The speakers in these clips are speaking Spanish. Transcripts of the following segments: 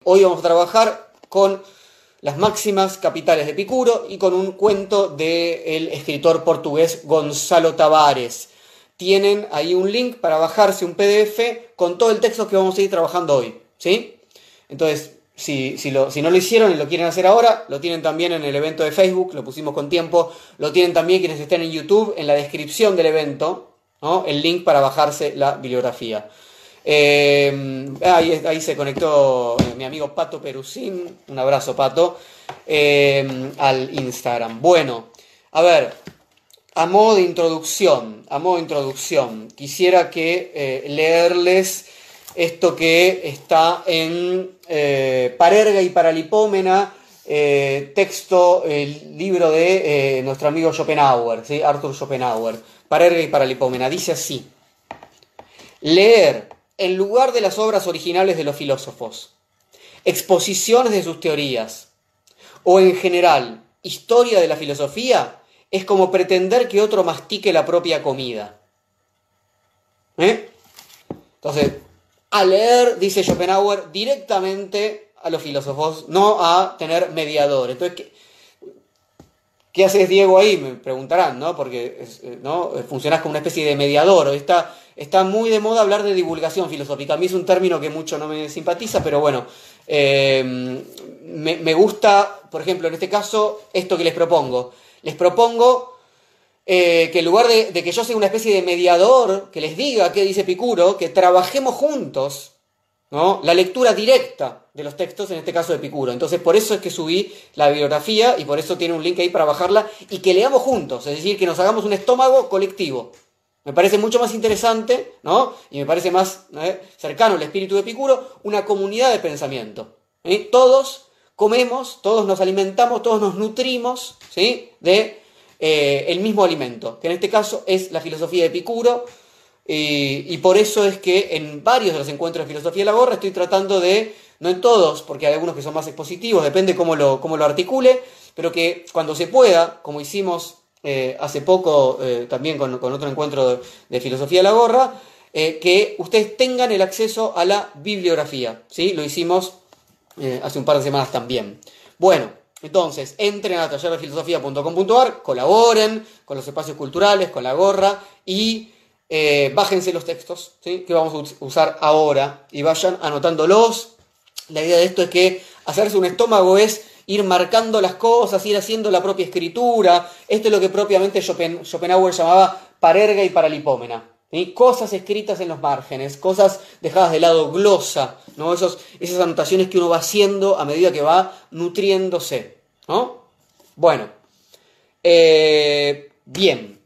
Hoy vamos a trabajar con las máximas capitales de Epicuro y con un cuento del escritor portugués Gonzalo Tavares. Tienen ahí un link para bajarse un PDF con todo el texto que vamos a ir trabajando hoy, ¿sí? Entonces, si no lo hicieron y lo quieren hacer ahora, lo tienen también en el evento de Facebook, lo pusimos con tiempo, lo tienen también quienes estén en YouTube, en la descripción del evento, ¿no? El link para bajarse la bibliografía. Ahí se conectó mi amigo Pato Perusín, un abrazo Pato, al Instagram. Bueno, a ver, a modo de introducción, quisiera que leerles esto que está en Parerga y Paralipómena, texto, el libro de nuestro amigo Schopenhauer, ¿sí? Arthur Schopenhauer, Parerga y Paralipómena, dice así: leer, en lugar de las obras originales de los filósofos, exposiciones de sus teorías, o en general, historia de la filosofía, es como pretender que otro mastique la propia comida. Entonces, a leer, dice Schopenhauer, directamente a los filósofos, no a tener mediador. Entonces, ¿qué haces, Diego, ahí? Me preguntarán, ¿no? Porque ¿no? Funcionás como una especie de mediador. Está muy de moda hablar de divulgación filosófica. A mí es un término que mucho no me simpatiza, pero bueno, me gusta, por ejemplo, en este caso, esto que les propongo. Les propongo que en lugar de que yo sea una especie de mediador, que les diga qué dice Epicuro, que trabajemos juntos, ¿no? La lectura directa de los textos, en este caso de Epicuro. Entonces, por eso es que subí la bibliografía y por eso tiene un link ahí para bajarla y que leamos juntos, es decir, que nos hagamos un estómago colectivo. Me parece mucho más interesante, ¿no? Y me parece más cercano al espíritu de Epicuro, una comunidad de pensamiento. Todos comemos, todos nos alimentamos, todos nos nutrimos, ¿sí? De el mismo alimento, que en este caso es la filosofía de Epicuro, y por eso es que en varios de los encuentros de filosofía de la gorra estoy tratando de, no en todos, porque hay algunos que son más expositivos, depende cómo lo articule, pero que cuando se pueda, como hicimos hace poco también con otro encuentro de filosofía de la gorra, que ustedes tengan el acceso a la bibliografía, ¿sí? Lo hicimos hace un par de semanas también. Bueno, entonces, entren a tallerdefilosofía.com.ar, colaboren con los espacios culturales, con la gorra y bájense los textos, ¿sí? Que vamos a usar ahora y vayan anotándolos. La idea de esto es que hacerse un estómago es ir marcando las cosas, ir haciendo la propia escritura. Esto es lo que propiamente Schopenhauer llamaba parerga y paralipómena, ¿sí? Cosas escritas en los márgenes, cosas dejadas de lado, glosa, ¿no? Esas anotaciones que uno va haciendo a medida que va nutriéndose, ¿no? Bueno, bien.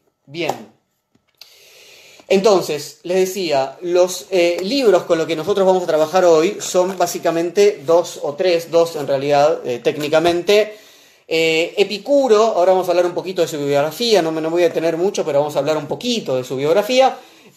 Entonces, les decía, los libros con los que nosotros vamos a trabajar hoy son básicamente dos en realidad, técnicamente. Epicuro, ahora vamos a hablar un poquito de su biografía, no me voy a detener mucho, pero vamos a hablar un poquito de su biografía.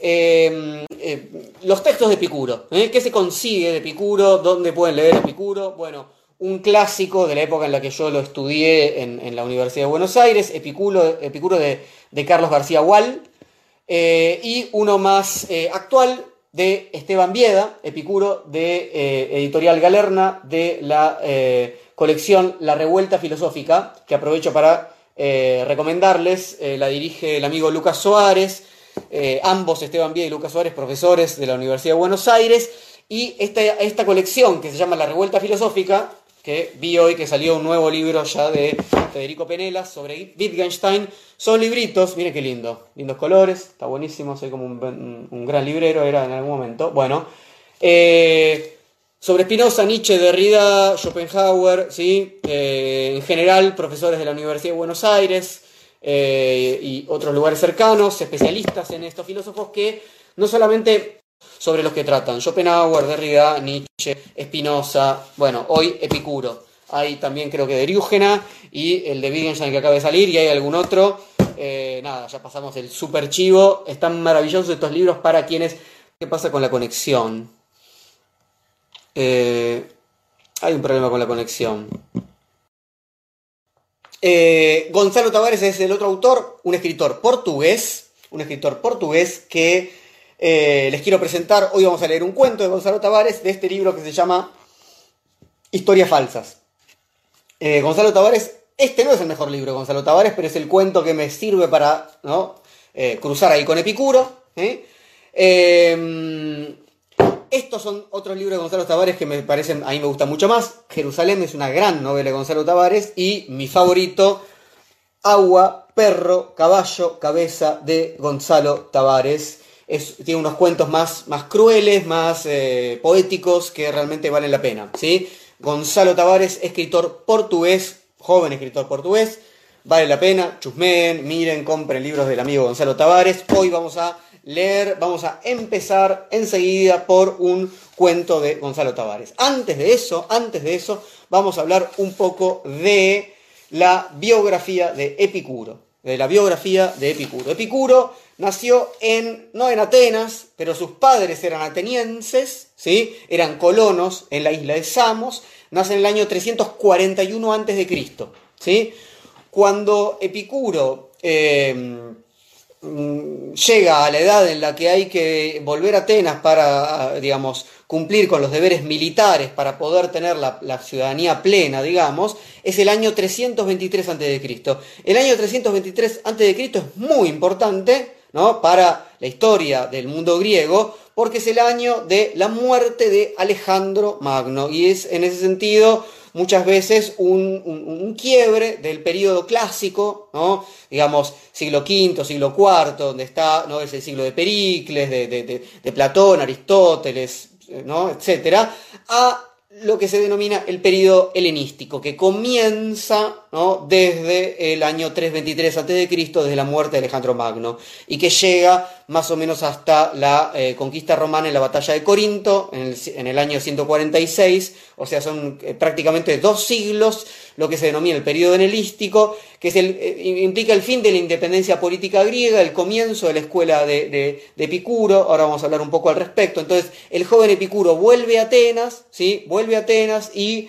Los textos de Epicuro, ¿qué se consigue de Epicuro? ¿Dónde pueden leer Epicuro? Bueno, un clásico de la época en la que yo lo estudié en la Universidad de Buenos Aires, Epicuro de Carlos García Gual. Y uno más actual de Esteban Bieda, Epicuro de Editorial Galerna, de la colección La Revuelta Filosófica, que aprovecho para recomendarles. La dirige el amigo Lucas Soares, ambos, Esteban Bieda y Lucas Soares, profesores de la Universidad de Buenos Aires, y esta colección que se llama La Revuelta Filosófica, que vi hoy que salió un nuevo libro ya de Federico Penelas sobre Wittgenstein. Son libritos, miren qué lindo, lindos colores, está buenísimo, soy como un gran librero, era en algún momento. Bueno, sobre Spinoza, Nietzsche, Derrida, Schopenhauer, ¿sí? En general, profesores de la Universidad de Buenos Aires y otros lugares cercanos, especialistas en estos filósofos que no solamente sobre los que tratan Schopenhauer, Derrida, Nietzsche, Spinoza, bueno, hoy Epicuro. Hay también creo que Derúgena y el de Wittgenstein que acaba de salir y hay algún otro. Nada, ya pasamos el super chivo. Están maravillosos estos libros para quienes... ¿Qué pasa con la conexión? Hay un problema con la conexión. Gonzalo Tavares es el otro autor, un escritor portugués que les quiero presentar. Hoy vamos a leer un cuento de Gonzalo Tavares de este libro que se llama Historias falsas. Gonzalo Tavares, este no es el mejor libro de Gonzalo Tavares, pero es el cuento que me sirve para, ¿no?, cruzar ahí con Epicuro. Estos son otros libros de Gonzalo Tavares que me parecen, a mí me gustan mucho más. Jerusalén es una gran novela de Gonzalo Tavares y mi favorito, Agua, Perro, Caballo, Cabeza, de Gonzalo Tavares. Tiene unos cuentos más crueles, más poéticos, que realmente valen la pena, ¿sí? Gonzalo Tavares, escritor portugués, joven escritor portugués, vale la pena, chusmeen, miren, compren libros del amigo Gonzalo Tavares. Hoy vamos a empezar enseguida por un cuento de Gonzalo Tavares. Antes de eso, vamos a hablar un poco de la biografía de Epicuro. Epicuro nació no en Atenas, pero sus padres eran atenienses, ¿sí? Eran colonos en la isla de Samos. Nace en el año 341 a.C., ¿sí? Cuando Epicuro llega a la edad en la que hay que volver a Atenas para, digamos, cumplir con los deberes militares para poder tener la ciudadanía plena, digamos, es el año 323 a.C. El año 323 a.C. es muy importante, ¿no?, para la historia del mundo griego, porque es el año de la muerte de Alejandro Magno, y es en ese sentido muchas veces un quiebre del periodo clásico, ¿no? Digamos, siglo V, siglo IV, donde está, ¿no?, es el siglo de Pericles, de Platón, Aristóteles, ¿no?, etcétera, a lo que se denomina el periodo helenístico, que comienza, ¿no?, desde el año 323 a.C., desde la muerte de Alejandro Magno, y que llega más o menos hasta la conquista romana en la batalla de Corinto, en el año 146, o sea, son prácticamente 2 siglos, lo que se denomina el periodo helenístico, que es implica el fin de la independencia política griega, el comienzo de la escuela de Epicuro. Ahora vamos a hablar un poco al respecto. Entonces, el joven Epicuro vuelve a Atenas, ¿sí? Y,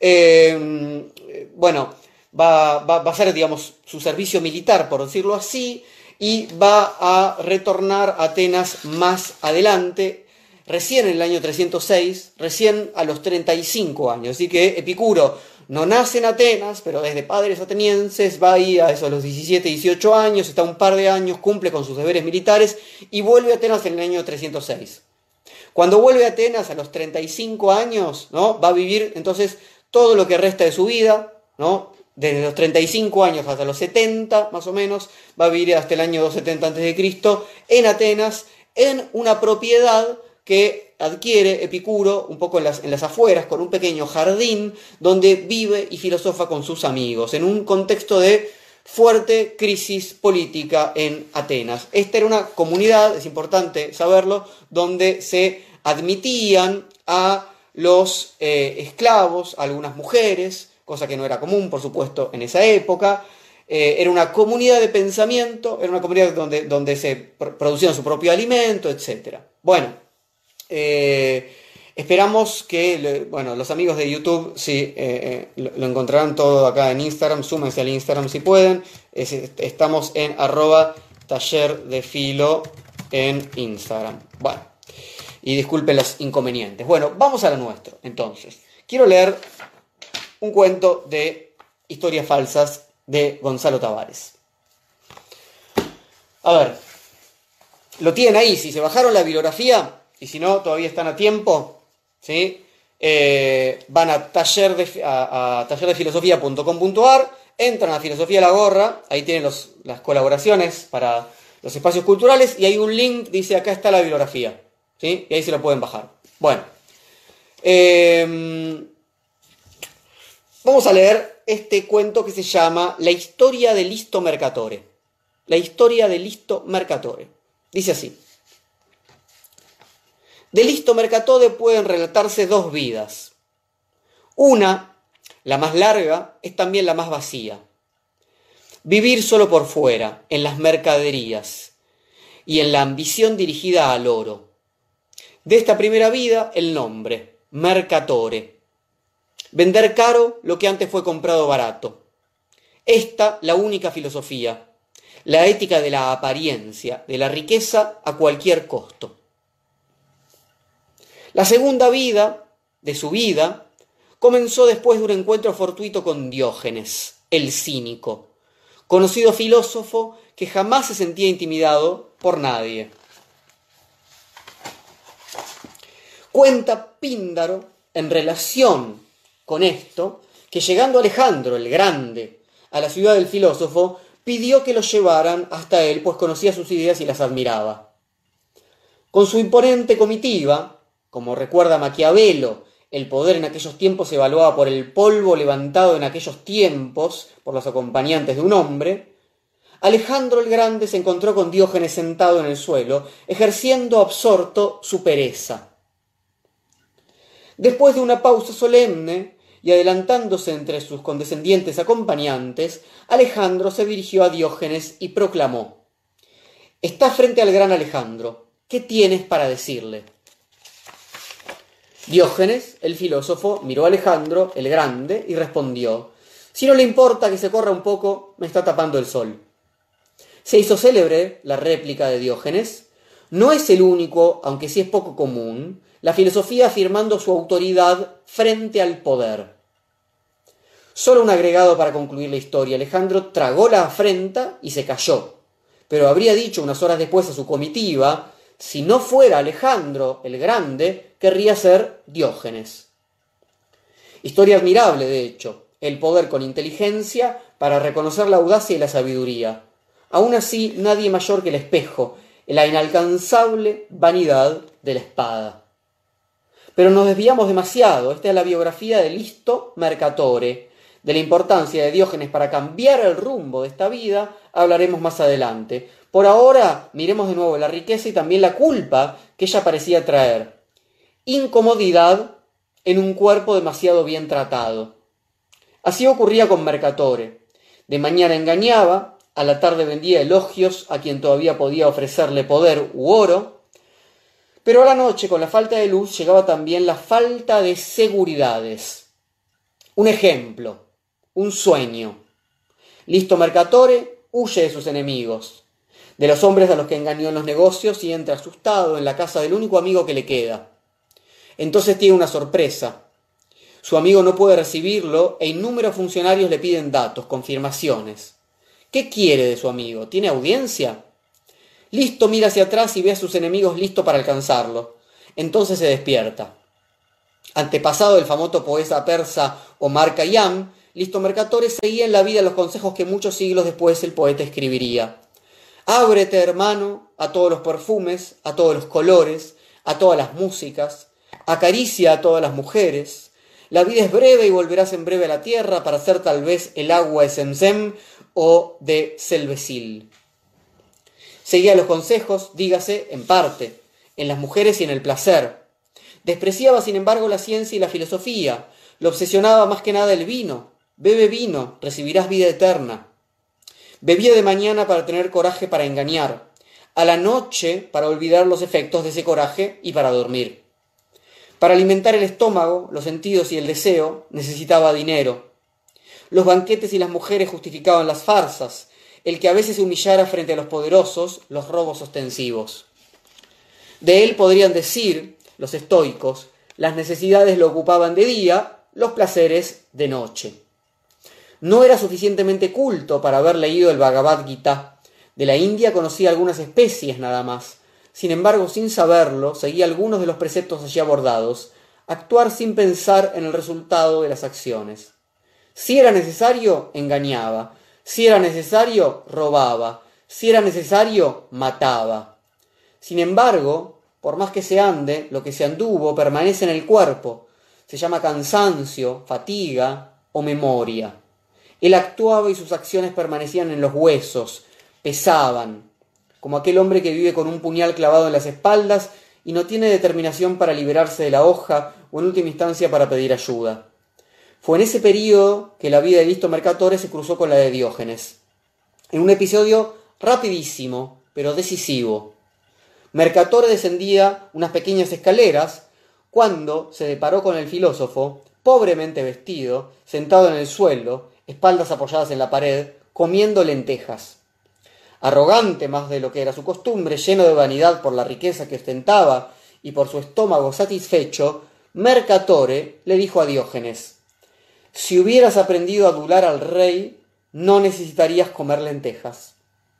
bueno, va a hacer, digamos, su servicio militar, por decirlo así, y va a retornar a Atenas más adelante, recién en el año 306, recién a los 35 años. Así que Epicuro no nace en Atenas, pero desde padres atenienses va ahí a esos los 17, 18 años, está un par de años, cumple con sus deberes militares y vuelve a Atenas en el año 306. Cuando vuelve a Atenas a los 35 años, ¿no?, va a vivir entonces todo lo que resta de su vida, ¿no?, desde los 35 años hasta los 70, más o menos, va a vivir hasta el año 270 a.C. en Atenas, en una propiedad que adquiere Epicuro un poco en las afueras, con un pequeño jardín, donde vive y filosofa con sus amigos, en un contexto de fuerte crisis política en Atenas. Esta era una comunidad, es importante saberlo, donde se admitían a los esclavos, a algunas mujeres, cosa que no era común, por supuesto, en esa época. Era una comunidad de pensamiento, era una comunidad donde se producían su propio alimento, etc. Bueno, esperamos que, los amigos de YouTube, sí, lo encontrarán todo acá en Instagram. Súmense al Instagram si pueden. Estamos en @tallerdefilo en Instagram. Bueno, y disculpen los inconvenientes. Bueno, vamos a lo nuestro, entonces. Quiero leer un cuento de historias falsas de Gonzalo Tavares. A ver, lo tienen ahí. Si se bajaron la bibliografía, y si no, todavía están a tiempo, ¿sí? Van a tallerdefilosofía.com.ar, entran a Filosofía La Gorra, ahí tienen las colaboraciones para los espacios culturales, y hay un link, dice acá está la bibliografía, ¿sí? Y ahí se lo pueden bajar. Bueno, vamos a leer este cuento que se llama La historia de Listo Mercatore. La historia de Listo Mercatore. Dice así. De Listo Mercatore pueden relatarse 2 vidas. Una, la más larga, es también la más vacía. Vivir solo por fuera, en las mercaderías, y en la ambición dirigida al oro. De esta primera vida, el nombre, Mercatore. Vender caro lo que antes fue comprado barato. Esta, la única filosofía, la ética de la apariencia, de la riqueza a cualquier costo. La segunda vida, de su vida, comenzó después de un encuentro fortuito con Diógenes, el cínico, conocido filósofo que jamás se sentía intimidado por nadie. Cuenta Píndaro, en relación con esto, que llegando Alejandro el Grande a la ciudad del filósofo, pidió que lo llevaran hasta él, pues conocía sus ideas y las admiraba. Con su imponente comitiva, como recuerda Maquiavelo, el poder en aquellos tiempos se evaluaba por el polvo levantado en aquellos tiempos por los acompañantes de un hombre, Alejandro el Grande se encontró con Diógenes sentado en el suelo, ejerciendo absorto su pereza. Después de una pausa solemne y adelantándose entre sus condescendientes acompañantes, Alejandro se dirigió a Diógenes y proclamó: «Está frente al gran Alejandro. ¿Qué tienes para decirle?». Diógenes, el filósofo, miró a Alejandro, el Grande, y respondió: «Si no le importa que se corra un poco, me está tapando el sol». Se hizo célebre la réplica de Diógenes: «No es el único, aunque sí es poco común, la filosofía afirmando su autoridad frente al poder». Solo un agregado para concluir la historia: Alejandro tragó la afrenta y se calló, pero habría dicho unas horas después a su comitiva: si no fuera Alejandro el Grande, querría ser Diógenes. Historia admirable, de hecho, el poder con inteligencia para reconocer la audacia y la sabiduría. Aún así, nadie mayor que el espejo, la inalcanzable vanidad de la espada. Pero nos desviamos demasiado. Esta es la biografía de Listo Mercatore. De la importancia de Diógenes para cambiar el rumbo de esta vida hablaremos más adelante. Por ahora, miremos de nuevo la riqueza y también la culpa que ella parecía traer. Incomodidad en un cuerpo demasiado bien tratado. Así ocurría con Mercatore. De mañana engañaba, a la tarde vendía elogios a quien todavía podía ofrecerle poder u oro, pero a la noche, con la falta de luz, llegaba también la falta de seguridades. Un ejemplo, un sueño. Listo Mercatore huye de sus enemigos, de los hombres a los que engañó en los negocios, y entra asustado en la casa del único amigo que le queda. Entonces tiene una sorpresa. Su amigo no puede recibirlo e innúmeros funcionarios le piden datos, confirmaciones. ¿Qué quiere de su amigo? ¿Tiene audiencia? Listo mira hacia atrás y ve a sus enemigos listos para alcanzarlo. Entonces se despierta. Antepasado del famoso poeta persa Omar Khayyam, Listo Mercatore seguía en la vida los consejos que muchos siglos después el poeta escribiría. Ábrete, hermano, a todos los perfumes, a todos los colores, a todas las músicas, acaricia a todas las mujeres. La vida es breve y volverás en breve a la tierra para ser tal vez el agua de Zemzem o de Selvesil. Seguía los consejos, dígase, en parte, en las mujeres y en el placer. Despreciaba, sin embargo, la ciencia y la filosofía. Lo obsesionaba más que nada el vino. Bebe vino, recibirás vida eterna. Bebía de mañana para tener coraje para engañar, a la noche para olvidar los efectos de ese coraje y para dormir. Para alimentar el estómago, los sentidos y el deseo, necesitaba dinero. Los banquetes y las mujeres justificaban las farsas, el que a veces se humillara frente a los poderosos, los robos ostensivos. De él podrían decir, los estoicos, las necesidades lo ocupaban de día, los placeres de noche. No era suficientemente culto para haber leído el Bhagavad Gita. De la India conocía algunas especies nada más. Sin embargo, sin saberlo, seguía algunos de los preceptos allí abordados. Actuar sin pensar en el resultado de las acciones. Si era necesario, engañaba. Si era necesario, robaba. Si era necesario, mataba. Sin embargo, por más que se ande, lo que se anduvo permanece en el cuerpo. Se llama cansancio, fatiga o memoria. Él actuaba y sus acciones permanecían en los huesos, pesaban, como aquel hombre que vive con un puñal clavado en las espaldas y no tiene determinación para liberarse de la hoja o en última instancia para pedir ayuda. Fue en ese período que la vida de Listo Mercatore se cruzó con la de Diógenes, en un episodio rapidísimo, pero decisivo. Mercatore descendía unas pequeñas escaleras cuando se deparó con el filósofo, pobremente vestido, sentado en el suelo, espaldas apoyadas en la pared, comiendo lentejas. Arrogante más de lo que era su costumbre, lleno de vanidad por la riqueza que ostentaba y por su estómago satisfecho, Mercatore le dijo a Diógenes: si hubieras aprendido a adular al rey, no necesitarías comer lentejas.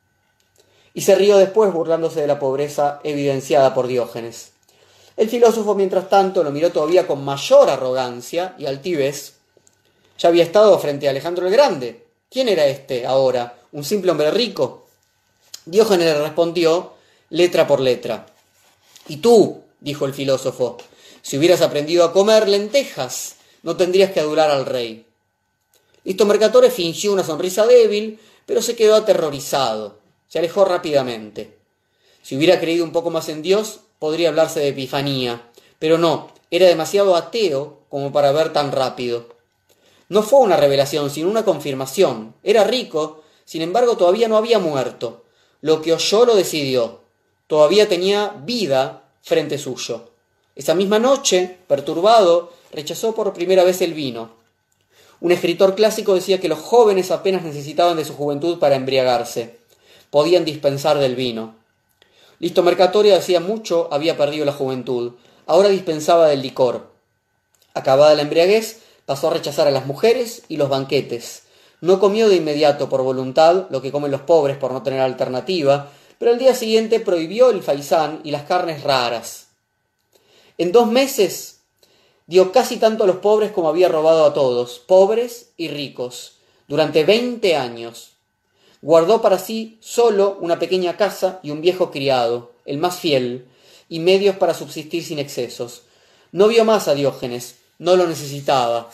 Y se rió después, burlándose de la pobreza evidenciada por Diógenes. El filósofo, mientras tanto, lo miró todavía con mayor arrogancia y altivez. Ya había estado frente a Alejandro el Grande. ¿Quién era este ahora? ¿Un simple hombre rico? Diógenes le respondió letra por letra. Y tú, dijo el filósofo, si hubieras aprendido a comer lentejas, no tendrías que adular al rey. Listo Mercatore fingió una sonrisa débil, pero se quedó aterrorizado. Se alejó rápidamente. Si hubiera creído un poco más en Dios, podría hablarse de epifanía, pero no, era demasiado ateo como para ver tan rápido. No fue una revelación, sino una confirmación. Era rico, sin embargo todavía no había muerto. Lo que oyó lo decidió. Todavía tenía vida frente suyo. Esa misma noche, perturbado, rechazó por primera vez el vino. Un escritor clásico decía que los jóvenes apenas necesitaban de su juventud para embriagarse. Podían dispensar del vino. Listo Mercatore hacía mucho había perdido la juventud. Ahora dispensaba del licor. Acabada la embriaguez, pasó a rechazar a las mujeres y los banquetes. No comió de inmediato por voluntad lo que comen los pobres por no tener alternativa, pero al día siguiente prohibió el faisán y las carnes raras. En 2 meses dio casi tanto a los pobres como había robado a todos, pobres y ricos, durante 20 años. Guardó para sí solo una pequeña casa y un viejo criado, el más fiel, y medios para subsistir sin excesos. No vio más a Diógenes, no lo necesitaba.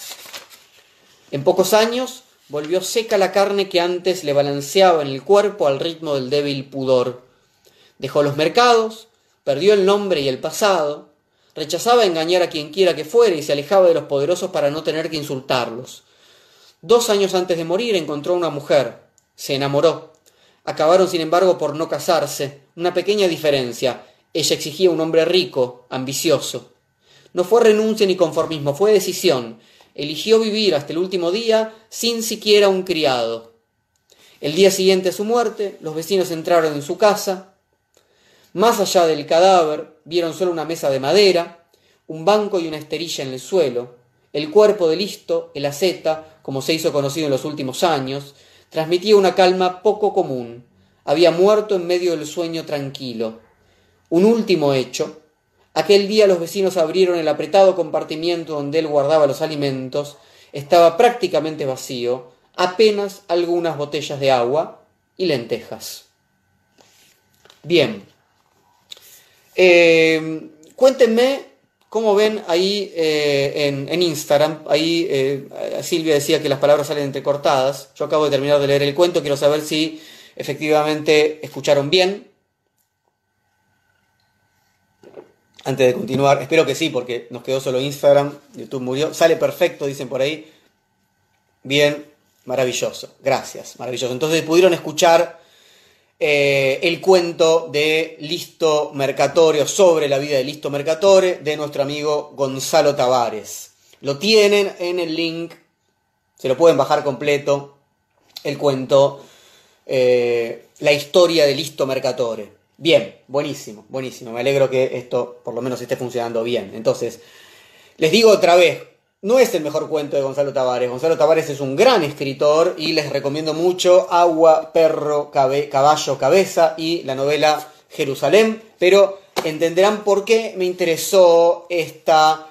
En pocos años volvió seca la carne que antes le balanceaba en el cuerpo al ritmo del débil pudor. Dejó los mercados, perdió el nombre y el pasado, rechazaba engañar a quien quiera que fuera y se alejaba de los poderosos para no tener que insultarlos. 2 años antes de morir encontró a una mujer. Se enamoró. Acabaron, sin embargo, por no casarse. Una pequeña diferencia. Ella exigía un hombre rico, ambicioso. No fue renuncia ni conformismo, fue decisión. Eligió vivir hasta el último día sin siquiera un criado. El día siguiente a su muerte, los vecinos entraron en su casa. Más allá del cadáver, vieron solo una mesa de madera, un banco y una esterilla en el suelo. El cuerpo de Listo, el asceta, como se hizo conocido en los últimos años, transmitía una calma poco común. Había muerto en medio del sueño tranquilo. Un último hecho. Aquel día los vecinos abrieron el apretado compartimiento donde él guardaba los alimentos. Estaba prácticamente vacío, apenas algunas botellas de agua y lentejas. Bien. Cuéntenme cómo ven ahí en Instagram. Ahí Silvia decía que las palabras salen entrecortadas. Yo acabo de terminar de leer el cuento. Quiero saber si efectivamente escucharon bien. Antes de continuar, espero que sí, porque nos quedó solo Instagram. YouTube murió. Sale perfecto, dicen por ahí. Bien, maravilloso. Gracias, maravilloso. Entonces pudieron escuchar el cuento de Listo Mercatore, o sobre la vida de Listo Mercatore, de nuestro amigo Gonzalo Tavares. Lo tienen en el link, se lo pueden bajar completo, el cuento, la historia de Listo Mercatore. Bien, buenísimo, buenísimo. Me alegro que esto por lo menos esté funcionando bien. Entonces, les digo otra vez, no es el mejor cuento de Gonzalo Tavares. Gonzalo Tavares es un gran escritor y les recomiendo mucho Agua, Perro, Caballo, Cabeza y la novela Jerusalén, pero entenderán por qué me interesó esta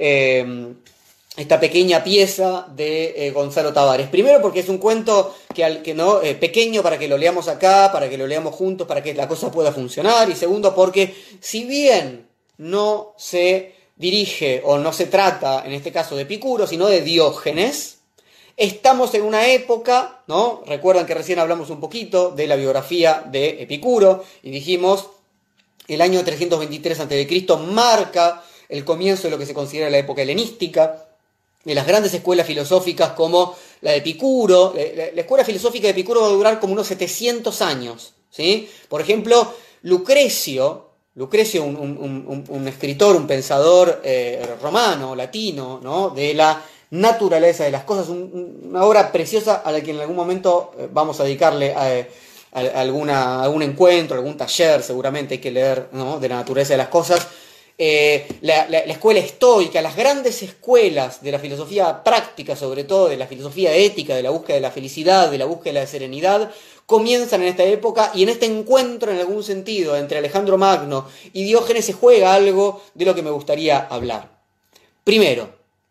pequeña pieza de Gonzalo Tavares. Primero porque es un cuento pequeño para que lo leamos acá, para que lo leamos juntos, para que la cosa pueda funcionar. Y segundo porque si bien no se dirige o no se trata, en este caso, de Epicuro, sino de Diógenes, estamos en una época, ¿no? Recuerdan que recién hablamos un poquito de la biografía de Epicuro y dijimos el año 323 a.C. marca el comienzo de lo que se considera la época helenística, de las grandes escuelas filosóficas como la de Epicuro. La escuela filosófica de Epicuro va a durar como unos 700 años, ¿sí? Por ejemplo, Lucrecio, un escritor, un pensador romano, latino, ¿no? De la naturaleza de las cosas, una obra preciosa a la que en algún momento vamos a dedicarle algún encuentro, algún taller, seguramente hay que leer, ¿no? De la naturaleza de las cosas. la escuela estoica, las grandes escuelas de la filosofía práctica, sobre todo de la filosofía ética, de la búsqueda de la felicidad, de la búsqueda de la serenidad, comienzan en esta época, y en este encuentro en algún sentido entre Alejandro Magno y Diógenes se juega algo de lo que me gustaría hablar. Primero,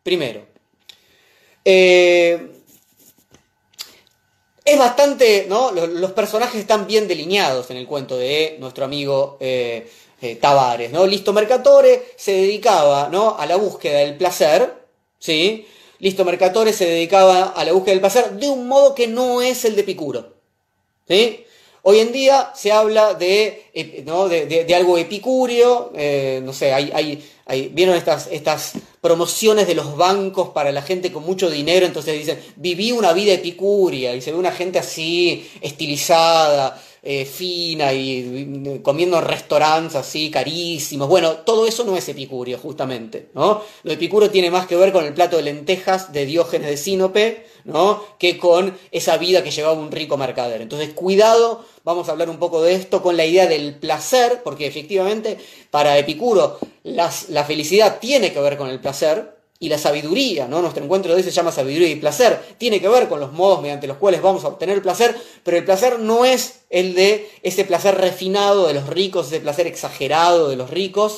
es bastante, ¿no? Los personajes están bien delineados en el cuento de nuestro amigo Tavares, ¿no? Listo Mercatore se dedicaba, ¿no?, a la búsqueda del placer, ¿sí? Listo Mercatore se dedicaba a la búsqueda del placer de un modo que no es el de Epicuro, ¿sí? Hoy en día se habla ¿no?, de algo epicúreo, no sé, vieron estas promociones de los bancos para la gente con mucho dinero, entonces dicen, viví una vida epicúrea, y se ve una gente así, estilizada, fina, y comiendo en restaurantes así, carísimos. Bueno, todo eso no es epicúreo, justamente, ¿no? Lo epicúreo tiene más que ver con el plato de lentejas de Diógenes de Sinope, ¿no?, que con esa vida que llevaba un rico mercader. Entonces, cuidado, vamos a hablar un poco de esto con la idea del placer, porque efectivamente para Epicuro la felicidad tiene que ver con el placer, y la sabiduría, ¿no? Nuestro encuentro de hoy se llama sabiduría y placer, tiene que ver con los modos mediante los cuales vamos a obtener el placer, pero el placer no es el de ese placer refinado de los ricos, ese placer exagerado de los ricos,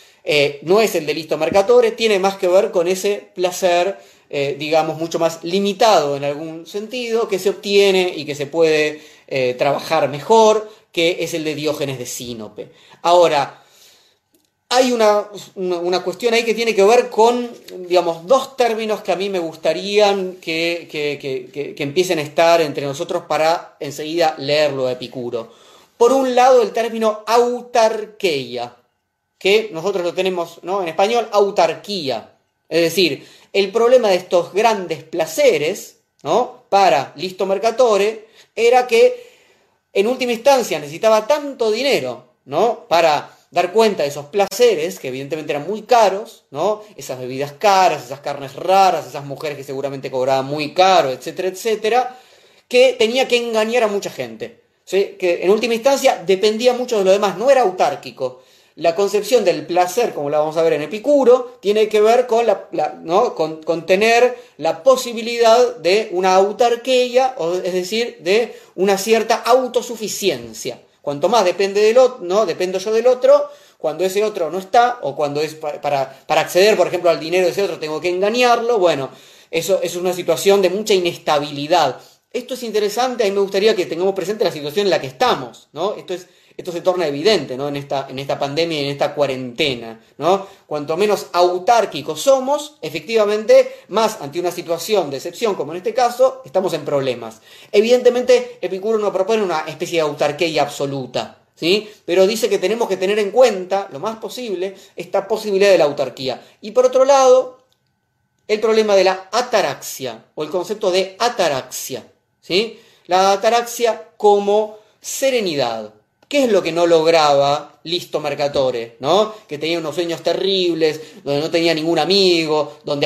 no es el de Listo Mercatore, tiene más que ver con ese placer, digamos, mucho más limitado en algún sentido, que se obtiene y que se puede trabajar mejor, que es el de Diógenes de Sinope. Ahora, hay una cuestión ahí que tiene que ver con, digamos, dos términos que a mí me gustarían que empiecen a estar entre nosotros para enseguida leerlo a Epicuro. Por un lado, el término autarquía, que nosotros lo tenemos, ¿no?, en español, autarquía. Es decir, el problema de estos grandes placeres, ¿no?, para Listo Mercatore era que en última instancia necesitaba tanto dinero, ¿no?, para dar cuenta de esos placeres, que evidentemente eran muy caros, ¿no?, esas bebidas caras, esas carnes raras, esas mujeres que seguramente cobraban muy caro, etcétera, etcétera, que tenía que engañar a mucha gente, ¿sí?, que en última instancia dependía mucho de lo demás, no era autárquico. La concepción del placer, como la vamos a ver en Epicuro, tiene que ver con, ¿no?, con tener la posibilidad de una autarquía, es decir, de una cierta autosuficiencia. Cuanto más depende del otro, ¿no?, dependo yo del otro, cuando ese otro no está, o cuando es para acceder, por ejemplo, al dinero de ese otro tengo que engañarlo, bueno, eso es una situación de mucha inestabilidad. Esto es interesante, a mí me gustaría que tengamos presente la situación en la que estamos, ¿no? Esto se torna evidente, ¿no?, en esta pandemia y en esta cuarentena, ¿no? Cuanto menos autárquicos somos, efectivamente, más ante una situación de excepción, como en este caso, estamos en problemas. Evidentemente, Epicuro no propone una especie de autarquía absoluta, ¿sí?, pero dice que tenemos que tener en cuenta, lo más posible, esta posibilidad de la autarquía. Y por otro lado, el problema de la ataraxia, o el concepto de ataraxia, ¿sí? La ataraxia como serenidad. ¿Qué es lo que no lograba Listo Mercatore, ¿no?, que tenía unos sueños terribles, donde no tenía ningún amigo, donde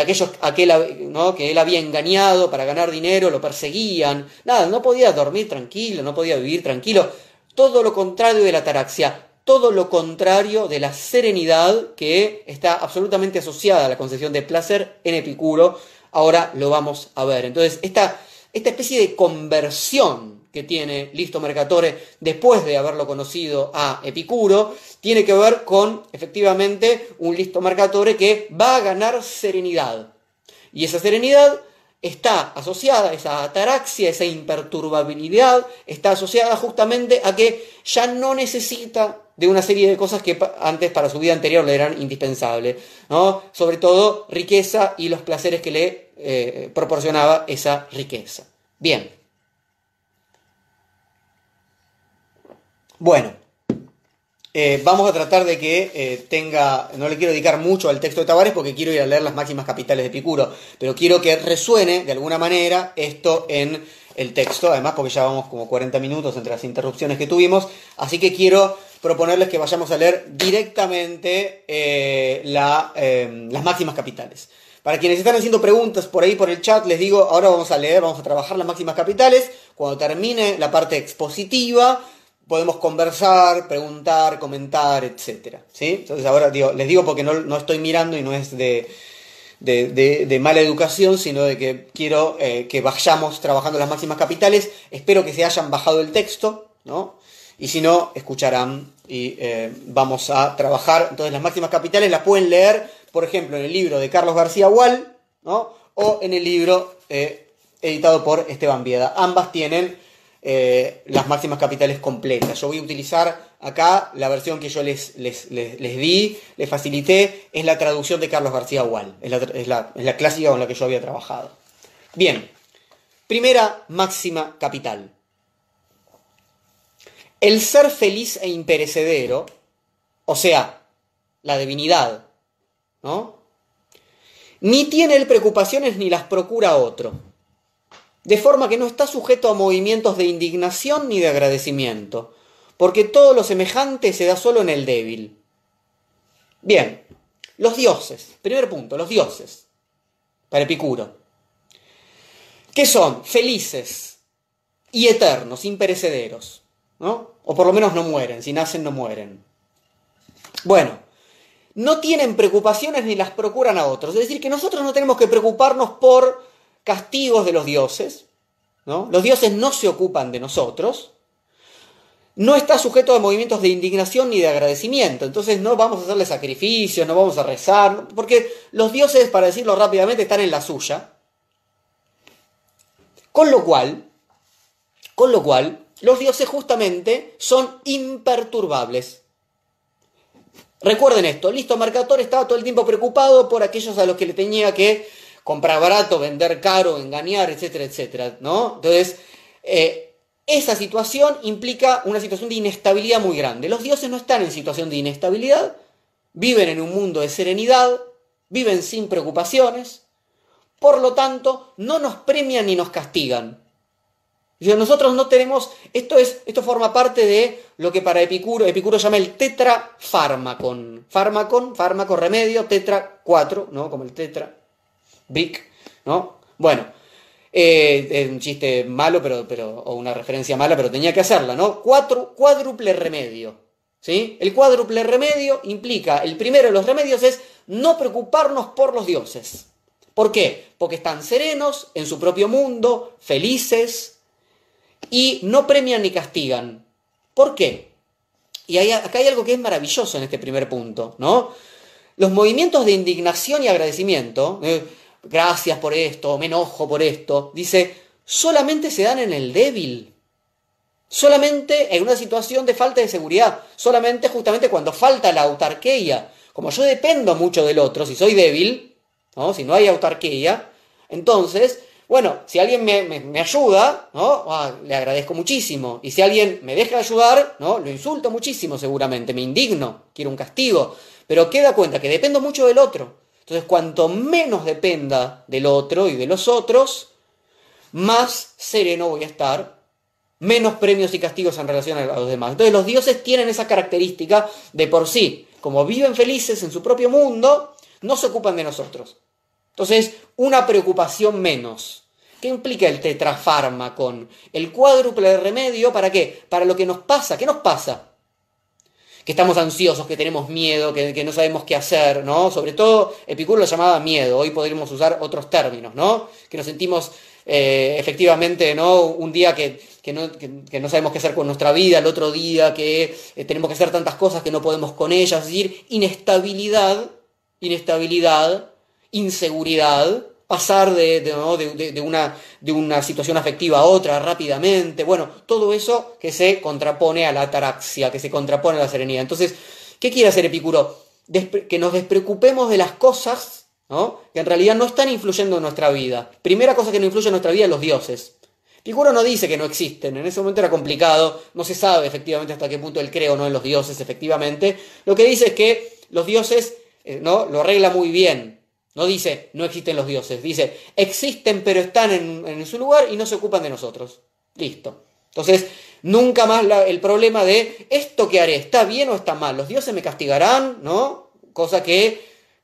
¿no?, que él había engañado para ganar dinero lo perseguían? Nada, no podía dormir tranquilo, no podía vivir tranquilo. Todo lo contrario de la ataraxia, todo lo contrario de la serenidad que está absolutamente asociada a la concepción de placer en Epicuro. Ahora lo vamos a ver. Entonces, esta especie de conversión que tiene Listo Mercatore después de haberlo conocido a Epicuro, tiene que ver con, efectivamente, un Listo Mercatore que va a ganar serenidad. Y esa serenidad está asociada, esa ataraxia, esa imperturbabilidad, está asociada justamente a que ya no necesita de una serie de cosas que antes para su vida anterior le eran indispensables, ¿no? Sobre todo riqueza y los placeres que le proporcionaba esa riqueza. Bien. Bueno, vamos a tratar de que no le quiero dedicar mucho al texto de Tavares porque quiero ir a leer las máximas capitales de Epicuro, pero quiero que resuene de alguna manera esto en el texto, además porque ya vamos como 40 minutos entre las interrupciones que tuvimos, así que quiero proponerles que vayamos a leer directamente las máximas capitales. Para quienes están haciendo preguntas por ahí por el chat, les digo, ahora vamos a trabajar las máximas capitales. Cuando termine la parte expositiva, podemos conversar, preguntar, comentar, etc. ¿Sí? Entonces ahora les digo porque no estoy mirando y no es de mala educación, sino de que quiero que vayamos trabajando las máximas capitales. Espero que se hayan bajado el texto, ¿no? Y si no, escucharán y vamos a trabajar. Entonces las máximas capitales las pueden leer, por ejemplo, en el libro de Carlos García Gual, ¿no? O en el libro editado por Esteban Bieda. Ambas tienen las máximas capitales completas. Yo voy a utilizar acá la versión que yo les di, les facilité, es la traducción de Carlos García Gual. Es la clásica con la que yo había trabajado. Bien, primera máxima capital. El ser feliz e imperecedero, o sea, la divinidad, ¿no? Ni tiene él preocupaciones ni las procura otro, de forma que no está sujeto a movimientos de indignación ni de agradecimiento, porque todo lo semejante se da solo en el débil. Bien, los dioses, primer punto, los dioses, para Epicuro, que son felices y eternos, imperecederos, ¿no? O por lo menos no mueren, si nacen no mueren. Bueno, no tienen preocupaciones ni las procuran a otros, es decir, que nosotros no tenemos que preocuparnos por castigos de los dioses, ¿no? Los dioses no se ocupan de nosotros, no está sujeto a movimientos de indignación ni de agradecimiento, entonces no vamos a hacerle sacrificios, no vamos a rezar, porque los dioses, para decirlo rápidamente, están en la suya, con lo cual, los dioses justamente son imperturbables. Recuerden esto, Listo Mercator estaba todo el tiempo preocupado por aquellos a los que le tenía que comprar barato, vender caro, engañar, etcétera, etcétera, ¿no? Entonces, esa situación implica una situación de inestabilidad muy grande. Los dioses no están en situación de inestabilidad, viven en un mundo de serenidad, viven sin preocupaciones, por lo tanto, no nos premian ni nos castigan. Nosotros no tenemos, esto forma parte de lo que para Epicuro llama el tetrafármacon. Fármaco, remedio, tetra, 4, ¿no? Como el tetra, brick, ¿no? Bueno, es un chiste malo, o una referencia mala, pero tenía que hacerla, ¿no? Cuádruple remedio, ¿sí? El cuádruple remedio implica, el primero de los remedios es no preocuparnos por los dioses. ¿Por qué? Porque están serenos, en su propio mundo, felices, y no premian ni castigan. ¿Por qué? Y acá hay algo que es maravilloso en este primer punto, ¿no? Los movimientos de indignación y agradecimiento, gracias por esto, me enojo por esto, dice, solamente se dan en el débil. Solamente en una situación de falta de seguridad. Solamente justamente cuando falta la autarquía. Como yo dependo mucho del otro, si soy débil, ¿no? Si no hay autarquía, entonces, bueno, si alguien me ayuda, ¿no? Le agradezco muchísimo. Y si alguien me deja de ayudar, ¿no? Lo insulto muchísimo seguramente, me indigno, quiero un castigo. Pero queda cuenta que dependo mucho del otro. Entonces, cuanto menos dependa del otro y de los otros, más sereno voy a estar, menos premios y castigos en relación a los demás. Entonces, los dioses tienen esa característica de por sí. Como viven felices en su propio mundo, no se ocupan de nosotros. Entonces, una preocupación menos. ¿Qué implica el tetrafármacon? El cuádruple de remedio, ¿para qué? Para lo que nos pasa. ¿Qué nos pasa? Que estamos ansiosos, que tenemos miedo, que no sabemos qué hacer, ¿no? Sobre todo, Epicuro lo llamaba miedo, hoy podríamos usar otros términos, ¿no? Que nos sentimos efectivamente, ¿no? Un día que no sabemos qué hacer con nuestra vida, el otro día que tenemos que hacer tantas cosas que no podemos con ellas, es decir, inestabilidad, inseguridad, pasar de una situación afectiva a otra rápidamente, bueno, todo eso que se contrapone a la ataraxia, que se contrapone a la serenidad. Entonces, ¿qué quiere hacer Epicuro? Que nos despreocupemos de las cosas, ¿no? Que en realidad no están influyendo en nuestra vida. Primera cosa que no influye en nuestra vida, los dioses. Epicuro no dice que no existen, en ese momento era complicado, no se sabe efectivamente hasta qué punto él cree o no en los dioses, efectivamente. Lo que dice es que los dioses, ¿no? Lo arregla muy bien. No dice, no existen los dioses, dice, existen pero están en su lugar y no se ocupan de nosotros. Listo. Entonces, nunca más el problema de, ¿esto qué haré? ¿Está bien o está mal? ¿Los dioses me castigarán? ¿No? Cosa que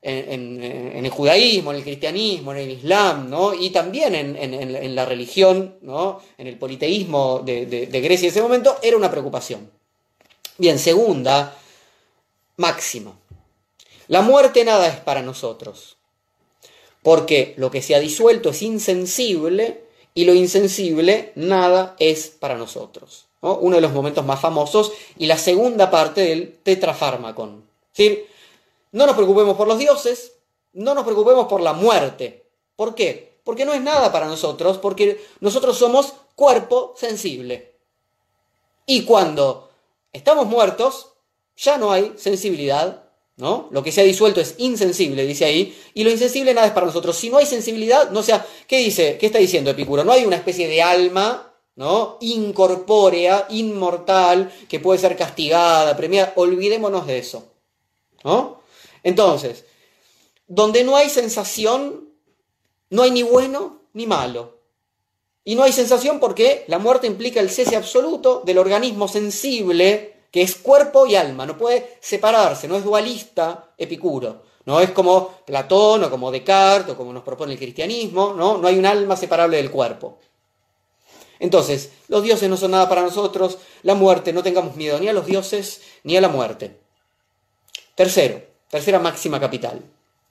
en el judaísmo, en el cristianismo, en el islam, ¿no? Y también en la religión, ¿no? En el politeísmo de Grecia en ese momento, era una preocupación. Bien, segunda máxima. La muerte nada es para nosotros, porque lo que se ha disuelto es insensible y lo insensible nada es para nosotros, ¿no? Uno de los momentos más famosos y la segunda parte del tetrafármacon. Es decir, no nos preocupemos por los dioses, no nos preocupemos por la muerte. ¿Por qué? Porque no es nada para nosotros, porque nosotros somos cuerpo sensible. Y cuando estamos muertos, ya no hay sensibilidad, ¿no? Lo que se ha disuelto es insensible, dice ahí, y lo insensible nada es para nosotros. Si no hay sensibilidad, no sea, ¿qué dice? ¿Qué está diciendo Epicuro? No hay una especie de alma, ¿no? Incorpórea, inmortal, que puede ser castigada, premiada. Olvidémonos de eso, ¿no? Entonces, donde no hay sensación, no hay ni bueno ni malo. Y no hay sensación porque la muerte implica el cese absoluto del organismo sensible, que es cuerpo y alma. No puede separarse, no es dualista Epicuro. No es como Platón o como Descartes o como nos propone el cristianismo, ¿no? No hay un alma separable del cuerpo. Entonces, los dioses no son nada para nosotros, la muerte, no tengamos miedo ni a los dioses ni a la muerte. Tercera máxima capital.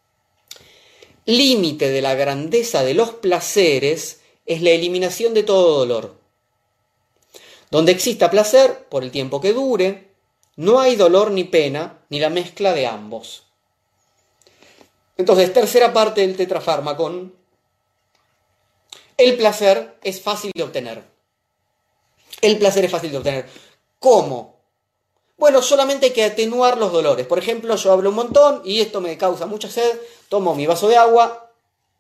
Límite de la grandeza de los placeres es la eliminación de todo dolor. Donde exista placer, por el tiempo que dure, no hay dolor ni pena, ni la mezcla de ambos. Entonces, tercera parte del tetrafármacon. El placer es fácil de obtener. El placer es fácil de obtener. ¿Cómo? Bueno, solamente hay que atenuar los dolores. Por ejemplo, yo hablo un montón y esto me causa mucha sed, tomo mi vaso de agua,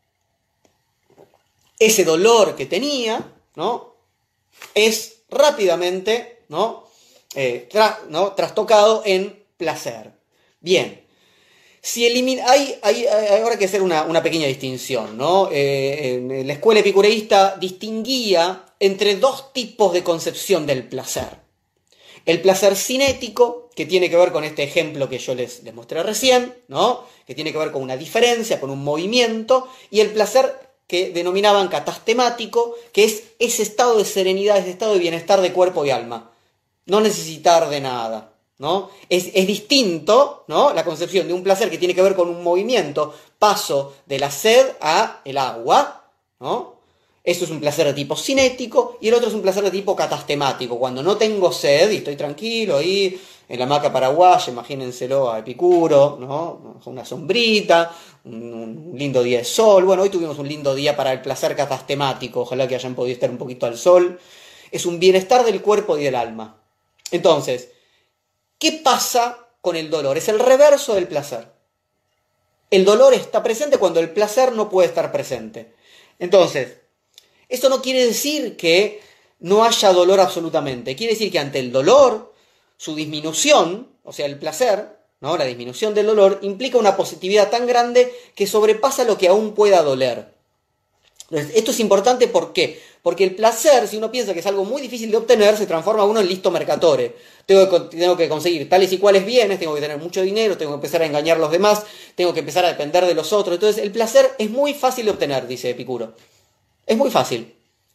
ese dolor que tenía, ¿no? Es rápidamente, ¿no? Trastocado en placer. Bien. Si hay ahora que hacer una pequeña distinción, ¿no? En la escuela epicureísta distinguía entre dos tipos de concepción del placer. El placer cinético, que tiene que ver con este ejemplo que yo les mostré recién, ¿no? Que tiene que ver con una diferencia, con un movimiento, y el placer que denominaban catastemático, que es ese estado de serenidad, ese estado de bienestar de cuerpo y alma. No necesitar de nada, ¿no? Es distinto, ¿no? La concepción de un placer que tiene que ver con un movimiento, paso de la sed a el agua, ¿no? Eso es un placer de tipo cinético y el otro es un placer de tipo catastemático. Cuando no tengo sed y estoy tranquilo ahí en la hamaca paraguaya, imagínenselo a Epicuro, ¿no? Una sombrita, un lindo día de sol. Bueno, hoy tuvimos un lindo día para el placer catastemático, ojalá que hayan podido estar un poquito al sol. Es un bienestar del cuerpo y del alma. Entonces, ¿qué pasa con el dolor? Es el reverso del placer. El dolor está presente cuando el placer no puede estar presente. Entonces, esto no quiere decir que no haya dolor absolutamente. Quiere decir que ante el dolor, su disminución, o sea, el placer, ¿no? La disminución del dolor, implica una positividad tan grande que sobrepasa lo que aún pueda doler. Entonces, esto es importante, ¿por qué? Porque el placer, si uno piensa que es algo muy difícil de obtener, se transforma uno en listo mercatore. Tengo que conseguir tales y cuales bienes, tengo que tener mucho dinero, tengo que empezar a engañar a los demás, tengo que empezar a depender de los otros. Entonces, el placer es muy fácil de obtener, dice Epicuro. Es muy fácil.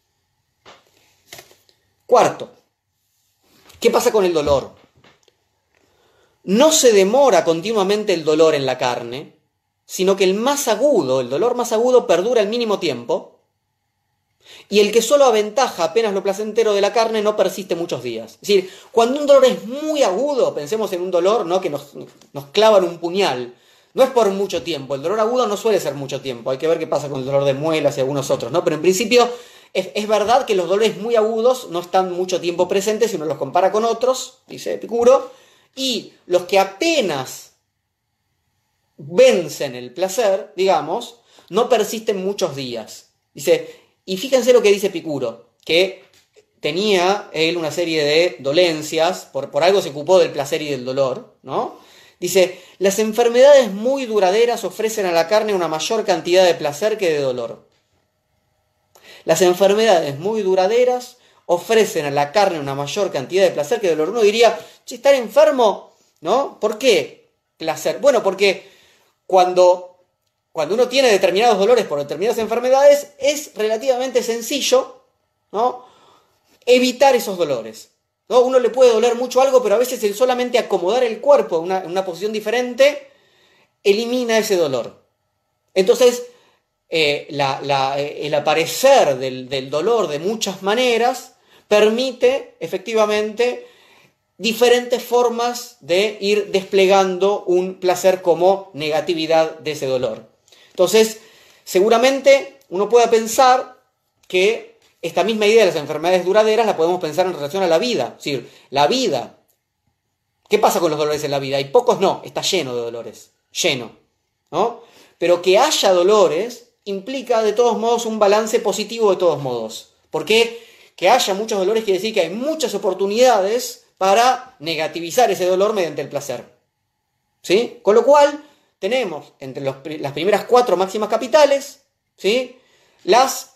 Cuarto, ¿qué pasa con el dolor? No se demora continuamente el dolor en la carne, sino que el dolor más agudo perdura el mínimo tiempo, y el que solo aventaja apenas lo placentero de la carne no persiste muchos días. Es decir, cuando un dolor es muy agudo, pensemos en un dolor, ¿no? Que nos clavan un puñal, no es por mucho tiempo, el dolor agudo no suele ser mucho tiempo, hay que ver qué pasa con el dolor de muelas y algunos otros, ¿no? Pero en principio es verdad que los dolores muy agudos no están mucho tiempo presentes si uno los compara con otros, dice Epicuro, y los que apenas vencen el placer, digamos, no persisten muchos días. Dice, y fíjense lo que dice Epicuro, que tenía él una serie de dolencias, por algo se ocupó del placer y del dolor, ¿no? Dice, las enfermedades muy duraderas ofrecen a la carne una mayor cantidad de placer que de dolor. Las enfermedades muy duraderas ofrecen a la carne una mayor cantidad de placer que de dolor. Uno diría, che, estar enfermo, ¿no? ¿Por qué placer? Bueno, porque cuando uno tiene determinados dolores por determinadas enfermedades, es relativamente sencillo, ¿no?, evitar esos dolores, ¿no? Uno le puede doler mucho algo, pero a veces el solamente acomodar el cuerpo en una posición diferente elimina ese dolor. Entonces, el aparecer del dolor de muchas maneras permite efectivamente diferentes formas de ir desplegando un placer como negatividad de ese dolor. Entonces, seguramente uno pueda pensar que esta misma idea de las enfermedades duraderas la podemos pensar en relación a la vida. Es decir, la vida, ¿qué pasa con los dolores en la vida? Hay pocos, no, está lleno de dolores, lleno, ¿no? Pero que haya dolores implica de todos modos un balance positivo de todos modos. Porque que haya muchos dolores quiere decir que hay muchas oportunidades para negativizar ese dolor mediante el placer, ¿sí? Con lo cual, tenemos entre las primeras 4 máximas capitales, ¿sí?, las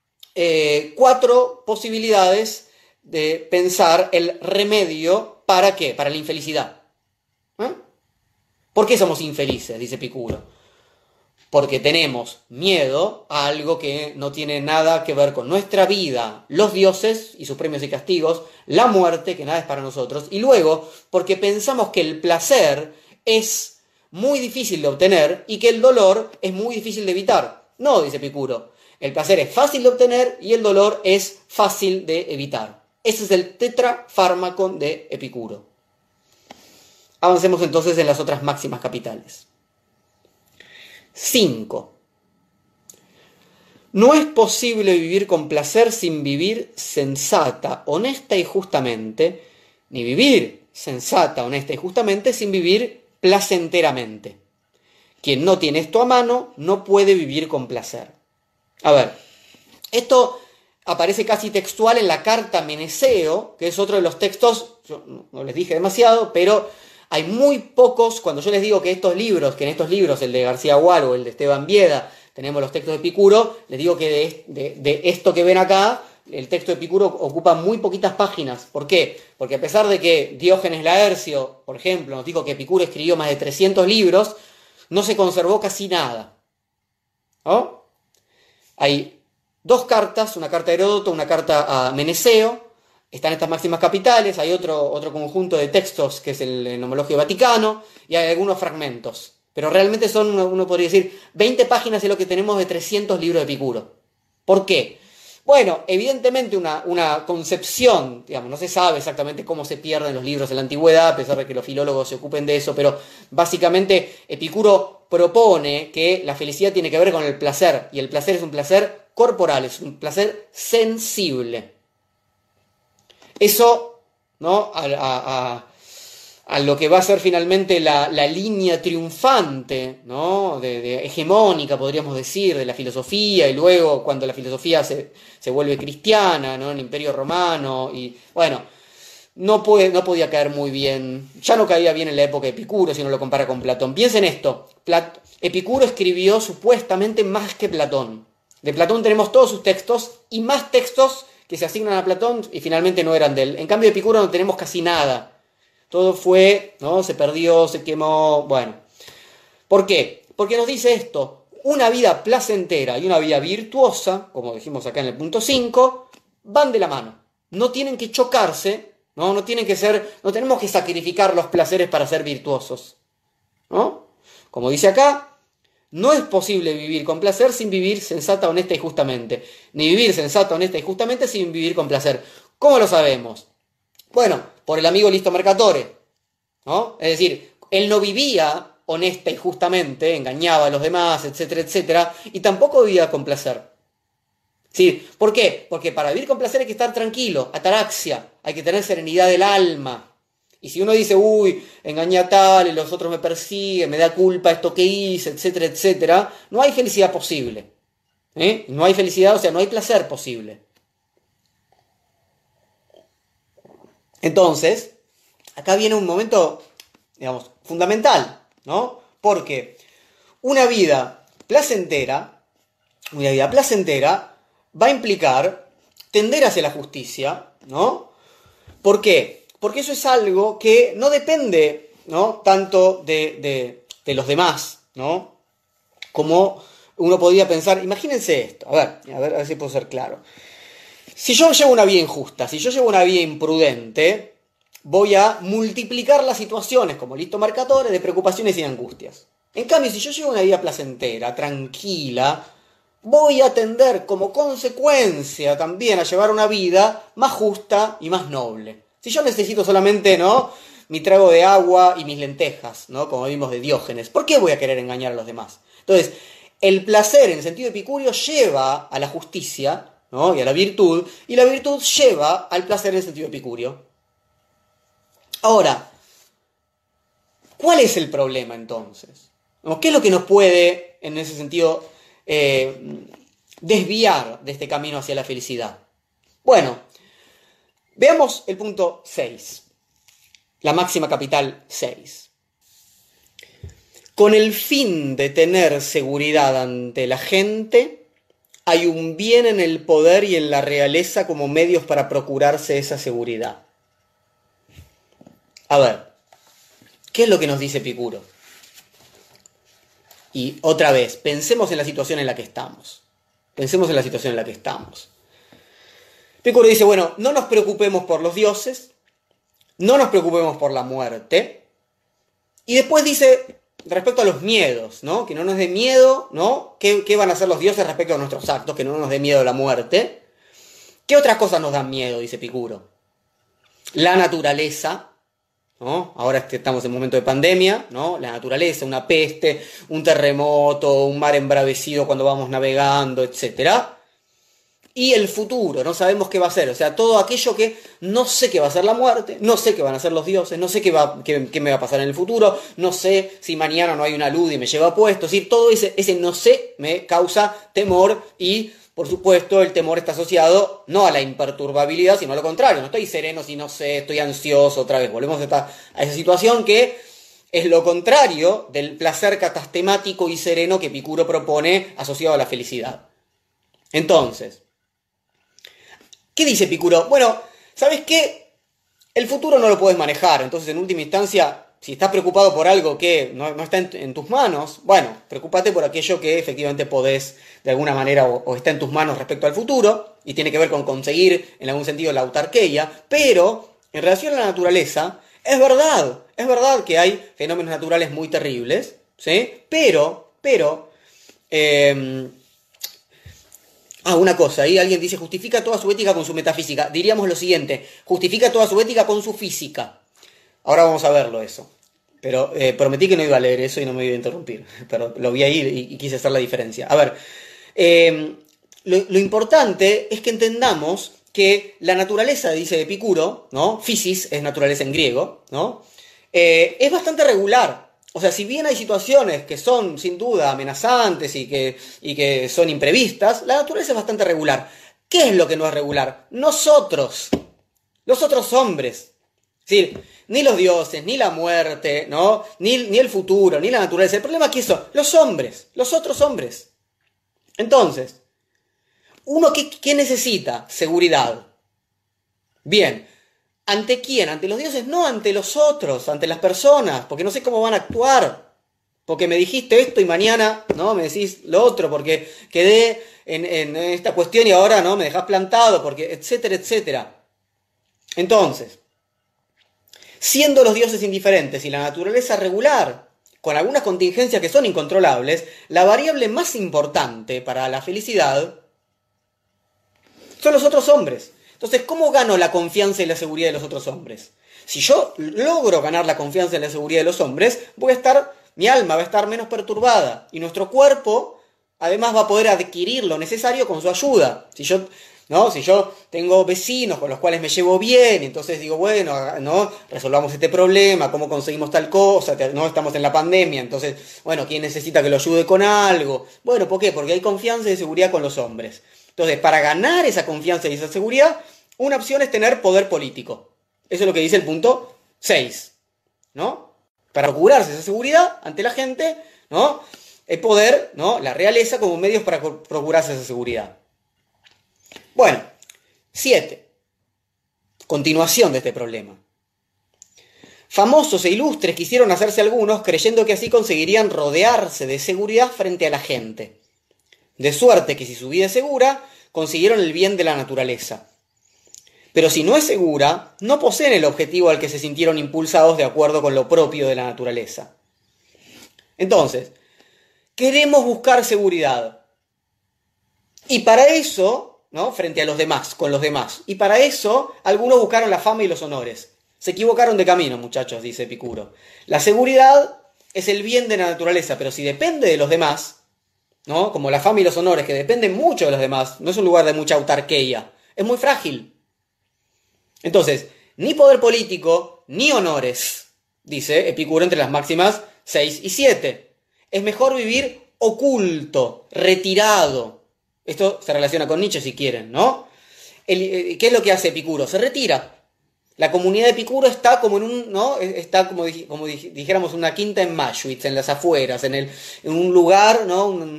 4 posibilidades de pensar el remedio. ¿Para qué? Para la infelicidad. ¿Por qué somos infelices?, dice Epicuro. Porque tenemos miedo a algo que no tiene nada que ver con nuestra vida, los dioses y sus premios y castigos, la muerte, que nada es para nosotros, y luego porque pensamos que el placer es muy difícil de obtener y que el dolor es muy difícil de evitar. No, dice Epicuro, el placer es fácil de obtener y el dolor es fácil de evitar. Ese es el tetrafármacon de Epicuro. Avancemos entonces en las otras máximas capitales. 5. No es posible vivir con placer sin vivir sensata, honesta y justamente, ni vivir sensata, honesta y justamente sin vivir placenteramente. Quien no tiene esto a mano no puede vivir con placer. A ver, esto aparece casi textual en la carta a Meneceo, que es otro de los textos, yo no les dije demasiado, pero hay muy pocos. Cuando yo les digo que en estos libros, el de García Gual o el de Esteban Bieda, tenemos los textos de Epicuro, les digo que de esto que ven acá, el texto de Epicuro ocupa muy poquitas páginas. ¿Por qué? Porque a pesar de que Diógenes Laercio, por ejemplo, nos dijo que Epicuro escribió más de 300 libros, no se conservó casi nada, ¿no? Hay 2 cartas, una carta a Heródoto, una carta a Meneceo. Están estas máximas capitales, hay otro conjunto de textos que es el Nomologio Vaticano, y hay algunos fragmentos. Pero realmente son, uno podría decir, 20 páginas es lo que tenemos de 300 libros de Epicuro. ¿Por qué? Bueno, evidentemente una concepción, digamos, no se sabe exactamente cómo se pierden los libros en la antigüedad, a pesar de que los filólogos se ocupen de eso, pero básicamente Epicuro propone que la felicidad tiene que ver con el placer, y el placer es un placer corporal, es un placer sensible. Eso, ¿no?, a lo que va a ser finalmente la línea triunfante, ¿no?, de hegemónica, podríamos decir, de la filosofía, y luego cuando la filosofía se vuelve cristiana, ¿no?, en el Imperio Romano, y bueno, no podía caer muy bien, ya no caía bien en la época de Epicuro si uno lo compara con Platón. Piensen esto, Epicuro escribió supuestamente más que Platón. De Platón tenemos todos sus textos y más textos que se asignan a Platón y finalmente no eran de él. En cambio de Epicuro no tenemos casi nada. Todo fue, ¿no?, se perdió, se quemó, bueno. ¿Por qué? Porque nos dice esto: una vida placentera y una vida virtuosa, como dijimos acá en el punto 5, van de la mano. No tienen que chocarse, no tenemos que sacrificar los placeres para ser virtuosos, ¿no? Como dice acá, no es posible vivir con placer sin vivir sensata, honesta y justamente. Ni vivir sensata, honesta y justamente sin vivir con placer. ¿Cómo lo sabemos? Bueno, por el amigo Listo Mercatore, ¿no? Es decir, él no vivía honesta y justamente, engañaba a los demás, etcétera, etcétera, y tampoco vivía con placer. ¿Sí? ¿Por qué? Porque para vivir con placer hay que estar tranquilo, ataraxia, hay que tener serenidad del alma. Y si uno dice, uy, engañé a tal, y los otros me persiguen, me da culpa esto que hice, etcétera, etcétera, no hay felicidad posible. No hay felicidad, o sea, no hay placer posible. Entonces, acá viene un momento, digamos, fundamental, ¿no? Porque una vida placentera va a implicar tender hacia la justicia, ¿no? ¿Por qué? Porque eso es algo que no depende, ¿no?, tanto de los demás, ¿no? Como uno podría pensar, imagínense esto, a ver si puedo ser claro. Si yo llevo una vida injusta, si yo llevo una vida imprudente, voy a multiplicar las situaciones como listo marcadores de preocupaciones y angustias. En cambio, si yo llevo una vida placentera, tranquila, voy a tender como consecuencia también a llevar una vida más justa y más noble. Si yo necesito solamente, ¿no?, mi trago de agua y mis lentejas, ¿no?, como vimos de Diógenes, ¿por qué voy a querer engañar a los demás? Entonces, el placer en sentido epicúreo lleva a la justicia, ¿no?, y a la virtud lleva al placer en sentido epicúreo. Ahora, ¿cuál es el problema entonces? ¿Qué es lo que nos puede, en ese sentido, desviar de este camino hacia la felicidad? Bueno, veamos el punto 6, la máxima capital 6. Con el fin de tener seguridad ante la gente, hay un bien en el poder y en la realeza como medios para procurarse esa seguridad. A ver, ¿qué es lo que nos dice Epicuro? Y otra vez, pensemos en la situación en la que estamos. Epicuro dice, bueno, no nos preocupemos por los dioses, no nos preocupemos por la muerte. Y después dice, respecto a los miedos, ¿no?, que no nos dé miedo, ¿no?, ¿Qué van a hacer los dioses respecto a nuestros actos? Que no nos dé miedo la muerte. ¿Qué otras cosas nos dan miedo?, dice Epicuro. La naturaleza, ¿no? Ahora estamos en un momento de pandemia, ¿no? La naturaleza, una peste, un terremoto, un mar embravecido cuando vamos navegando, etc. Y el futuro, no sabemos qué va a ser, o sea, todo aquello que no sé qué va a ser la muerte, no sé qué van a ser los dioses, no sé qué me va a pasar en el futuro, no sé si mañana no hay una luz y me lleva puesto, es decir, todo ese no sé me causa temor y, por supuesto, el temor está asociado no a la imperturbabilidad, sino a lo contrario, no estoy sereno si no sé, estoy ansioso, otra vez, volvemos a esa situación que es lo contrario del placer catastemático y sereno que Epicuro propone asociado a la felicidad. Entonces, ¿qué dice Epicuro? Bueno, ¿sabes qué? El futuro no lo puedes manejar, entonces en última instancia, si estás preocupado por algo que no está en tus manos, bueno, preocúpate por aquello que efectivamente podés de alguna manera o está en tus manos respecto al futuro, y tiene que ver con conseguir en algún sentido la autarquía, pero en relación a la naturaleza, es verdad que hay fenómenos naturales muy terribles, ¿sí? Pero, una cosa, ahí alguien dice, justifica toda su ética con su metafísica. Diríamos lo siguiente, justifica toda su ética con su física. Ahora vamos a verlo eso. Pero prometí que no iba a leer eso y no me iba a interrumpir. Pero lo vi ahí y quise hacer la diferencia. A ver, lo importante es que entendamos que la naturaleza, dice Epicuro, ¿no? Physis es naturaleza en griego, ¿no? Es bastante regular. O sea, si bien hay situaciones que son sin duda amenazantes y que son imprevistas, la naturaleza es bastante regular. ¿Qué es lo que no es regular? Nosotros, los otros hombres. Es decir, ni los dioses, ni la muerte, ¿no?, ni el futuro, ni la naturaleza. El problema aquí son los hombres, los otros hombres. Entonces, ¿uno qué necesita? Seguridad. Bien. ¿Ante quién? Ante los dioses, no ante los otros, ante las personas, porque no sé cómo van a actuar. Porque me dijiste esto y mañana, ¿no?, me decís lo otro, porque quedé en esta cuestión y ahora, ¿no?, me dejás plantado, porque etcétera, etcétera. Entonces, siendo los dioses indiferentes y la naturaleza regular, con algunas contingencias que son incontrolables, la variable más importante para la felicidad son los otros hombres. Entonces, ¿cómo gano la confianza y la seguridad de los otros hombres? Si yo logro ganar la confianza y la seguridad de los hombres, mi alma va a estar menos perturbada y nuestro cuerpo, además, va a poder adquirir lo necesario con su ayuda. Si yo tengo vecinos con los cuales me llevo bien, entonces digo, bueno, ¿no?, resolvamos este problema, ¿cómo conseguimos tal cosa? No estamos en la pandemia, entonces, bueno, ¿quién necesita que lo ayude con algo? Bueno, ¿por qué? Porque hay confianza y seguridad con los hombres. Entonces, para ganar esa confianza y esa seguridad, una opción es tener poder político. Eso es lo que dice el punto 6, ¿no? Para procurarse esa seguridad ante la gente, ¿no?, el poder, ¿no?, la realeza como medios para procurarse esa seguridad. Bueno, 7. Continuación de este problema. Famosos e ilustres quisieron hacerse algunos, creyendo que así conseguirían rodearse de seguridad frente a la gente. De suerte que si su vida es segura, consiguieron el bien de la naturaleza. Pero si no es segura, no poseen el objetivo al que se sintieron impulsados de acuerdo con lo propio de la naturaleza. Entonces, queremos buscar seguridad. Y para eso, ¿no? Frente a los demás, con los demás. Y para eso, algunos buscaron la fama y los honores. Se equivocaron de camino, muchachos, dice Epicuro. La seguridad es el bien de la naturaleza, pero si depende de los demás, ¿no? Como la fama y los honores, que dependen mucho de los demás, no es un lugar de mucha autarquía, es muy frágil. Entonces, ni poder político, ni honores, dice Epicuro entre las máximas 6 y 7. Es mejor vivir oculto, retirado. Esto se relaciona con Nietzsche si quieren, ¿no? ¿Qué es lo que hace Epicuro? Se retira. La comunidad de Epicuro está como en un, ¿no? Está como dijéramos una quinta en Maschwitz, en las afueras, en un lugar, ¿no?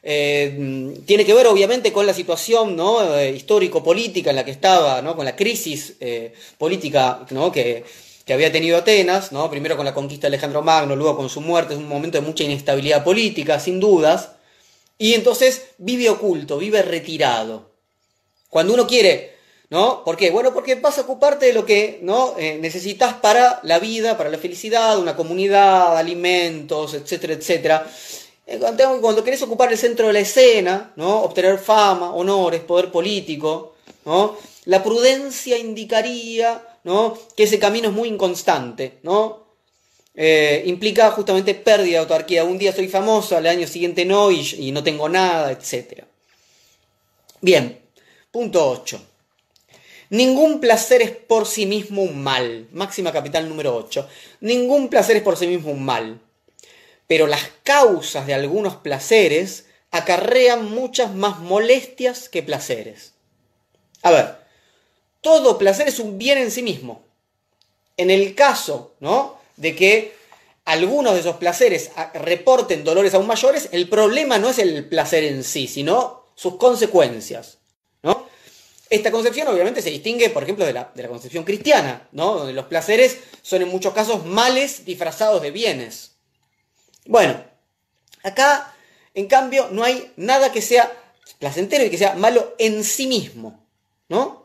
Tiene que ver obviamente con la situación, ¿no? Histórico-política en la que estaba, ¿no? Con la crisis política, ¿no? que había tenido Atenas, ¿no? Primero con la conquista de Alejandro Magno, luego con su muerte. Es un momento de mucha inestabilidad política, sin dudas, y entonces vive oculto, vive retirado. Cuando uno quiere, ¿no? ¿Por qué? Bueno, porque vas a ocuparte de lo que, ¿no? Necesitas para la vida, para la felicidad, una comunidad, alimentos, etcétera, etcétera. Cuando querés ocupar el centro de la escena, ¿no? Obtener fama, honores, poder político, ¿no? La prudencia indicaría, ¿no? Que ese camino es muy inconstante, ¿no? Implica justamente pérdida de autarquía. Un día soy famoso, al año siguiente no, y no tengo nada, etc. Bien, punto 8. Ningún placer es por sí mismo un mal. Máxima capital número 8. Ningún placer es por sí mismo un mal. Pero las causas de algunos placeres acarrean muchas más molestias que placeres. A ver, todo placer es un bien en sí mismo. En el caso, ¿no? de que algunos de esos placeres reporten dolores aún mayores, el problema no es el placer en sí, sino sus consecuencias, ¿no? Esta concepción obviamente se distingue, por ejemplo, de la concepción cristiana, ¿no? Donde los placeres son en muchos casos males disfrazados de bienes. Bueno, acá, en cambio, no hay nada que sea placentero y que sea malo en sí mismo, ¿no?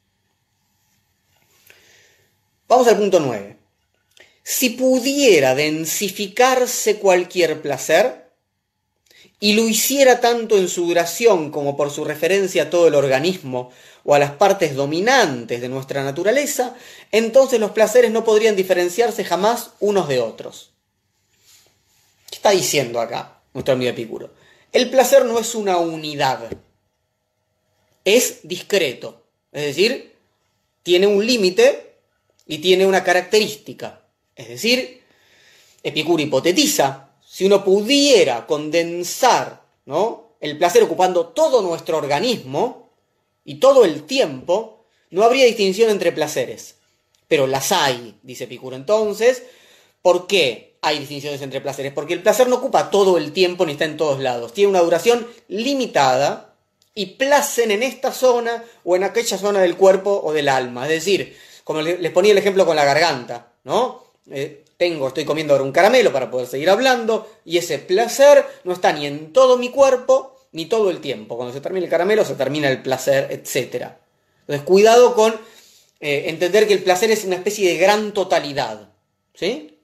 Vamos al punto 9. Si pudiera densificarse cualquier placer, y lo hiciera tanto en su duración como por su referencia a todo el organismo o a las partes dominantes de nuestra naturaleza, entonces los placeres no podrían diferenciarse jamás unos de otros. ¿Qué está diciendo acá nuestro amigo Epicuro? El placer no es una unidad, es discreto, es decir, tiene un límite y tiene una característica. Es decir, Epicuro hipotetiza, si uno pudiera condensar, ¿no? el placer ocupando todo nuestro organismo y todo el tiempo, no habría distinción entre placeres. Pero las hay, dice Epicuro. Entonces, ¿por qué hay distinciones entre placeres? Porque el placer no ocupa todo el tiempo ni está en todos lados. Tiene una duración limitada y placen en esta zona o en aquella zona del cuerpo o del alma. Es decir, como les ponía el ejemplo con la garganta, ¿no? Estoy comiendo ahora un caramelo para poder seguir hablando y ese placer no está ni en todo mi cuerpo ni todo el tiempo. Cuando se termina el caramelo se termina el placer, etc. Entonces cuidado con entender que el placer es una especie de gran totalidad, ¿sí?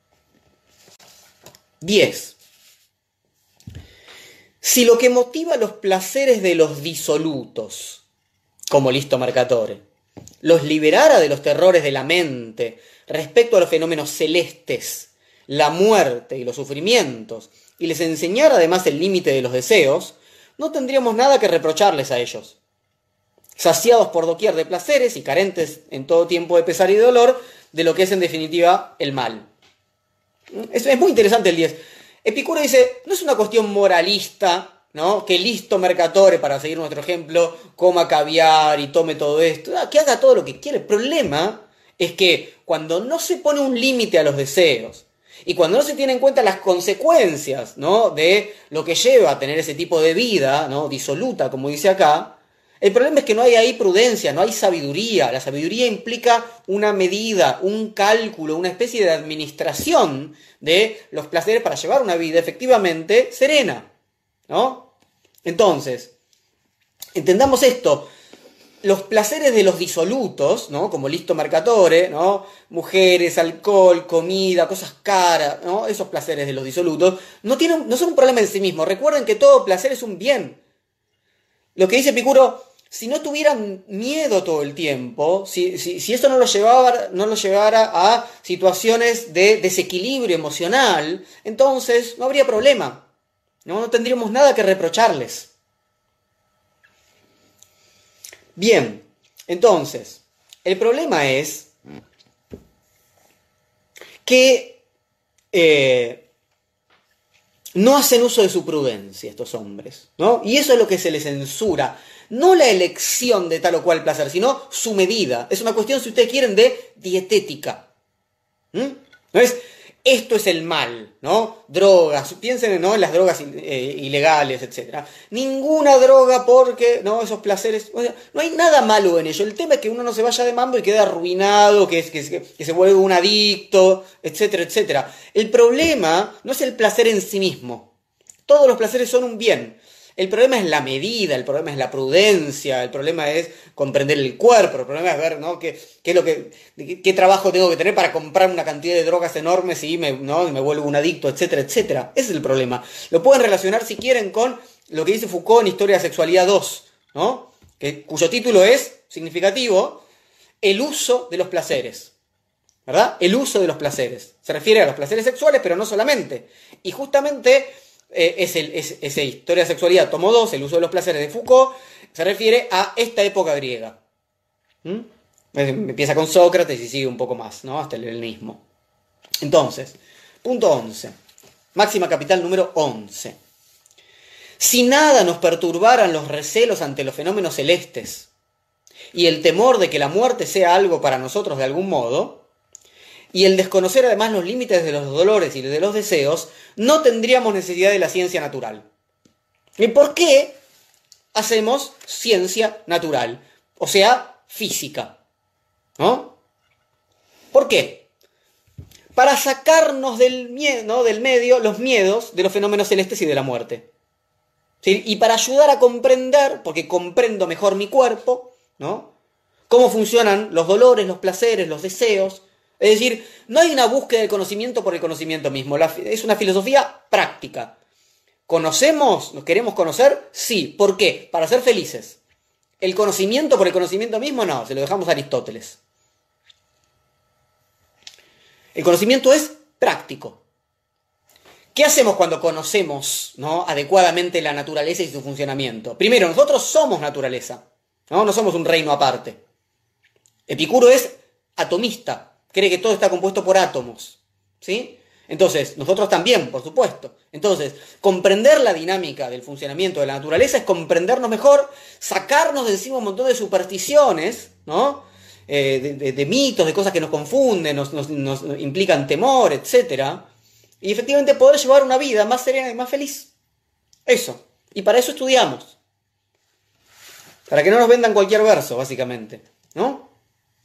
10. Si lo que motiva los placeres de los disolutos, como Listo Mercatore, los liberara de los terrores de la mente respecto a los fenómenos celestes, la muerte y los sufrimientos, y les enseñara además el límite de los deseos, no tendríamos nada que reprocharles a ellos. Saciados por doquier de placeres y carentes en todo tiempo de pesar y dolor, de lo que es en definitiva el mal. Es muy interesante el 10. Epicuro dice, no es una cuestión moralista, ¿no? Que Listo Mercatore, para seguir nuestro ejemplo, coma caviar y tome todo esto, que haga todo lo que quiere. El problema es que cuando no se pone un límite a los deseos y cuando no se tienen en cuenta las consecuencias, ¿no? de lo que lleva a tener ese tipo de vida, ¿no? disoluta, como dice acá, El problema es que no hay ahí prudencia, no hay sabiduría. La sabiduría implica una medida, un cálculo, una especie de administración de los placeres para llevar una vida efectivamente serena, ¿no? Entonces, entendamos esto. Los placeres de los disolutos, ¿no? Como listo mercatore, ¿no? Mujeres, alcohol, comida, cosas caras, ¿no? Esos placeres de los disolutos no son un problema en sí mismos. Recuerden que todo placer es un bien. Lo que dice Epicuro, si no tuvieran miedo todo el tiempo, si eso no lo llevara a situaciones de desequilibrio emocional, entonces no habría problema, no tendríamos nada que reprocharles. Bien, entonces, el problema es que no hacen uso de su prudencia estos hombres, ¿no? Y eso es lo que se les censura. No la elección de tal o cual placer, sino su medida. Es una cuestión, si ustedes quieren, de dietética. ¿No es? Esto es el mal, ¿no? Drogas, piensen, ¿no?, en las drogas ilegales, etc. Ninguna droga porque, ¿no?, esos placeres, o sea, no hay nada malo en ello. El tema es que uno no se vaya de mambo y quede arruinado, que se vuelve un adicto, etcétera, etcétera. El problema no es el placer en sí mismo. Todos los placeres son un bien. El problema es la medida, el problema es la prudencia, el problema es comprender el cuerpo, el problema es ver, ¿no?, qué trabajo tengo que tener para comprar una cantidad de drogas enormes y me vuelvo un adicto, etcétera, etcétera. Ese es el problema. Lo pueden relacionar, si quieren, con lo que dice Foucault en Historia de la Sexualidad 2, ¿no? Cuyo título es, significativo, el uso de los placeres. ¿Verdad? El uso de los placeres. Se refiere a los placeres sexuales, pero no solamente. Y justamente ese Historia de la Sexualidad, tomo 2, el uso de los placeres de Foucault, se refiere a esta época griega. Empieza con Sócrates y sigue un poco más, ¿no?, hasta el helenismo. Entonces, punto 11. Máxima capital número 11. Si nada nos perturbaran los recelos ante los fenómenos celestes y el temor de que la muerte sea algo para nosotros de algún modo, y el desconocer además los límites de los dolores y de los deseos, no tendríamos necesidad de la ciencia natural. ¿Y por qué hacemos ciencia natural? O sea, física, ¿no? ¿Por qué? Para sacarnos del medio los miedos de los fenómenos celestes y de la muerte. ¿Sí? Y para ayudar a comprender, porque comprendo mejor mi cuerpo, ¿no?, cómo funcionan los dolores, los placeres, los deseos. Es decir, no hay una búsqueda del conocimiento por el conocimiento mismo. Es una filosofía práctica. ¿Conocemos? ¿Nos queremos conocer? Sí. ¿Por qué? Para ser felices. ¿El conocimiento por el conocimiento mismo? No, se lo dejamos a Aristóteles. El conocimiento es práctico. ¿Qué hacemos cuando conocemos, ¿no?, adecuadamente la naturaleza y su funcionamiento? Primero, nosotros somos naturaleza, ¿no? No somos un reino aparte. Epicuro es atomista. Cree que todo está compuesto por átomos, ¿sí? Entonces, nosotros también, por supuesto. Entonces, comprender la dinámica del funcionamiento de la naturaleza es comprendernos mejor, sacarnos de encima un montón de supersticiones, ¿no?, de mitos, de cosas que nos confunden, nos implican temor, etc. Y efectivamente poder llevar una vida más serena y más feliz. Eso. Y para eso estudiamos. Para que no nos vendan cualquier verso, básicamente, ¿no?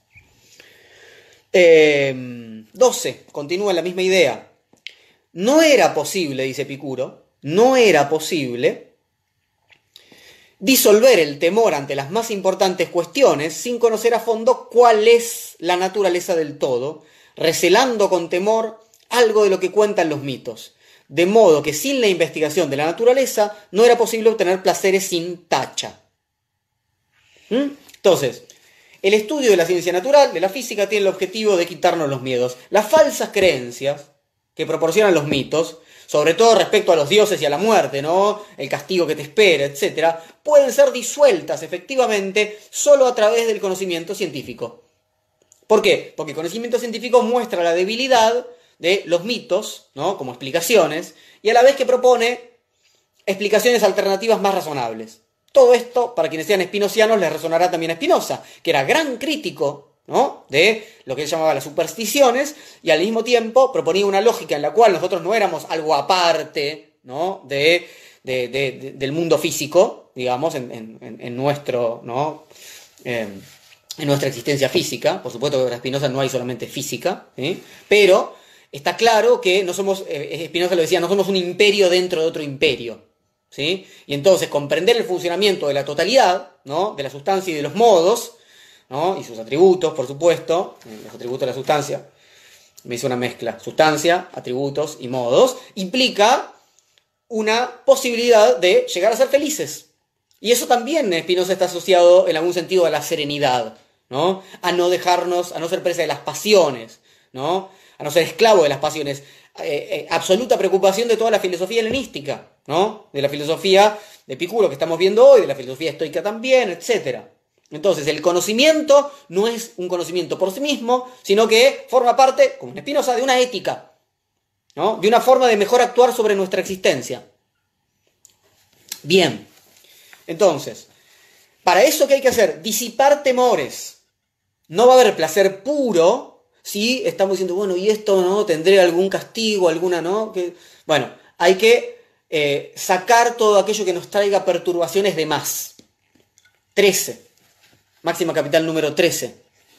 12, continúa en la misma idea. No era posible, dice Epicuro, no era posible disolver el temor ante las más importantes cuestiones sin conocer a fondo cuál es la naturaleza del todo, recelando con temor algo de lo que cuentan los mitos. De modo que sin la investigación de la naturaleza no era posible obtener placeres sin tacha. Entonces, el estudio de la ciencia natural, de la física, tiene el objetivo de quitarnos los miedos. Las falsas creencias que proporcionan los mitos, sobre todo respecto a los dioses y a la muerte, ¿no?, el castigo que te espera, etc., pueden ser disueltas efectivamente solo a través del conocimiento científico. ¿Por qué? Porque el conocimiento científico muestra la debilidad de los mitos, ¿no?, como explicaciones, y a la vez que propone explicaciones alternativas más razonables. Todo esto, para quienes sean espinocianos, les resonará también a Spinoza, que era gran crítico, ¿no?, de lo que él llamaba las supersticiones, y al mismo tiempo proponía una lógica en la cual nosotros no éramos algo aparte, ¿no?, de del mundo físico, digamos, en nuestro, ¿no? En nuestra existencia física. Por supuesto que para Spinoza no hay solamente física, ¿sí? Pero está claro que no somos, Spinoza lo decía, no somos un imperio dentro de otro imperio, ¿sí? Y entonces comprender el funcionamiento de la totalidad, ¿no? De la sustancia y de los modos, ¿no? Y sus atributos, por supuesto, los atributos de la sustancia, me hizo una mezcla, sustancia, atributos y modos, implica una posibilidad de llegar a ser felices. Y eso también Spinoza está asociado en algún sentido a la serenidad, ¿no? A no dejarnos, a no ser presa de las pasiones, ¿no? A no ser esclavo de las pasiones. Absoluta preocupación de toda la filosofía helenística, ¿no? De la filosofía de Epicuro que estamos viendo hoy, de la filosofía estoica también, etc. Entonces, el conocimiento no es un conocimiento por sí mismo, sino que forma parte, como en Spinoza, de una ética, ¿no? De una forma de mejor actuar sobre nuestra existencia. Bien, entonces, para eso, ¿qué hay que hacer? Disipar temores. No va a haber placer puro si estamos diciendo, bueno, y esto, ¿no? ¿Tendré algún castigo, alguna, no? Bueno, hay que sacar todo aquello que nos traiga perturbaciones de más. 13. Máxima capital número 13.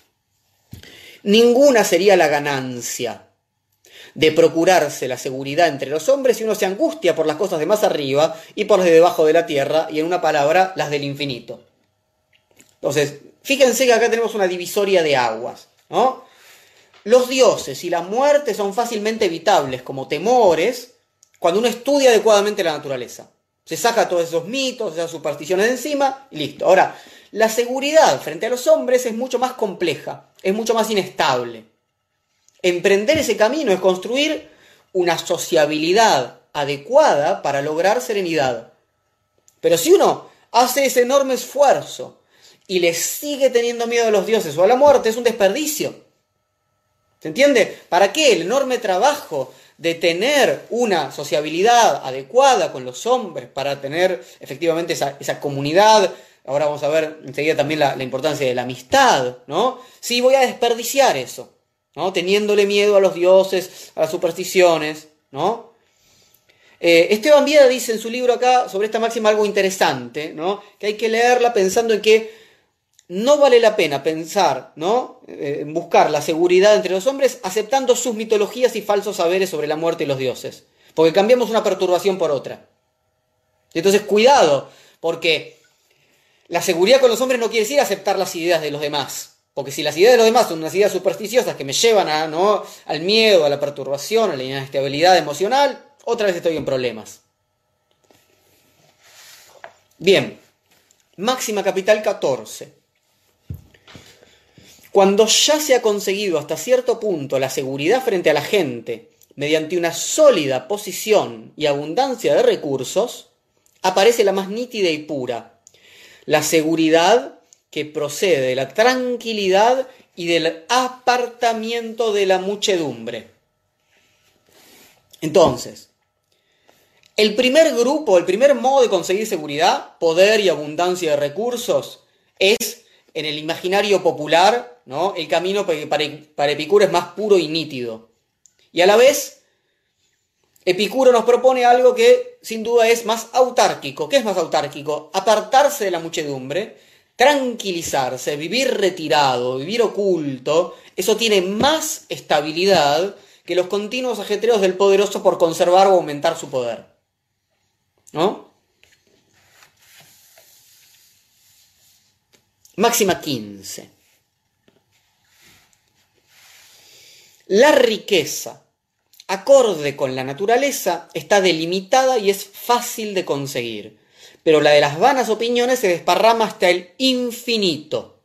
Ninguna sería la ganancia de procurarse la seguridad entre los hombres si uno se angustia por las cosas de más arriba y por las de debajo de la tierra, y en una palabra, las del infinito. Entonces, fíjense que acá tenemos una divisoria de aguas, ¿no? Los dioses y la muerte son fácilmente evitables como temores cuando uno estudia adecuadamente la naturaleza. Se saca todos esos mitos, esas supersticiones de encima y listo. Ahora, la seguridad frente a los hombres es mucho más compleja, es mucho más inestable. Emprender ese camino es construir una sociabilidad adecuada para lograr serenidad. Pero si uno hace ese enorme esfuerzo y le sigue teniendo miedo a los dioses o a la muerte, es un desperdicio. ¿Se entiende? ¿Para qué el enorme trabajo de tener una sociabilidad adecuada con los hombres, para tener efectivamente esa comunidad? Ahora vamos a ver enseguida también la importancia de la amistad, ¿no? Sí, voy a desperdiciar eso, ¿no? Teniéndole miedo a los dioses, a las supersticiones, ¿no? Esteban Vieda dice en su libro acá sobre esta máxima algo interesante, ¿no? Que hay que leerla pensando en que no vale la pena pensar, ¿no? En buscar la seguridad entre los hombres aceptando sus mitologías y falsos saberes sobre la muerte y los dioses, porque cambiamos una perturbación por otra. Entonces, cuidado, porque la seguridad con los hombres no quiere decir aceptar las ideas de los demás. Porque si las ideas de los demás son unas ideas supersticiosas que me llevan a, ¿no? al miedo, a la perturbación, a la inestabilidad emocional, otra vez estoy en problemas. Bien, máxima capital 14. Cuando ya se ha conseguido hasta cierto punto la seguridad frente a la gente mediante una sólida posición y abundancia de recursos, aparece la más nítida y pura, la seguridad que procede de la tranquilidad y del apartamiento de la muchedumbre. Entonces, el primer grupo, el primer modo de conseguir seguridad, poder y abundancia de recursos, es, en el imaginario popular, ¿no? El camino para Epicuro es más puro y nítido. Y a la vez, Epicuro nos propone algo que sin duda es más autárquico. ¿Qué es más autárquico? Apartarse de la muchedumbre, tranquilizarse, vivir retirado, vivir oculto. Eso tiene más estabilidad que los continuos ajetreos del poderoso por conservar o aumentar su poder, ¿no? Máxima 15. La riqueza, acorde con la naturaleza, está delimitada y es fácil de conseguir, pero la de las vanas opiniones se desparrama hasta el infinito.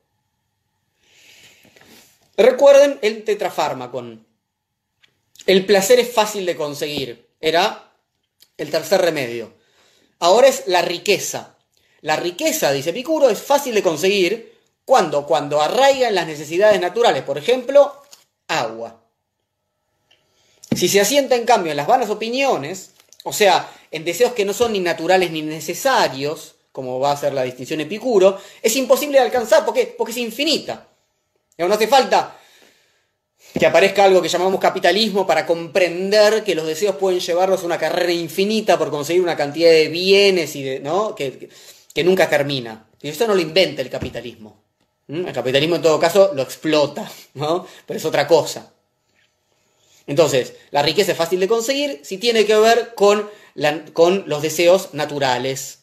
Recuerden el tetrafármacon. El placer es fácil de conseguir. Era el tercer remedio. Ahora es la riqueza. La riqueza, dice Epicuro, es fácil de conseguir cuando arraiga en las necesidades naturales. Por ejemplo, agua. Si se asienta, en cambio, en las vanas opiniones, o sea, en deseos que no son ni naturales ni necesarios, como va a ser la distinción Epicuro, es imposible de alcanzar. ¿Por qué? Porque es infinita. No hace falta que aparezca algo que llamamos capitalismo para comprender que los deseos pueden llevarnos a una carrera infinita por conseguir una cantidad de bienes y ¿no? que nunca termina. Y esto no lo inventa el capitalismo. El capitalismo en todo caso lo explota, ¿no? Pero es otra cosa. Entonces, la riqueza es fácil de conseguir si tiene que ver con los deseos naturales.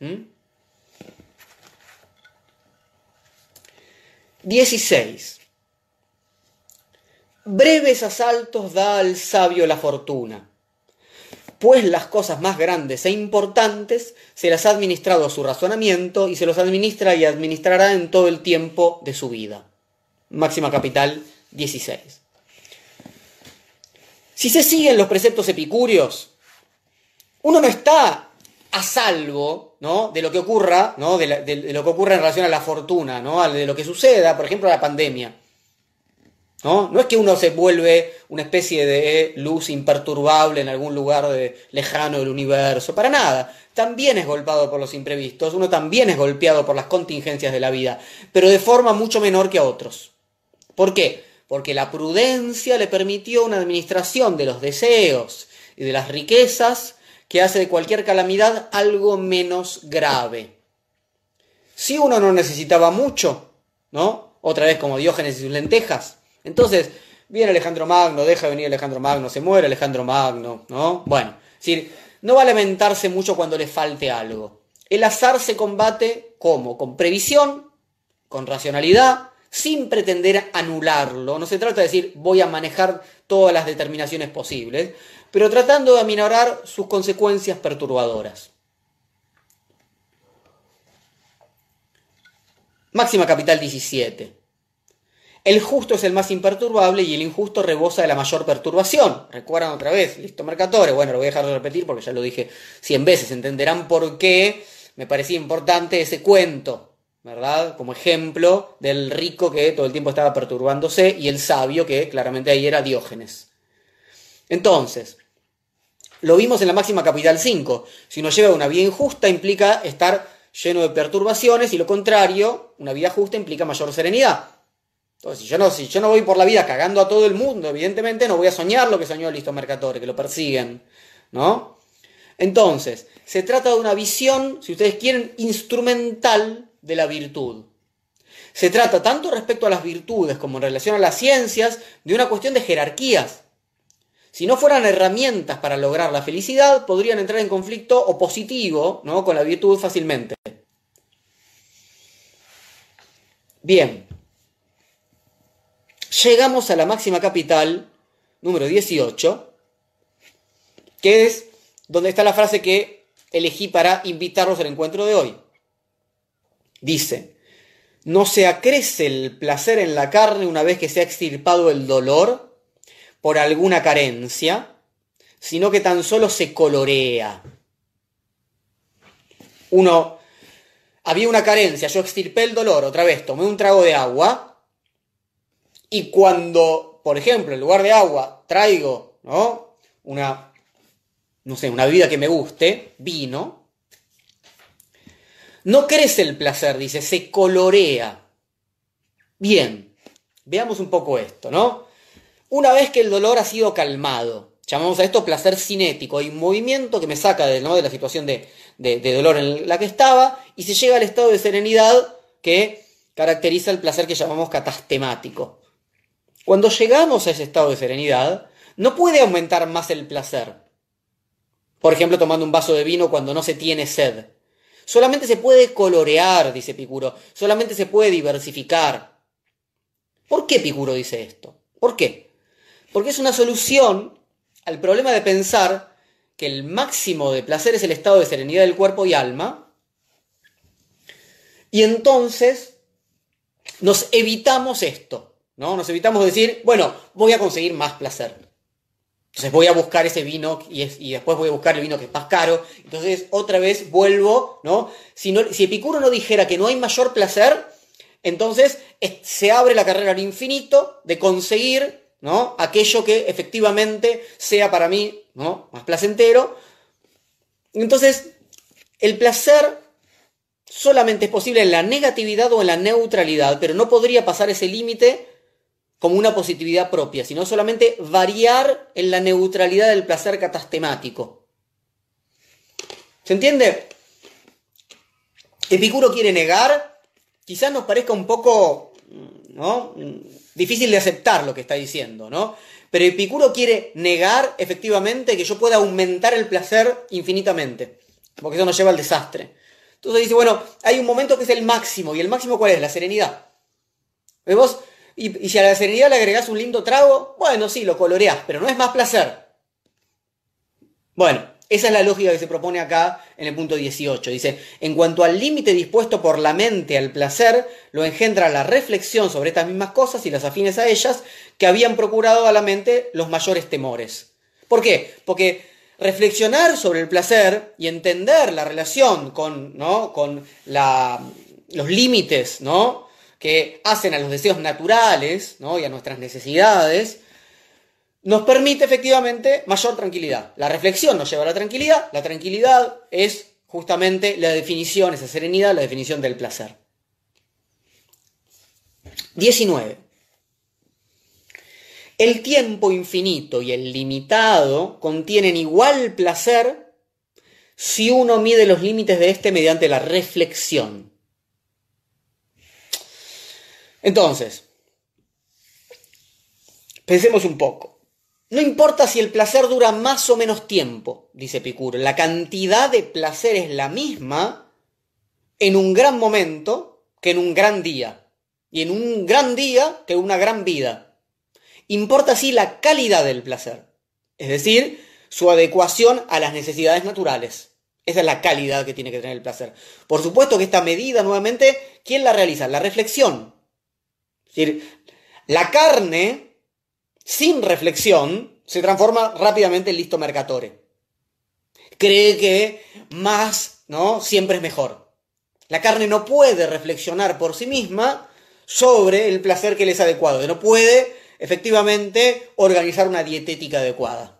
16. Breves asaltos da al sabio la fortuna, pues las cosas más grandes e importantes se las ha administrado a su razonamiento y se los administra y administrará en todo el tiempo de su vida. Máxima Capital 16. Si se siguen los preceptos epicúreos, uno no está a salvo, ¿no? de lo que ocurra, ¿no? de lo que ocurra en relación a la fortuna, ¿no? de lo que suceda, por ejemplo, la pandemia. No es que uno se vuelve una especie de luz imperturbable en algún lugar lejano del universo, para nada. También es golpeado por los imprevistos, uno también es golpeado por las contingencias de la vida, pero de forma mucho menor que a otros. ¿Por qué? Porque la prudencia le permitió una administración de los deseos y de las riquezas que hace de cualquier calamidad algo menos grave. Si uno no necesitaba mucho, ¿no? Otra vez como Diógenes y sus lentejas. Entonces, viene Alejandro Magno, deja de venir Alejandro Magno, se muere Alejandro Magno, ¿no? Bueno, es decir, no va a lamentarse mucho cuando le falte algo. El azar se combate, ¿cómo? Con previsión, con racionalidad, sin pretender anularlo. No se trata de decir, voy a manejar todas las determinaciones posibles, pero tratando de aminorar sus consecuencias perturbadoras. Máxima Capital 17. El justo es el más imperturbable y el injusto rebosa de la mayor perturbación. Recuerdan otra vez, listo Mercatore. Bueno, lo voy a dejar de repetir porque ya lo dije 100 veces. Entenderán por qué me parecía importante ese cuento, ¿verdad? Como ejemplo del rico que todo el tiempo estaba perturbándose y el sabio que claramente ahí era Diógenes. Entonces, lo vimos en la Máxima Capital 5. Si uno lleva una vida injusta implica estar lleno de perturbaciones y lo contrario, una vida justa implica mayor serenidad. Entonces, si yo no voy por la vida cagando a todo el mundo, evidentemente no voy a soñar lo que soñó Listo Mercatore, que lo persiguen, ¿no? Entonces, se trata de una visión, si ustedes quieren, instrumental de la virtud. Se trata tanto respecto a las virtudes como en relación a las ciencias de una cuestión de jerarquías. Si no fueran herramientas para lograr la felicidad, podrían entrar en conflicto opositivo, ¿no? con la virtud fácilmente. Bien. Llegamos a la Máxima Capital, número 18, que es donde está la frase que elegí para invitarlos al encuentro de hoy. Dice, no se acrece el placer en la carne una vez que se ha extirpado el dolor por alguna carencia, sino que tan solo se colorea. Había una carencia, yo extirpé el dolor, otra vez tomé un trago de agua, y cuando, por ejemplo, en lugar de agua traigo, ¿no? una bebida que me guste, vino, no crece el placer, dice, se colorea. Bien, veamos un poco esto, ¿no? Una vez que el dolor ha sido calmado, llamamos a esto placer cinético, hay un movimiento que me saca de la situación de dolor en la que estaba y se llega al estado de serenidad que caracteriza el placer que llamamos catastemático. Cuando llegamos a ese estado de serenidad, no puede aumentar más el placer. Por ejemplo, tomando un vaso de vino cuando no se tiene sed. Solamente se puede colorear, dice Epicuro. Solamente se puede diversificar. ¿Por qué Epicuro dice esto? ¿Por qué? Porque es una solución al problema de pensar que el máximo de placer es el estado de serenidad del cuerpo y alma. Y entonces nos evitamos esto. ¿No? Nos evitamos decir, bueno, voy a conseguir más placer. Entonces voy a buscar ese vino y después voy a buscar el vino que es más caro. Entonces otra vez vuelvo, ¿no? Si Epicuro no dijera que no hay mayor placer, entonces se abre la carrera al infinito de conseguir, ¿no? aquello que efectivamente sea para mí, ¿no? más placentero. Entonces, el placer solamente es posible en la negatividad o en la neutralidad, pero no podría pasar ese límite como una positividad propia, sino solamente variar en la neutralidad del placer catastemático. ¿Se entiende? Epicuro quiere negar, quizás nos parezca un poco, ¿no?, difícil de aceptar lo que está diciendo, ¿no? Pero Epicuro quiere negar efectivamente que yo pueda aumentar el placer infinitamente, porque eso nos lleva al desastre. Entonces dice, bueno, hay un momento que es el máximo, ¿y el máximo cuál es? La serenidad. ¿Vemos? Y si a la serenidad le agregás un lindo trago, bueno, sí, lo coloreás, pero no es más placer. Bueno, esa es la lógica que se propone acá en el punto 18. Dice, en cuanto al límite dispuesto por la mente al placer, lo engendra la reflexión sobre estas mismas cosas y las afines a ellas que habían procurado a la mente los mayores temores. ¿Por qué? Porque reflexionar sobre el placer y entender la relación con, ¿no?, con los límites, ¿no?, que hacen a los deseos naturales, ¿no?, y a nuestras necesidades, nos permite efectivamente mayor tranquilidad. La reflexión nos lleva a la tranquilidad es justamente la definición, esa serenidad, la definición del placer. 19. El tiempo infinito y el limitado contienen igual placer si uno mide los límites de este mediante la reflexión. Entonces, pensemos un poco. No importa si el placer dura más o menos tiempo, dice Epicuro, la cantidad de placer es la misma en un gran momento que en un gran día, y en un gran día que en una gran vida. Importa sí la calidad del placer, es decir, su adecuación a las necesidades naturales. Esa es la calidad que tiene que tener el placer. Por supuesto que esta medida, nuevamente, ¿quién la realiza? La reflexión. Es decir, la carne sin reflexión se transforma rápidamente en listo mercatore. Cree que más, ¿no?, siempre es mejor. La carne no puede reflexionar por sí misma sobre el placer que le es adecuado. No puede, efectivamente, organizar una dietética adecuada.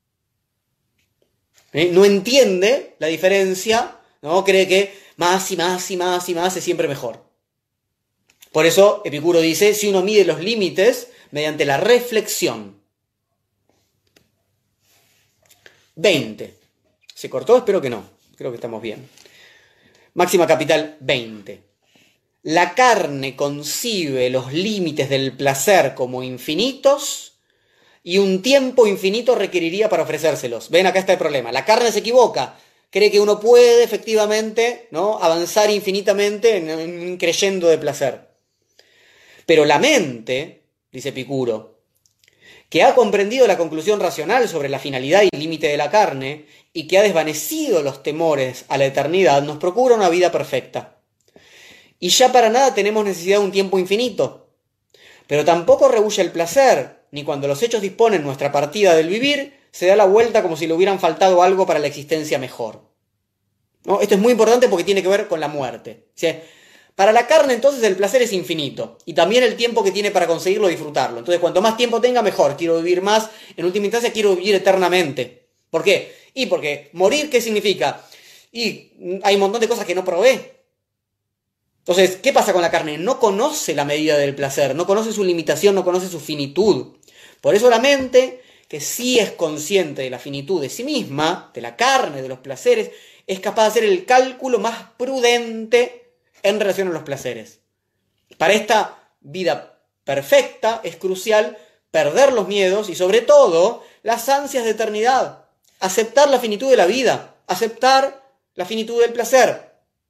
No entiende la diferencia, ¿no? Cree que más y más y más y más es siempre mejor. Por eso Epicuro dice, si uno mide los límites mediante la reflexión. 20. ¿Se cortó? Espero que no. Creo que estamos bien. Máxima capital 20. La carne concibe los límites del placer como infinitos y un tiempo infinito requeriría para ofrecérselos. Ven, acá está el problema. La carne se equivoca. Cree que uno puede efectivamente, ¿no?, avanzar infinitamente en un crescendo de placer. Pero la mente, dice Epicuro, que ha comprendido la conclusión racional sobre la finalidad y límite de la carne y que ha desvanecido los temores a la eternidad, nos procura una vida perfecta. Y ya para nada tenemos necesidad de un tiempo infinito. Pero tampoco rehúye el placer, ni cuando los hechos disponen nuestra partida del vivir, se da la vuelta como si le hubieran faltado algo para la existencia mejor. ¿No? Esto es muy importante porque tiene que ver con la muerte. ¿Sí? Para la carne, entonces, el placer es infinito. Y también el tiempo que tiene para conseguirlo, disfrutarlo. Entonces, cuanto más tiempo tenga, mejor. Quiero vivir más. En última instancia, quiero vivir eternamente. ¿Por qué? Y porque morir, ¿qué significa? Y hay un montón de cosas que no probé. Entonces, ¿qué pasa con la carne? No conoce la medida del placer. No conoce su limitación, no conoce su finitud. Por eso la mente, que sí es consciente de la finitud de sí misma, de la carne, de los placeres, es capaz de hacer el cálculo más prudente en relación a los placeres. Para esta vida perfecta es crucial perder los miedos y sobre todo las ansias de eternidad. Aceptar la finitud de la vida, aceptar la finitud del placer.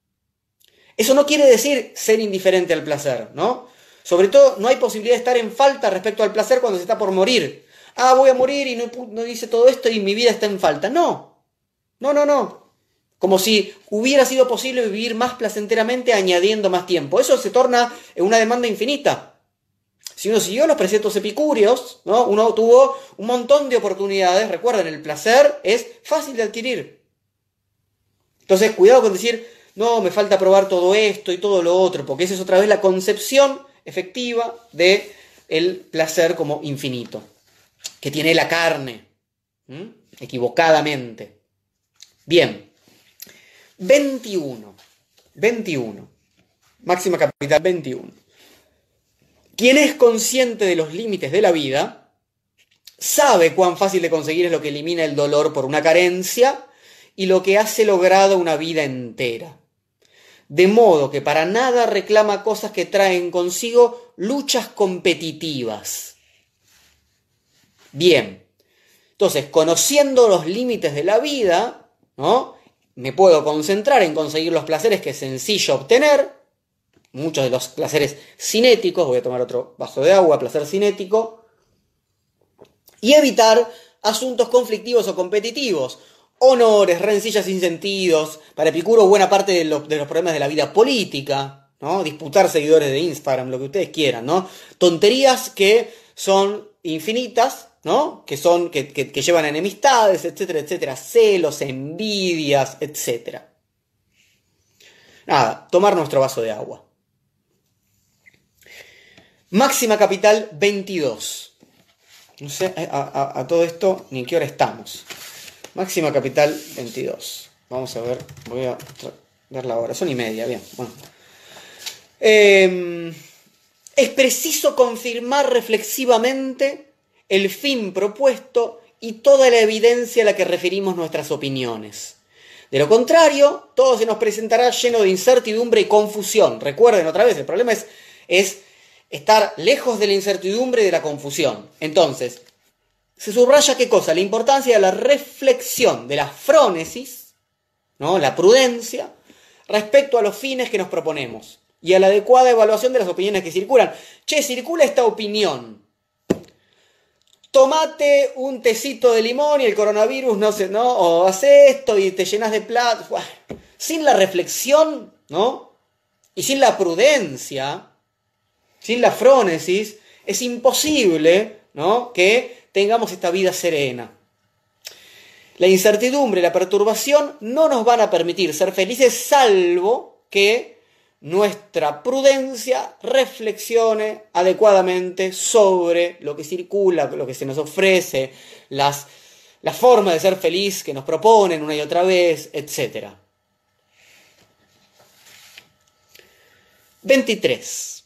Eso no quiere decir ser indiferente al placer, ¿no? Sobre todo no hay posibilidad de estar en falta respecto al placer cuando se está por morir. Ah, voy a morir y no hice todo esto y mi vida está en falta. No, no. Como si hubiera sido posible vivir más placenteramente añadiendo más tiempo. Eso se torna en una demanda infinita. Si uno siguió los preceptos epicúreos, ¿no?, uno tuvo un montón de oportunidades. Recuerden, el placer es fácil de adquirir. Entonces, cuidado con decir, no, me falta probar todo esto y todo lo otro, porque esa es otra vez la concepción efectiva del placer como infinito, que tiene la carne, equivocadamente. Bien. 21. Máxima capital 21. Quien es consciente de los límites de la vida, sabe cuán fácil de conseguir es lo que elimina el dolor por una carencia y lo que hace lograda una vida entera. De modo que para nada reclama cosas que traen consigo luchas competitivas. Bien, entonces, conociendo los límites de la vida, ¿no?, me puedo concentrar en conseguir los placeres que es sencillo obtener, muchos de los placeres cinéticos, voy a tomar otro vaso de agua, placer cinético, y evitar asuntos conflictivos o competitivos, honores, rencillas sin sentidos, para Epicuro buena parte de los problemas de la vida política, ¿no?, disputar seguidores de Instagram, lo que ustedes quieran, ¿no?, tonterías que son infinitas, ¿no?, que llevan a enemistades, etcétera, etcétera, celos, envidias, etcétera. Nada, tomar nuestro vaso de agua. Máxima capital 22. No sé a todo esto ni en qué hora estamos. Máxima capital 22. Vamos a ver, voy a ver la hora. Son y media, bien. Bueno. Es preciso confirmar reflexivamente el fin propuesto y toda la evidencia a la que referimos nuestras opiniones. De lo contrario, todo se nos presentará lleno de incertidumbre y confusión. Recuerden otra vez, el problema es estar lejos de la incertidumbre y de la confusión. Entonces, se subraya ¿qué cosa? La importancia de la reflexión, de la frónesis, ¿no?, la prudencia, respecto a los fines que nos proponemos y a la adecuada evaluación de las opiniones que circulan. Che, circula esta opinión. Tomate un tecito de limón y el coronavirus o hace esto y te llenas de plata. Bueno, sin la reflexión, ¿no?, y sin la prudencia, sin la frónesis, es imposible, ¿no?, que tengamos esta vida serena. La incertidumbre y la perturbación no nos van a permitir ser felices, salvo que nuestra prudencia reflexione adecuadamente sobre lo que circula, lo que se nos ofrece, la forma de ser feliz que nos proponen una y otra vez, etc. 23.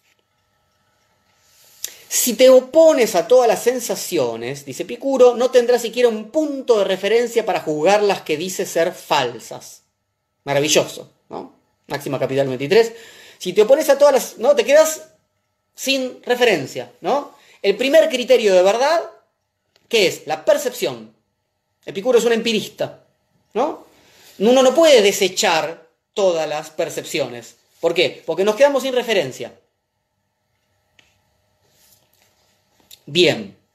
Si te opones a todas las sensaciones, dice Epicuro, no tendrás siquiera un punto de referencia para juzgar las que dice ser falsas. Maravilloso, ¿no? Máxima capital 23. Si te opones a todas las... ¿no?, te quedas sin referencia, ¿no? El primer criterio de verdad, ¿qué es? La percepción. Epicuro es un empirista, ¿no? Uno no puede desechar todas las percepciones. ¿Por qué? Porque nos quedamos sin referencia. Bien.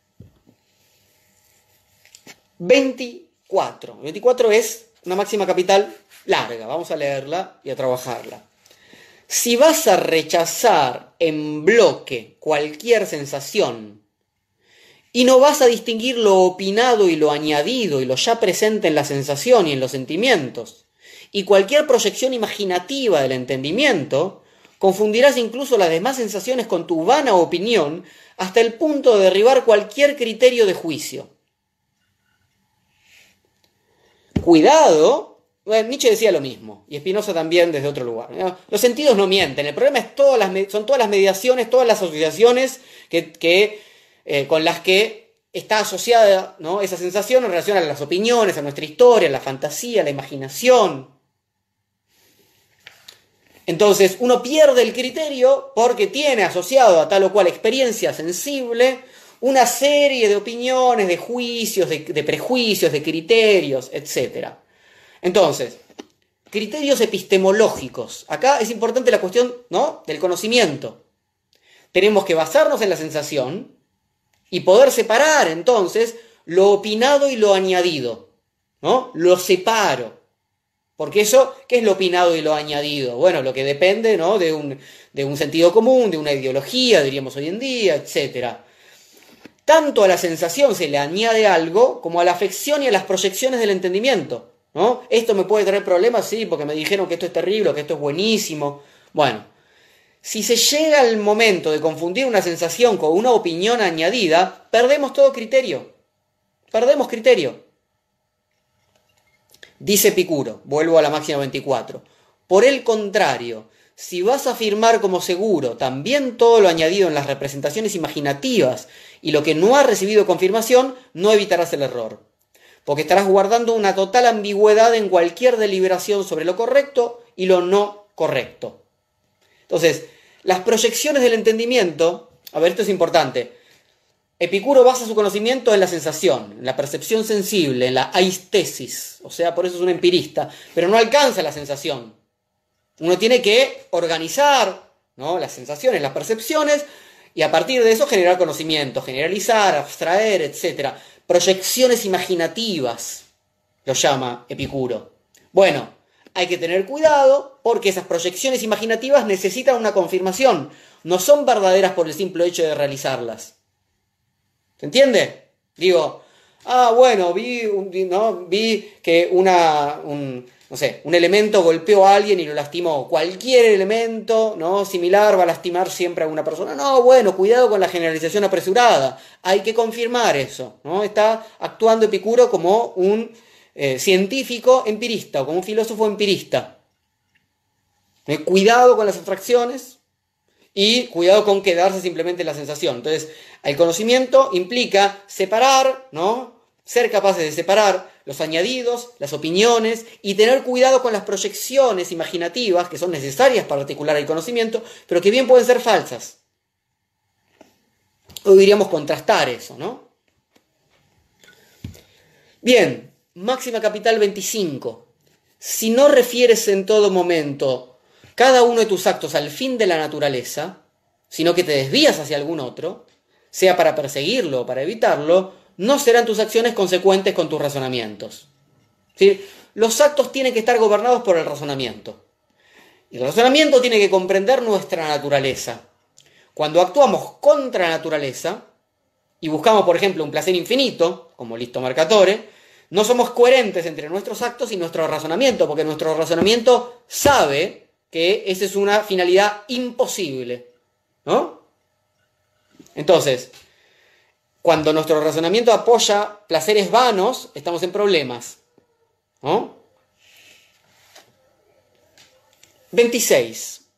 24. 24 es una máxima capital larga. Vamos a leerla y a trabajarla. Si vas a rechazar en bloque cualquier sensación y no vas a distinguir lo opinado y lo añadido y lo ya presente en la sensación y en los sentimientos, y cualquier proyección imaginativa del entendimiento, confundirás incluso las demás sensaciones con tu vana opinión hasta el punto de derribar cualquier criterio de juicio. Cuidado, Nietzsche decía lo mismo, y Spinoza también desde otro lugar, ¿no? Los sentidos no mienten, el problema es son todas las mediaciones, todas las asociaciones con las que está asociada, ¿no?, esa sensación en relación a las opiniones, a nuestra historia, a la fantasía, a la imaginación. Entonces uno pierde el criterio porque tiene asociado a tal o cual experiencia sensible una serie de opiniones, de juicios, de prejuicios, de criterios, etc. Entonces, criterios epistemológicos. Acá es importante la cuestión, ¿no?, del conocimiento. Tenemos que basarnos en la sensación y poder separar entonces lo opinado y lo añadido, ¿no? Lo separo. Porque eso, ¿qué es lo opinado y lo añadido? Bueno, lo que depende, ¿no?, de un sentido común, de una ideología, diríamos hoy en día, etc. Tanto a la sensación se le añade algo, como a la afección y a las proyecciones del entendimiento, ¿no? ¿Esto me puede traer problemas? Sí, porque me dijeron que esto es terrible, que esto es buenísimo. Bueno, si se llega al momento de confundir una sensación con una opinión añadida, perdemos todo criterio. Perdemos criterio. Dice Epicuro, vuelvo a la máxima 24, por el contrario, si vas a afirmar como seguro también todo lo añadido en las representaciones imaginativas y lo que no ha recibido confirmación, no evitarás el error, porque estarás guardando una total ambigüedad en cualquier deliberación sobre lo correcto y lo no correcto. Entonces, las proyecciones del entendimiento, a ver, esto es importante. Epicuro basa su conocimiento en la sensación, en la percepción sensible, en la aistesis, o sea, por eso es un empirista, pero no alcanza la sensación. Uno tiene que organizar, ¿no?, las sensaciones, las percepciones, y a partir de eso generar conocimiento, generalizar, abstraer, etc. Proyecciones imaginativas, lo llama Epicuro. Bueno, hay que tener cuidado porque esas proyecciones imaginativas necesitan una confirmación, no son verdaderas por el simple hecho de realizarlas. ¿Se entiende? Digo, bueno, vi que un elemento golpeó a alguien y lo lastimó. Cualquier elemento, ¿no?, similar va a lastimar siempre a una persona. No, bueno, cuidado con la generalización apresurada. Hay que confirmar eso, ¿no? Está actuando Epicuro como un científico empirista o como un filósofo empirista. Cuidado con las abstracciones y cuidado con quedarse simplemente en la sensación. Entonces, el conocimiento implica separar, ¿no?, ser capaces de separar los añadidos, las opiniones y tener cuidado con las proyecciones imaginativas que son necesarias para articular el conocimiento, pero que bien pueden ser falsas. O diríamos contrastar eso, ¿no? Bien, máxima capital 25. Si no refieres en todo momento cada uno de tus actos al fin de la naturaleza, sino que te desvías hacia algún otro, sea para perseguirlo o para evitarlo, no serán tus acciones consecuentes con tus razonamientos. ¿Sí? Los actos tienen que estar gobernados por el razonamiento. Y el razonamiento tiene que comprender nuestra naturaleza. Cuando actuamos contra la naturaleza y buscamos, por ejemplo, un placer infinito, como Listo Mercatore, no somos coherentes entre nuestros actos y nuestro razonamiento, porque nuestro razonamiento sabe que esa es una finalidad imposible, ¿no? Entonces, cuando nuestro razonamiento apoya placeres vanos, estamos en problemas, ¿no? 26.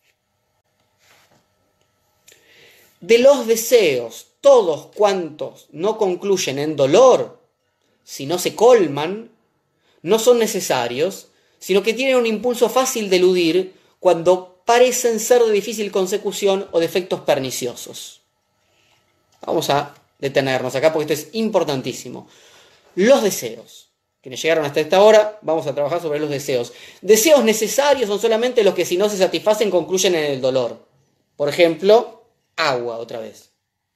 De los deseos, todos cuantos no concluyen en dolor, si no se colman, no son necesarios, sino que tienen un impulso fácil de eludir cuando parecen ser de difícil consecución o de efectos perniciosos. Vamos a detenernos acá porque esto es importantísimo. Los deseos. Quienes llegaron hasta esta hora, vamos a trabajar sobre los deseos. Deseos necesarios son solamente los que, si no se satisfacen, concluyen en el dolor. Por ejemplo, agua, otra vez.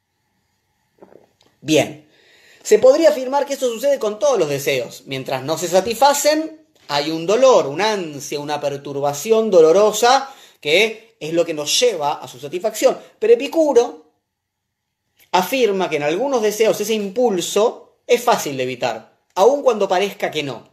Bien. Se podría afirmar que esto sucede con todos los deseos. Mientras no se satisfacen, hay un dolor, una ansia, una perturbación dolorosa que es lo que nos lleva a su satisfacción. Pero Epicuro afirma que en algunos deseos ese impulso es fácil de evitar, aun cuando parezca que no.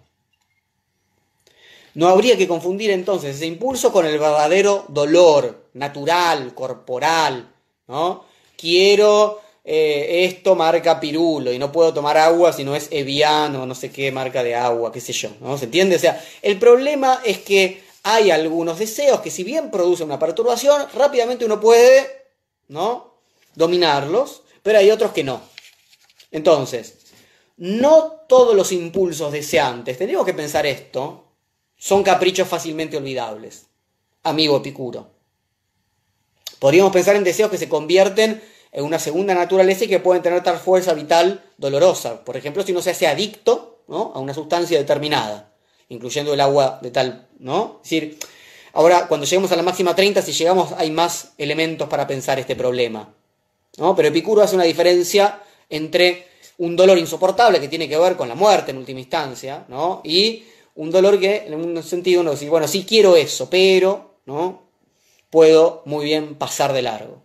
No habría que confundir entonces ese impulso con el verdadero dolor natural, corporal, ¿no? Quiero esto marca Pirulo y no puedo tomar agua si no es Evian o no sé qué marca de agua, qué sé yo, ¿no? ¿Se entiende? O sea, el problema es que hay algunos deseos que, si bien producen una perturbación, rápidamente uno puede, ¿no?, dominarlos, pero hay otros que no. Entonces, no todos los impulsos deseantes, tenemos que pensar esto, son caprichos fácilmente olvidables, amigo Epicuro. Podríamos pensar en deseos que se convierten en una segunda naturaleza y que pueden tener tal fuerza vital dolorosa. Por ejemplo, si uno se hace adicto, ¿no?, a una sustancia determinada, incluyendo el agua de tal, ¿no? Es decir, ahora cuando lleguemos a la máxima 30, si llegamos, hay más elementos para pensar este problema, ¿no? Pero Epicuro hace una diferencia entre un dolor insoportable que tiene que ver con la muerte en última instancia, ¿no?, y un dolor que en un sentido uno dice, bueno, sí quiero eso, pero, ¿no?, puedo muy bien pasar de largo.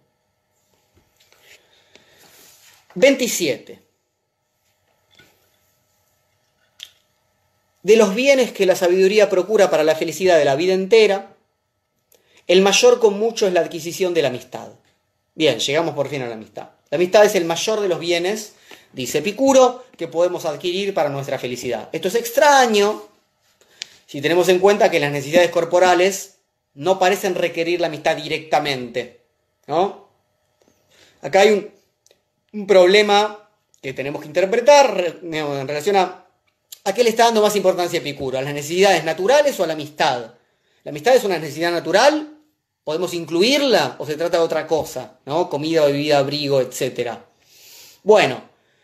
27. De los bienes que la sabiduría procura para la felicidad de la vida entera, el mayor con mucho es la adquisición de la amistad. Bien, llegamos por fin a la amistad. La amistad es el mayor de los bienes, dice Epicuro, que podemos adquirir para nuestra felicidad. Esto es extraño si tenemos en cuenta que las necesidades corporales no parecen requerir la amistad directamente, ¿no? Acá hay un problema que tenemos que interpretar en relación a qué le está dando más importancia Epicuro, a las necesidades naturales o a la amistad. ¿La amistad es una necesidad natural? ¿Podemos incluirla o se trata de otra cosa, ¿no? Comida, bebida, abrigo, etc. Bueno,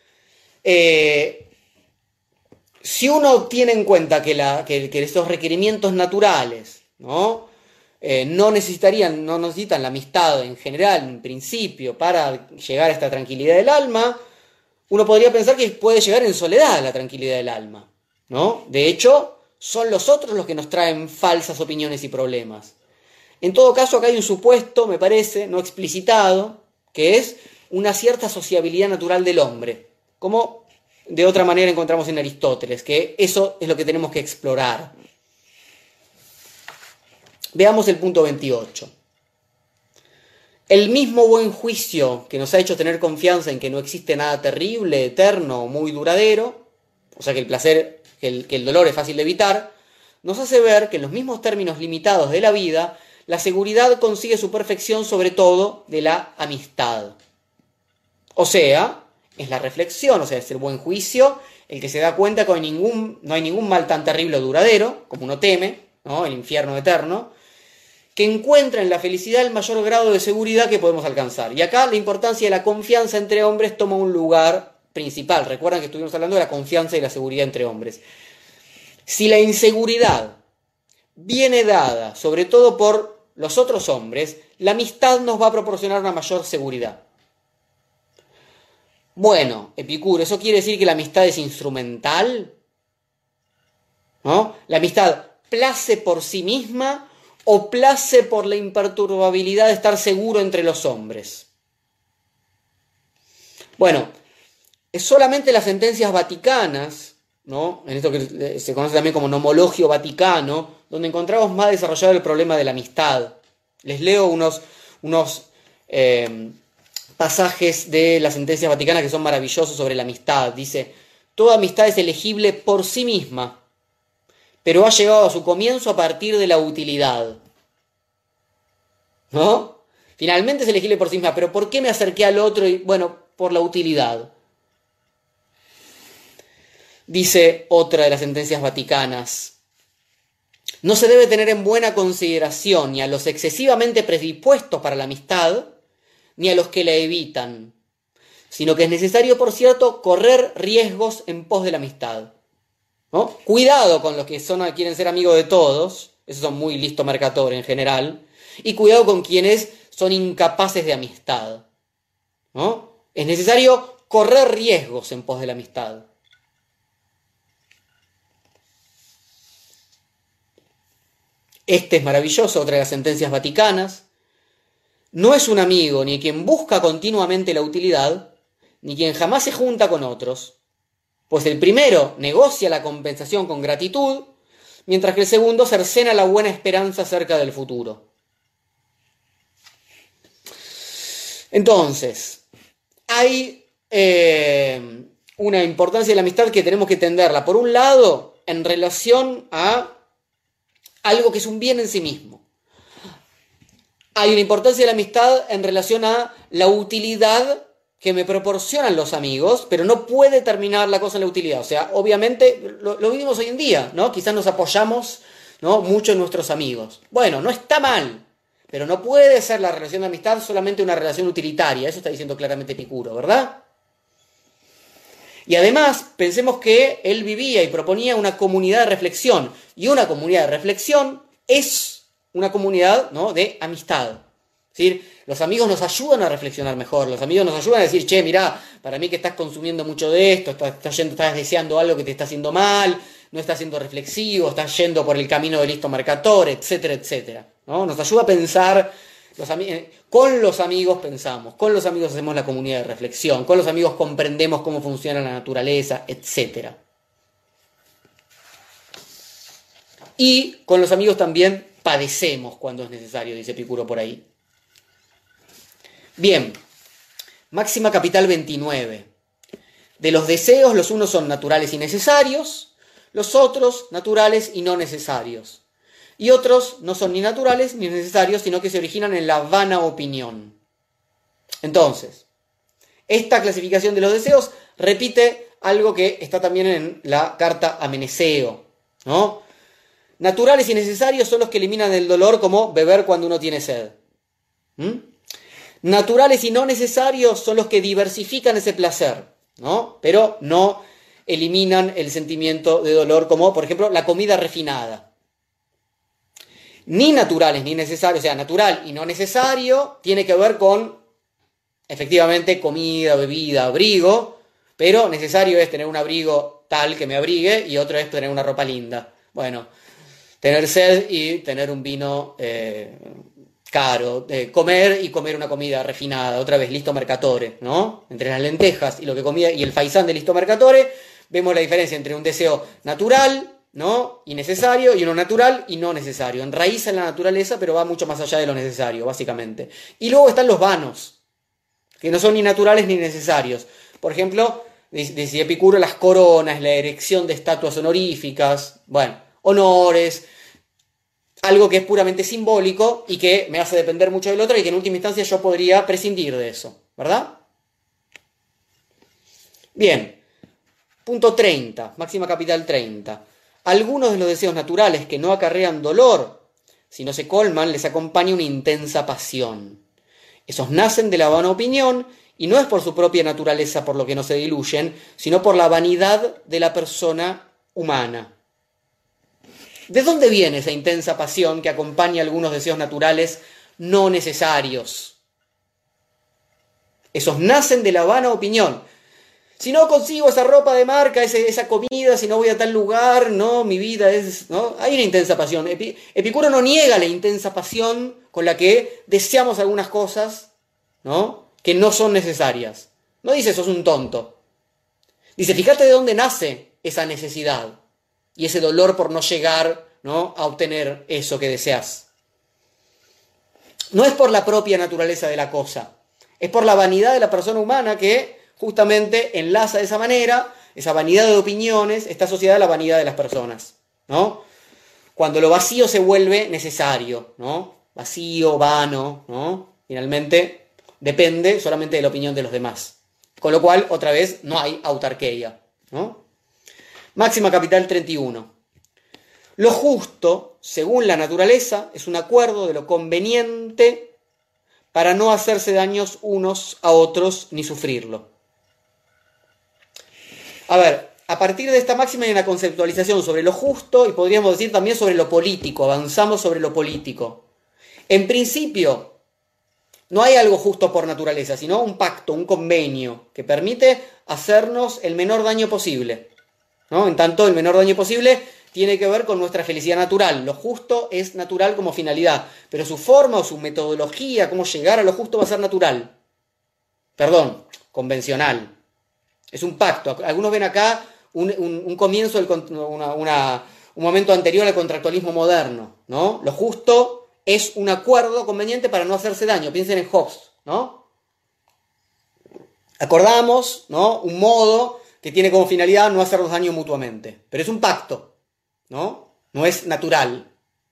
si uno tiene en cuenta que estos requerimientos naturales, ¿no? No necesitan la amistad en general, en principio, para llegar a esta tranquilidad del alma, uno podría pensar que puede llegar en soledad a la tranquilidad del alma, ¿no? De hecho, son los otros los que nos traen falsas opiniones y problemas. En todo caso, acá hay un supuesto, me parece, no explicitado, que es una cierta sociabilidad natural del hombre, como de otra manera encontramos en Aristóteles, que eso es lo que tenemos que explorar. Veamos el punto 28. El mismo buen juicio que nos ha hecho tener confianza en que no existe nada terrible, eterno o muy duradero, o sea que el placer, que el dolor es fácil de evitar, nos hace ver que en los mismos términos limitados de la vida, la seguridad consigue su perfección sobre todo de la amistad. O sea, es la reflexión, o sea, es el buen juicio, el que se da cuenta que no hay ningún mal tan terrible o duradero, como uno teme, ¿no? El infierno eterno, que encuentra en la felicidad el mayor grado de seguridad que podemos alcanzar. Y acá la importancia de la confianza entre hombres toma un lugar principal. Recuerdan que estuvimos hablando de la confianza y la seguridad entre hombres. Si la inseguridad viene dada, sobre todo por los otros hombres, la amistad nos va a proporcionar una mayor seguridad. Bueno, Epicuro, ¿eso quiere decir que la amistad es instrumental? ¿No? ¿La amistad place por sí misma o place por la imperturbabilidad de estar seguro entre los hombres? Bueno, es solamente las sentencias vaticanas, ¿no? En esto que se conoce también como nomologio vaticano, donde encontramos más desarrollado el problema de la amistad. Les leo unos pasajes de las sentencias vaticanas que son maravillosos sobre la amistad. Dice: toda amistad es elegible por sí misma, pero ha llegado a su comienzo a partir de la utilidad. ¿No? Finalmente es elegible por sí misma, pero ¿por qué me acerqué al otro? Bueno, por la utilidad. Dice otra de las sentencias vaticanas: no se debe tener en buena consideración ni a los excesivamente predispuestos para la amistad, ni a los que la evitan, sino que es necesario, por cierto, correr riesgos en pos de la amistad, ¿no? Cuidado con los que quieren ser amigos de todos, esos son muy listos mercatores en general, y cuidado con quienes son incapaces de amistad, ¿no? Es necesario correr riesgos en pos de la amistad. Este es maravilloso, otra de las sentencias vaticanas. No es un amigo ni quien busca continuamente la utilidad, ni quien jamás se junta con otros, pues el primero negocia la compensación con gratitud, mientras que el segundo cercena la buena esperanza acerca del futuro. Entonces, hay una importancia de la amistad que tenemos que entenderla, por un lado, en relación a algo que es un bien en sí mismo. Hay una importancia de la amistad en relación a la utilidad que me proporcionan los amigos, pero no puede terminar la cosa en la utilidad. O sea, obviamente, lo vivimos hoy en día, ¿no? Quizás nos apoyamos, ¿no?, mucho en nuestros amigos. Bueno, no está mal, pero no puede ser la relación de amistad solamente una relación utilitaria. Eso está diciendo claramente Epicuro, ¿verdad? Y además, pensemos que él vivía y proponía una comunidad de reflexión. Y una comunidad de reflexión es una comunidad, ¿no?, de amistad. Es decir, los amigos nos ayudan a reflexionar mejor. Los amigos nos ayudan a decir: che, mirá, para mí que estás consumiendo mucho de esto, estás deseando algo que te está haciendo mal, no estás siendo reflexivo, estás yendo por el camino del listo mercator, etcétera, etcétera, ¿no? Nos ayuda a pensar. Con los amigos pensamos, con los amigos hacemos la comunidad de reflexión, con los amigos comprendemos cómo funciona la naturaleza, etc. Y con los amigos también padecemos cuando es necesario, dice Epicuro por ahí. Bien, máxima capital 29. De los deseos, los unos son naturales y necesarios, los otros naturales y no necesarios. Y otros no son ni naturales ni necesarios, sino que se originan en la vana opinión. Entonces, esta clasificación de los deseos repite algo que está también en la carta a Meneceo, ¿no? Naturales y necesarios son los que eliminan el dolor, como beber cuando uno tiene sed. Naturales y no necesarios son los que diversifican ese placer, ¿no? Pero no eliminan el sentimiento de dolor, como por ejemplo la comida refinada. Ni naturales ni necesarios, o sea, natural y no necesario, tiene que ver con, efectivamente, comida, bebida, abrigo, pero necesario es tener un abrigo tal que me abrigue y otro es tener una ropa linda. Bueno, tener sed y tener un vino caro, comer y comer una comida refinada, otra vez, listo mercatore, ¿no? Entre las lentejas y lo que comía y el faisán de listo mercatore, vemos la diferencia entre un deseo natural, ¿no? Y necesario, y uno natural y no necesario. Enraiza en la naturaleza, pero va mucho más allá de lo necesario, básicamente. Y luego están los vanos, que no son ni naturales ni necesarios. Por ejemplo, decía Epicuro, las coronas, la erección de estatuas honoríficas, bueno, honores, algo que es puramente simbólico y que me hace depender mucho del otro y que en última instancia yo podría prescindir de eso, ¿verdad? Bien, punto 30, máxima capital 30. Algunos de los deseos naturales que no acarrean dolor, si no se colman, les acompaña una intensa pasión. Esos nacen de la vana opinión y no es por su propia naturaleza por lo que no se diluyen, sino por la vanidad de la persona humana. ¿De dónde viene esa intensa pasión que acompaña algunos deseos naturales no necesarios? Esos nacen de la vana opinión. Si no consigo esa ropa de marca, esa comida, si no voy a tal lugar, no, mi vida es, ¿no? Hay una intensa pasión. Epicuro no niega la intensa pasión con la que deseamos algunas cosas, ¿no? Que no son necesarias. No dice sos un tonto. Dice, fíjate de dónde nace esa necesidad y ese dolor por no llegar, ¿no?, a obtener eso que deseas. No es por la propia naturaleza de la cosa, es por la vanidad de la persona humana que justamente enlaza de esa manera, esa vanidad de opiniones está asociada a la vanidad de las personas, ¿no? Cuando lo vacío se vuelve necesario, ¿no? Vacío, vano, ¿no? Finalmente depende solamente de la opinión de los demás. Con lo cual, otra vez, no hay autarquía, ¿no? Máxima capital 31. Lo justo, según la naturaleza, es un acuerdo de lo conveniente para no hacerse daños unos a otros ni sufrirlo. A ver, a partir de esta máxima hay una conceptualización sobre lo justo y podríamos decir también sobre lo político. Avanzamos sobre lo político. En principio, no hay algo justo por naturaleza, sino un pacto, un convenio que permite hacernos el menor daño posible, ¿no? En tanto, el menor daño posible tiene que ver con nuestra felicidad natural. Lo justo es natural como finalidad, pero su forma o su metodología, cómo llegar a lo justo, va a ser natural. Perdón, convencional. Es un pacto. Algunos ven acá un comienzo, un momento anterior al contractualismo moderno, ¿no? Lo justo es un acuerdo conveniente para no hacerse daño. Piensen en Hobbes, ¿no? Acordamos, ¿no?, un modo que tiene como finalidad no hacernos daño mutuamente. Pero es un pacto, ¿no? No es natural.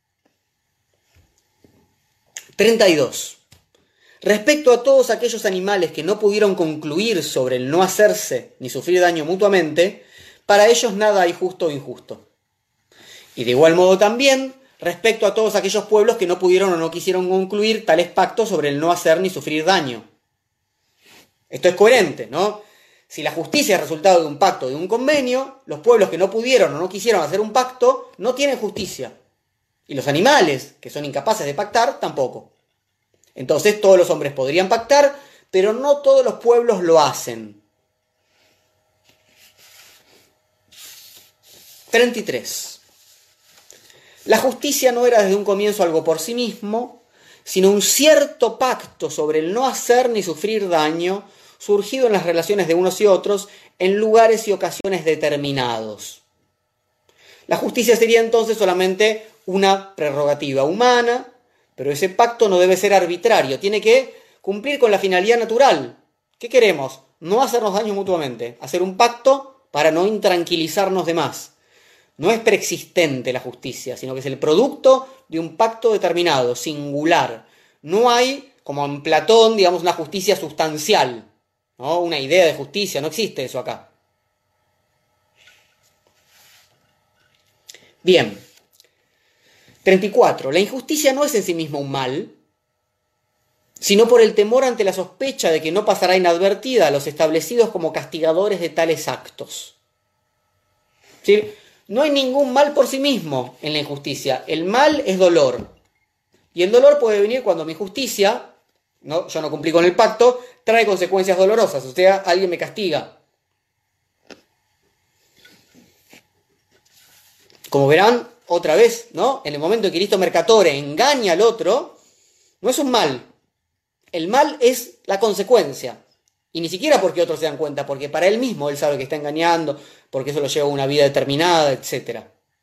32. Respecto a todos aquellos animales que no pudieron concluir sobre el no hacerse ni sufrir daño mutuamente, para ellos nada hay justo o injusto. Y de igual modo también respecto a todos aquellos pueblos que no pudieron o no quisieron concluir tales pactos sobre el no hacer ni sufrir daño. Esto es coherente, ¿no? Si la justicia es resultado de un pacto, de un convenio, los pueblos que no pudieron o no quisieron hacer un pacto no tienen justicia. Y los animales que son incapaces de pactar, tampoco. Entonces todos los hombres podrían pactar, pero no todos los pueblos lo hacen. 33. La justicia no era desde un comienzo algo por sí mismo, sino un cierto pacto sobre el no hacer ni sufrir daño, surgido en las relaciones de unos y otros en lugares y ocasiones determinados. La justicia sería entonces solamente una prerrogativa humana, pero ese pacto no debe ser arbitrario, tiene que cumplir con la finalidad natural. ¿Qué queremos? No hacernos daño mutuamente, hacer un pacto para no intranquilizarnos de más. No es preexistente la justicia, sino que es el producto de un pacto determinado, singular. No hay, como en Platón, digamos, una justicia sustancial, ¿no? Una idea de justicia, no existe eso acá. Bien. 34. La injusticia no es en sí misma un mal, sino por el temor ante la sospecha de que no pasará inadvertida a los establecidos como castigadores de tales actos. ¿Sí? No hay ningún mal por sí mismo en la injusticia. El mal es dolor. Y el dolor puede venir cuando mi justicia, ¿no? Yo no cumplí con el pacto, trae consecuencias dolorosas. O sea, alguien me castiga. Como verán, otra vez, ¿no? En el momento en que Cristo Mercatore engaña al otro, no es un mal. El mal es la consecuencia. Y ni siquiera porque otros se dan cuenta, porque para él mismo él sabe que está engañando, porque eso lo lleva a una vida determinada, etc.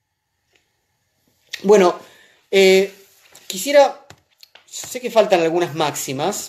Bueno, sé que faltan algunas máximas.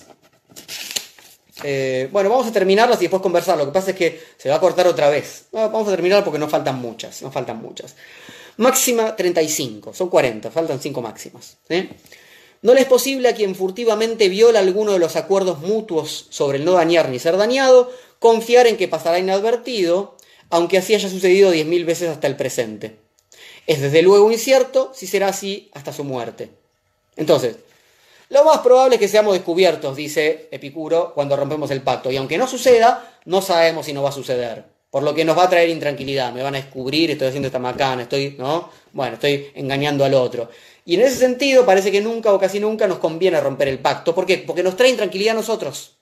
Bueno, vamos a terminarlas y después conversar. Lo que pasa es que se va a cortar otra vez. Vamos a terminar porque nos faltan muchas. Máxima 35, son 40, faltan 5 máximas. No le es posible a quien furtivamente viola alguno de los acuerdos mutuos sobre el no dañar ni ser dañado, confiar en que pasará inadvertido, aunque así haya sucedido 10.000 veces hasta el presente. Es desde luego incierto si será así hasta su muerte. Entonces, lo más probable es que seamos descubiertos, dice Epicuro, cuando rompemos el pacto. Y aunque no suceda, no sabemos si no va a suceder. Por lo que nos va a traer intranquilidad. Me van a descubrir, estoy haciendo esta macana, estoy engañando al otro. Y en ese sentido, parece que nunca o casi nunca nos conviene romper el pacto. ¿Por qué? Porque nos trae intranquilidad a nosotros.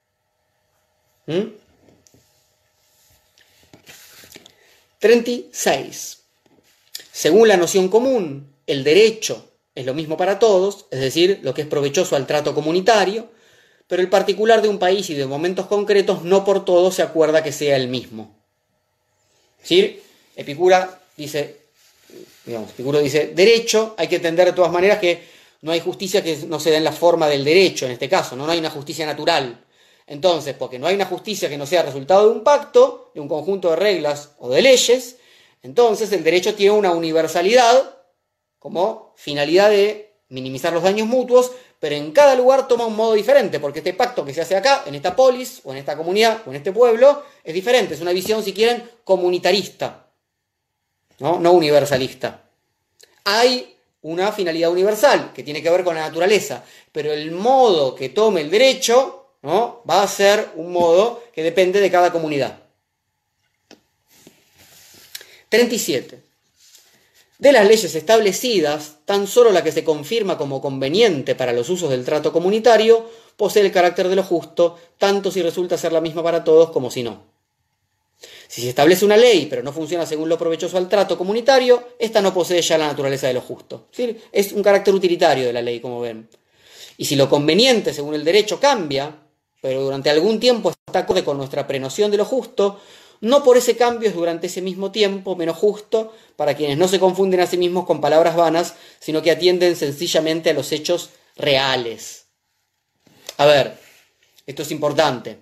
36. Según la noción común, el derecho es lo mismo para todos, es decir, lo que es provechoso al trato comunitario, pero el particular de un país y de momentos concretos no por todo se acuerda que sea el mismo. ¿Sí? Epicuro dice, derecho, hay que entender de todas maneras que no hay justicia que no se dé en la forma del derecho, en este caso, no hay una justicia natural. Entonces, porque no hay una justicia que no sea resultado de un pacto, de un conjunto de reglas o de leyes, entonces el derecho tiene una universalidad como finalidad de minimizar los daños mutuos, pero en cada lugar toma un modo diferente, porque este pacto que se hace acá, en esta polis, o en esta comunidad, o en este pueblo, es diferente, es una visión, si quieren, comunitarista, no universalista. Hay una finalidad universal, que tiene que ver con la naturaleza, pero el modo que tome el derecho, ¿no?, va a ser un modo que depende de cada comunidad. 37. De las leyes establecidas, tan solo la que se confirma como conveniente para los usos del trato comunitario posee el carácter de lo justo, tanto si resulta ser la misma para todos como si no. Si se establece una ley, pero no funciona según lo provechoso al trato comunitario, esta no posee ya la naturaleza de lo justo. ¿Sí? Es un carácter utilitario de la ley, como ven. Y si lo conveniente según el derecho cambia, pero durante algún tiempo está acorde con nuestra prenoción de lo justo, no por ese cambio es durante ese mismo tiempo menos justo para quienes no se confunden a sí mismos con palabras vanas, sino que atienden sencillamente a los hechos reales. A ver, esto es importante.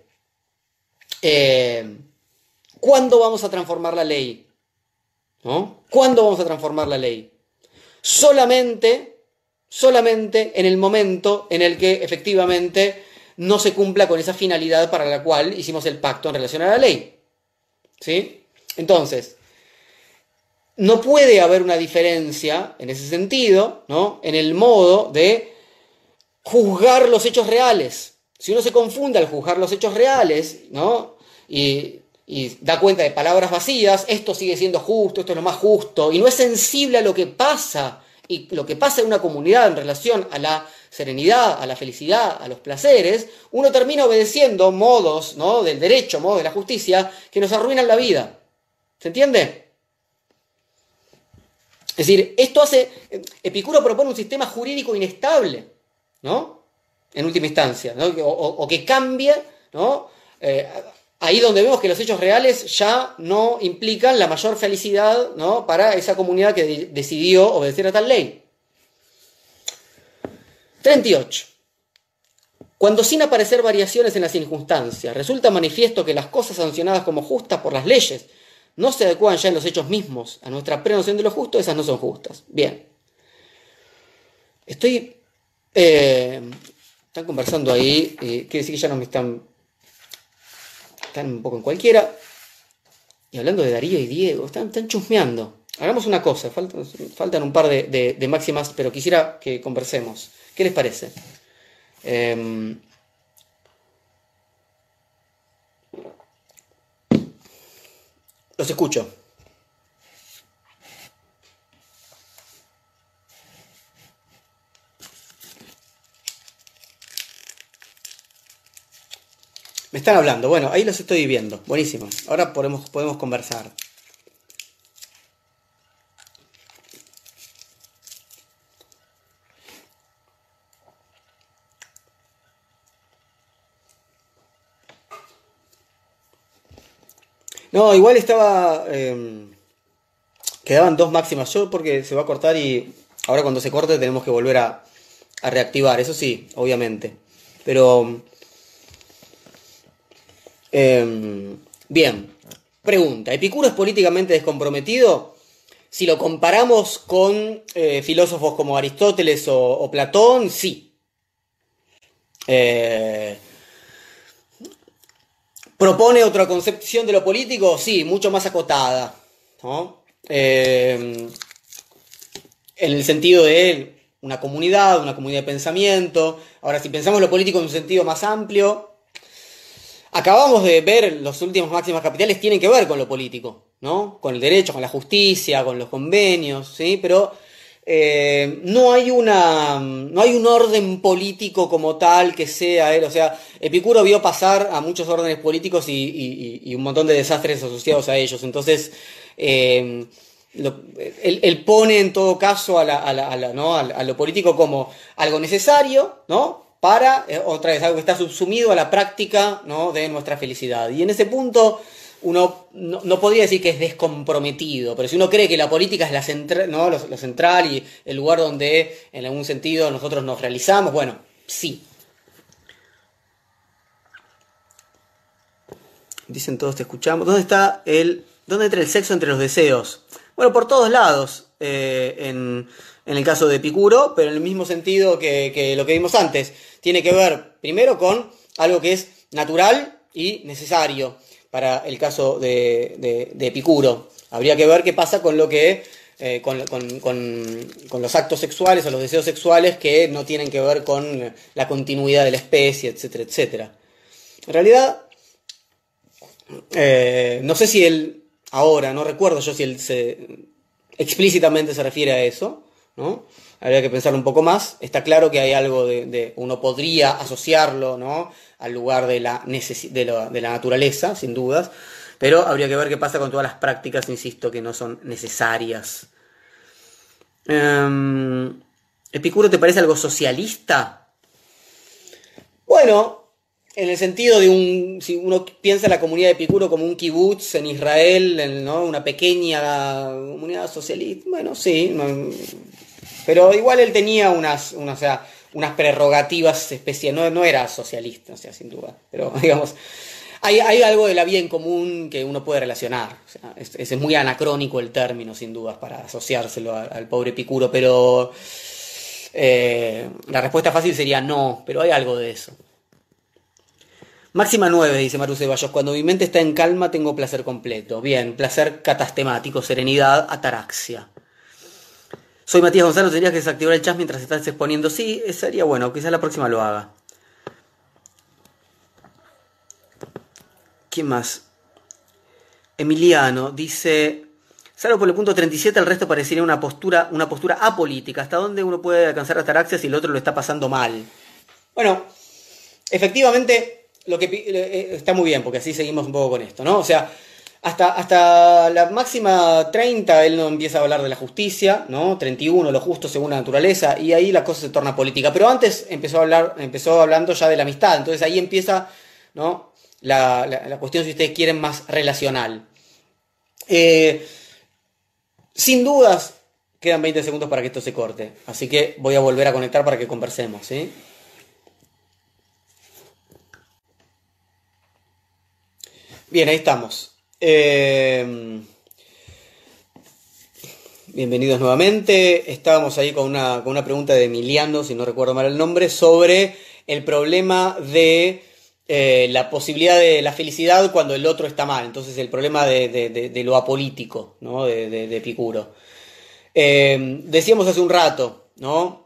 ¿Cuándo vamos a transformar la ley? ¿No? ¿Cuándo vamos a transformar la ley? Solamente en el momento en el que efectivamente no se cumpla con esa finalidad para la cual hicimos el pacto en relación a la ley. ¿Sí? Entonces, no puede haber una diferencia en ese sentido, ¿no?, en el modo de juzgar los hechos reales. Si uno se confunde al juzgar los hechos reales, ¿no?, y da cuenta de palabras vacías, esto sigue siendo justo, esto es lo más justo, y no es sensible a lo que pasa, y lo que pasa en una comunidad en relación a la serenidad, a la felicidad, a los placeres, uno termina obedeciendo modos, ¿no?, del derecho, modos de la justicia, que nos arruinan la vida. ¿Se entiende? Es decir, Epicuro propone un sistema jurídico inestable, ¿no?, en última instancia, ¿no?, o que cambie, ¿no?, ahí donde vemos que los hechos reales ya no implican la mayor felicidad, ¿no?, para esa comunidad que decidió obedecer a tal ley. 38. Cuando sin aparecer variaciones en las circunstancias resulta manifiesto que las cosas sancionadas como justas por las leyes no se adecuan ya en los hechos mismos a nuestra prenoción de lo justo, esas no son justas. Bien. Estoy... están conversando ahí, quiere decir que ya no me están... Están un poco en cualquiera. Y hablando de Darío y Diego, están chusmeando. Hagamos una cosa, faltan un par de máximas, pero quisiera que conversemos. ¿Qué les parece? Los escucho. Me están hablando. Bueno, ahí los estoy viendo. Buenísimo. Ahora podemos conversar. No, igual estaba... quedaban dos máximas. Yo porque se va a cortar y ahora cuando se corte tenemos que volver a reactivar. Eso sí, obviamente. Pero... bien, pregunta, ¿Epicuro es políticamente descomprometido? Si lo comparamos con filósofos como Aristóteles o Platón, sí. ¿Propone otra concepción de lo político? Sí, mucho más acotada, ¿no? En el sentido de una comunidad de pensamiento. Ahora, si pensamos lo político en un sentido más amplio, acabamos de ver los últimos máximas capitales tienen que ver con lo político, ¿no? Con el derecho, con la justicia, con los convenios, ¿sí? Pero no hay un orden político como tal que sea él. O sea, Epicuro vio pasar a muchos órdenes políticos y un montón de desastres asociados a ellos. Entonces, él pone en todo caso ¿no? a lo político como algo necesario, ¿no? Para, otra vez, algo que está subsumido a la práctica, ¿no? De nuestra felicidad. Y en ese punto uno no podría decir que es descomprometido, pero si uno cree que la política es ¿no? lo central y el lugar donde en algún sentido nosotros nos realizamos, bueno, sí. Dicen todos te escuchamos. ¿Dónde entra el sexo entre los deseos? Bueno, por todos lados, en el caso de Epicuro, pero en el mismo sentido que lo que vimos antes. Tiene que ver primero con algo que es natural y necesario para el caso de Epicuro. Habría que ver qué pasa con lo que con los actos sexuales o los deseos sexuales que no tienen que ver con la continuidad de la especie, etcétera, etcétera. En realidad, no sé si él, ahora, no recuerdo yo si él explícitamente se refiere a eso, ¿no? Habría que pensarlo un poco más. Está claro que hay algo uno podría asociarlo, ¿no? Al lugar de la naturaleza, sin dudas, pero habría que ver qué pasa con todas las prácticas, insisto, que no son necesarias. ¿Epicuro te parece algo socialista? Bueno, en el sentido de si uno piensa en la comunidad de Epicuro como un kibutz en Israel, ¿no? Una pequeña comunidad socialista, bueno, sí, pero igual él tenía unas prerrogativas especiales, no era socialista, o sea, sin duda, pero digamos, hay algo de la vida en común que uno puede relacionar, o sea, es muy anacrónico el término, sin dudas, para asociárselo al pobre Epicuro, pero la respuesta fácil sería no, pero hay algo de eso. Máxima 9, dice Maru Ceballos. Cuando mi mente está en calma, tengo placer completo. Bien, placer catastemático, serenidad, ataraxia. Soy Matías Gonzalo, tendrías que desactivar el chat mientras estás exponiendo. Sí, sería bueno, quizás la próxima lo haga. ¿Quién más? Emiliano dice... Salvo por el punto 37, el resto parecería una postura apolítica. ¿Hasta dónde uno puede alcanzar ataraxia si el otro lo está pasando mal? Bueno, efectivamente... está muy bien, porque así seguimos un poco con esto, ¿no? O sea, hasta la máxima 30 él no empieza a hablar de la justicia, ¿no? 31, lo justo según la naturaleza, y ahí la cosa se torna política. Pero antes empezó hablando ya de la amistad, entonces ahí empieza, ¿no? La cuestión, si ustedes quieren, más relacional. Sin dudas, quedan 20 segundos para que esto se corte, así que voy a volver a conectar para que conversemos, ¿sí? Bien, ahí estamos. Bien, Bienvenidos nuevamente. Estábamos ahí con una pregunta de Emiliano, si no recuerdo mal el nombre, sobre el problema de la posibilidad de la felicidad cuando el otro está mal. Entonces el problema de lo apolítico, ¿no? de Epicuro. Decíamos hace un rato, ¿no?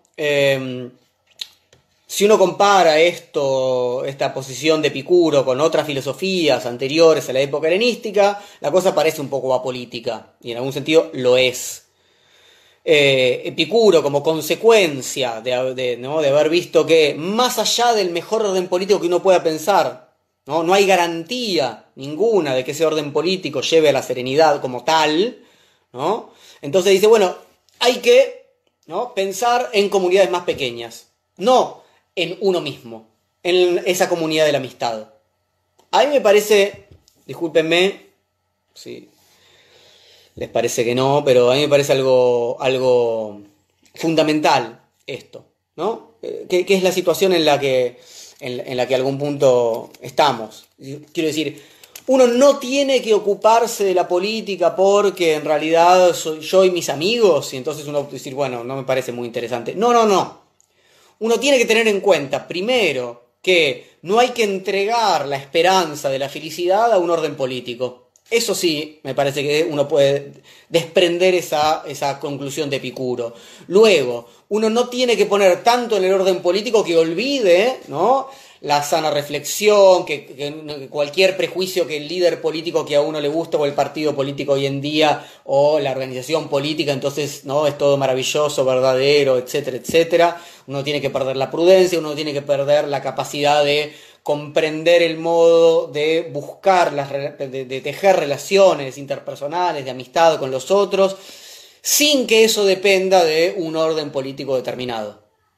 Si uno compara esta posición de Epicuro con otras filosofías anteriores a la época helenística, la cosa parece un poco apolítica, y en algún sentido lo es. Epicuro, como consecuencia ¿no? de haber visto que más allá del mejor orden político que uno pueda pensar, no hay garantía ninguna de que ese orden político lleve a la serenidad como tal, ¿no? Entonces dice, bueno, hay que, ¿no? pensar en comunidades más pequeñas, no en uno mismo, en esa comunidad de la amistad. A mí me parece, discúlpenme, sí, les parece que no, pero a mí me parece algo fundamental esto, ¿no? Que es la situación en la que a algún punto estamos. Quiero decir, uno no tiene que ocuparse de la política porque en realidad soy yo y mis amigos, y entonces uno puede decir, bueno, no me parece muy interesante. No. Uno tiene que tener en cuenta, primero, que no hay que entregar la esperanza de la felicidad a un orden político. Eso sí, me parece que uno puede desprender esa conclusión de Epicuro. Luego, uno no tiene que poner tanto en el orden político que olvide, ¿no? la sana reflexión, que cualquier prejuicio que el líder político que a uno le gusta o el partido político hoy en día o la organización política, entonces no es todo maravilloso, verdadero, etcétera, etcétera. Uno tiene que perder la prudencia, uno tiene que perder la capacidad de comprender el modo de buscar, de tejer relaciones interpersonales, de amistad con los otros, sin que eso dependa de un orden político determinado.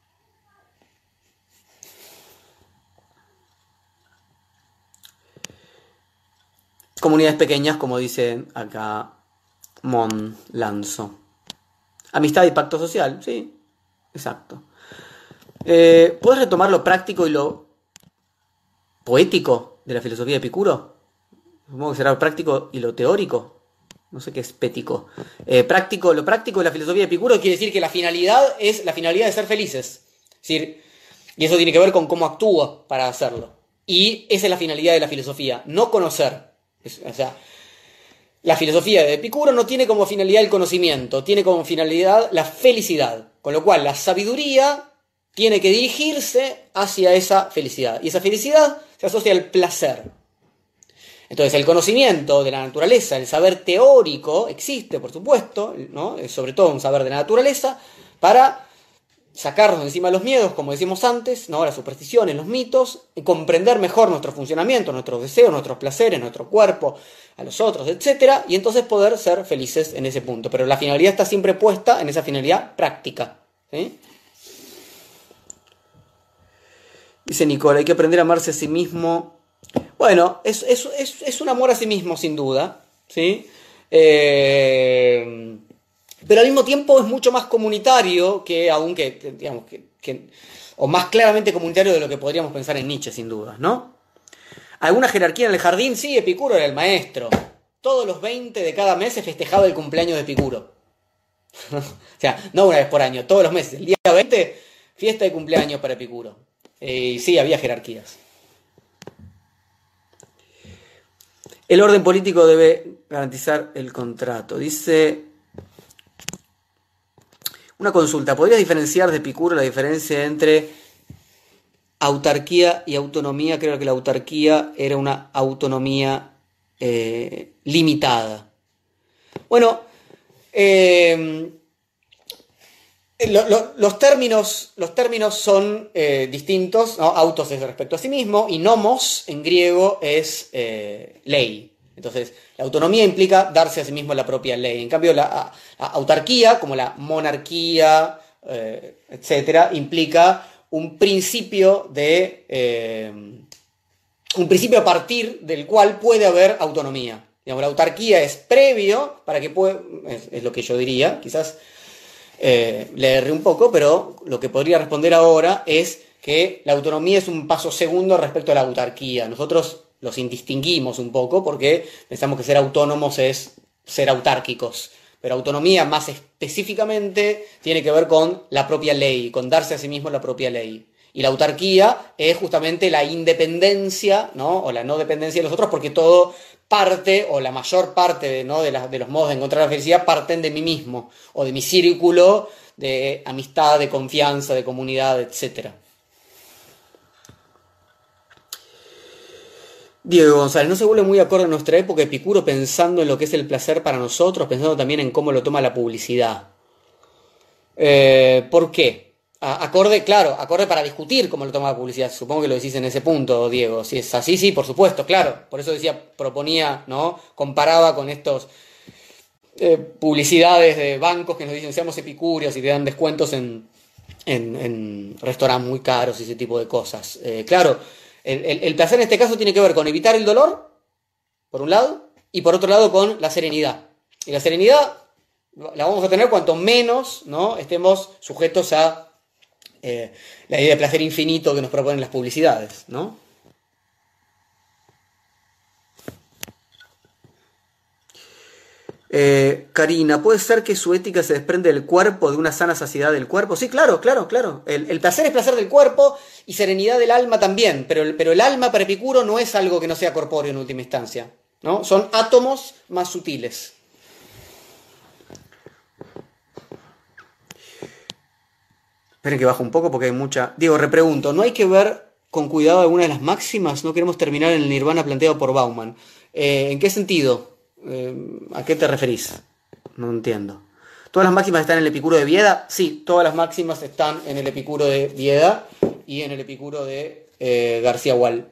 Comunidades pequeñas, como dice acá Mon Lanzo. Amistad y pacto social, sí, exacto. ¿Puedes retomar lo práctico y lo poético de la filosofía de Epicuro? Supongo que será lo práctico y lo teórico. No sé qué es pético. Lo práctico de la filosofía de Epicuro quiere decir que la finalidad es la finalidad de ser felices. Es decir, y eso tiene que ver con cómo actúa para hacerlo. Y esa es la finalidad de la filosofía, no conocer. O sea, la filosofía de Epicuro no tiene como finalidad el conocimiento, tiene como finalidad la felicidad. Con lo cual, la sabiduría tiene que dirigirse hacia esa felicidad. Y esa felicidad se asocia al placer. Entonces, el conocimiento de la naturaleza, el saber teórico, existe, por supuesto, ¿no? Es sobre todo un saber de la naturaleza, para sacarnos de encima los miedos, como decimos antes, ¿no? Las supersticiones, los mitos, y comprender mejor nuestro funcionamiento, nuestros deseos, nuestros placeres, nuestro cuerpo, a los otros, etc. Y entonces poder ser felices en ese punto. Pero la finalidad está siempre puesta en esa finalidad práctica, ¿sí? Dice Nicola, hay que aprender a amarse a sí mismo. Bueno, es un amor a sí mismo, sin duda, ¿sí? Pero al mismo tiempo es mucho más comunitario o más claramente comunitario de lo que podríamos pensar en Nietzsche, sin duda, ¿no? ¿Alguna jerarquía en el jardín? Sí, Epicuro era el maestro. Todos los 20 de cada mes se festejaba el cumpleaños de Epicuro. O sea, no una vez por año, todos los meses. El día 20, fiesta de cumpleaños para Epicuro. Sí, había jerarquías. El orden político debe garantizar el contrato. Dice, una consulta, ¿podrías diferenciar de Epicuro la diferencia entre autarquía y autonomía? Creo que la autarquía era una autonomía limitada. Bueno, los términos son distintos, ¿no? Autos es respecto a sí mismo y nomos en griego es ley. Entonces, la autonomía implica darse a sí mismo la propia ley. En cambio, la autarquía, como la monarquía, etcétera, implica un principio a partir del cual puede haber autonomía. Digamos, la autarquía es previo para que pueda, es lo que yo diría, quizás le erré un poco, pero lo que podría responder ahora es que la autonomía es un paso segundo respecto a la autarquía. Nosotros los indistinguimos un poco porque pensamos que ser autónomos es ser autárquicos, Pero autonomía más específicamente tiene que ver con la propia ley, con darse a sí mismo la propia ley. Y la autarquía es justamente la independencia, ¿no? O la no dependencia de los otros, porque todo parte, o la mayor parte, ¿no? de los modos de encontrar la felicidad parten de mí mismo, o de mi círculo de amistad, de confianza, de comunidad, etc. Diego González, ¿no se vuelve muy acorde a nuestra época Epicuro pensando en lo que es el placer para nosotros, pensando también en cómo lo toma la publicidad? ¿Por qué? Acorde, claro, acorde para discutir cómo lo toma la publicidad. Supongo que lo decís en ese punto, Diego. Si es así, sí, por supuesto, claro. Por eso decía, proponía, ¿no? Comparaba con estos publicidades de bancos que nos dicen seamos epicúreos y te dan descuentos en restaurantes muy caros y ese tipo de cosas. Claro, el placer en este caso tiene que ver con evitar el dolor, por un lado, y por otro lado con la serenidad. Y la serenidad la vamos a tener cuanto menos, ¿no? estemos sujetos a la idea de placer infinito que nos proponen las publicidades, ¿no? Karina, ¿puede ser que su ética se desprende del cuerpo, de una sana saciedad del cuerpo? Sí, claro, claro, claro. El placer es placer del cuerpo y serenidad del alma también, pero el alma para Epicuro no es algo que no sea corpóreo en última instancia, ¿no? Son átomos más sutiles. Esperen que bajo un poco porque hay mucha... Diego, repregunto, ¿no hay que ver con cuidado alguna de las máximas? No queremos terminar en el nirvana planteado por Bauman. ¿En qué sentido? ¿A qué te referís? No entiendo. ¿Todas las máximas están en el Epicuro de Vieda? Sí, todas las máximas están en el Epicuro de Vieda y en el Epicuro de García Gual.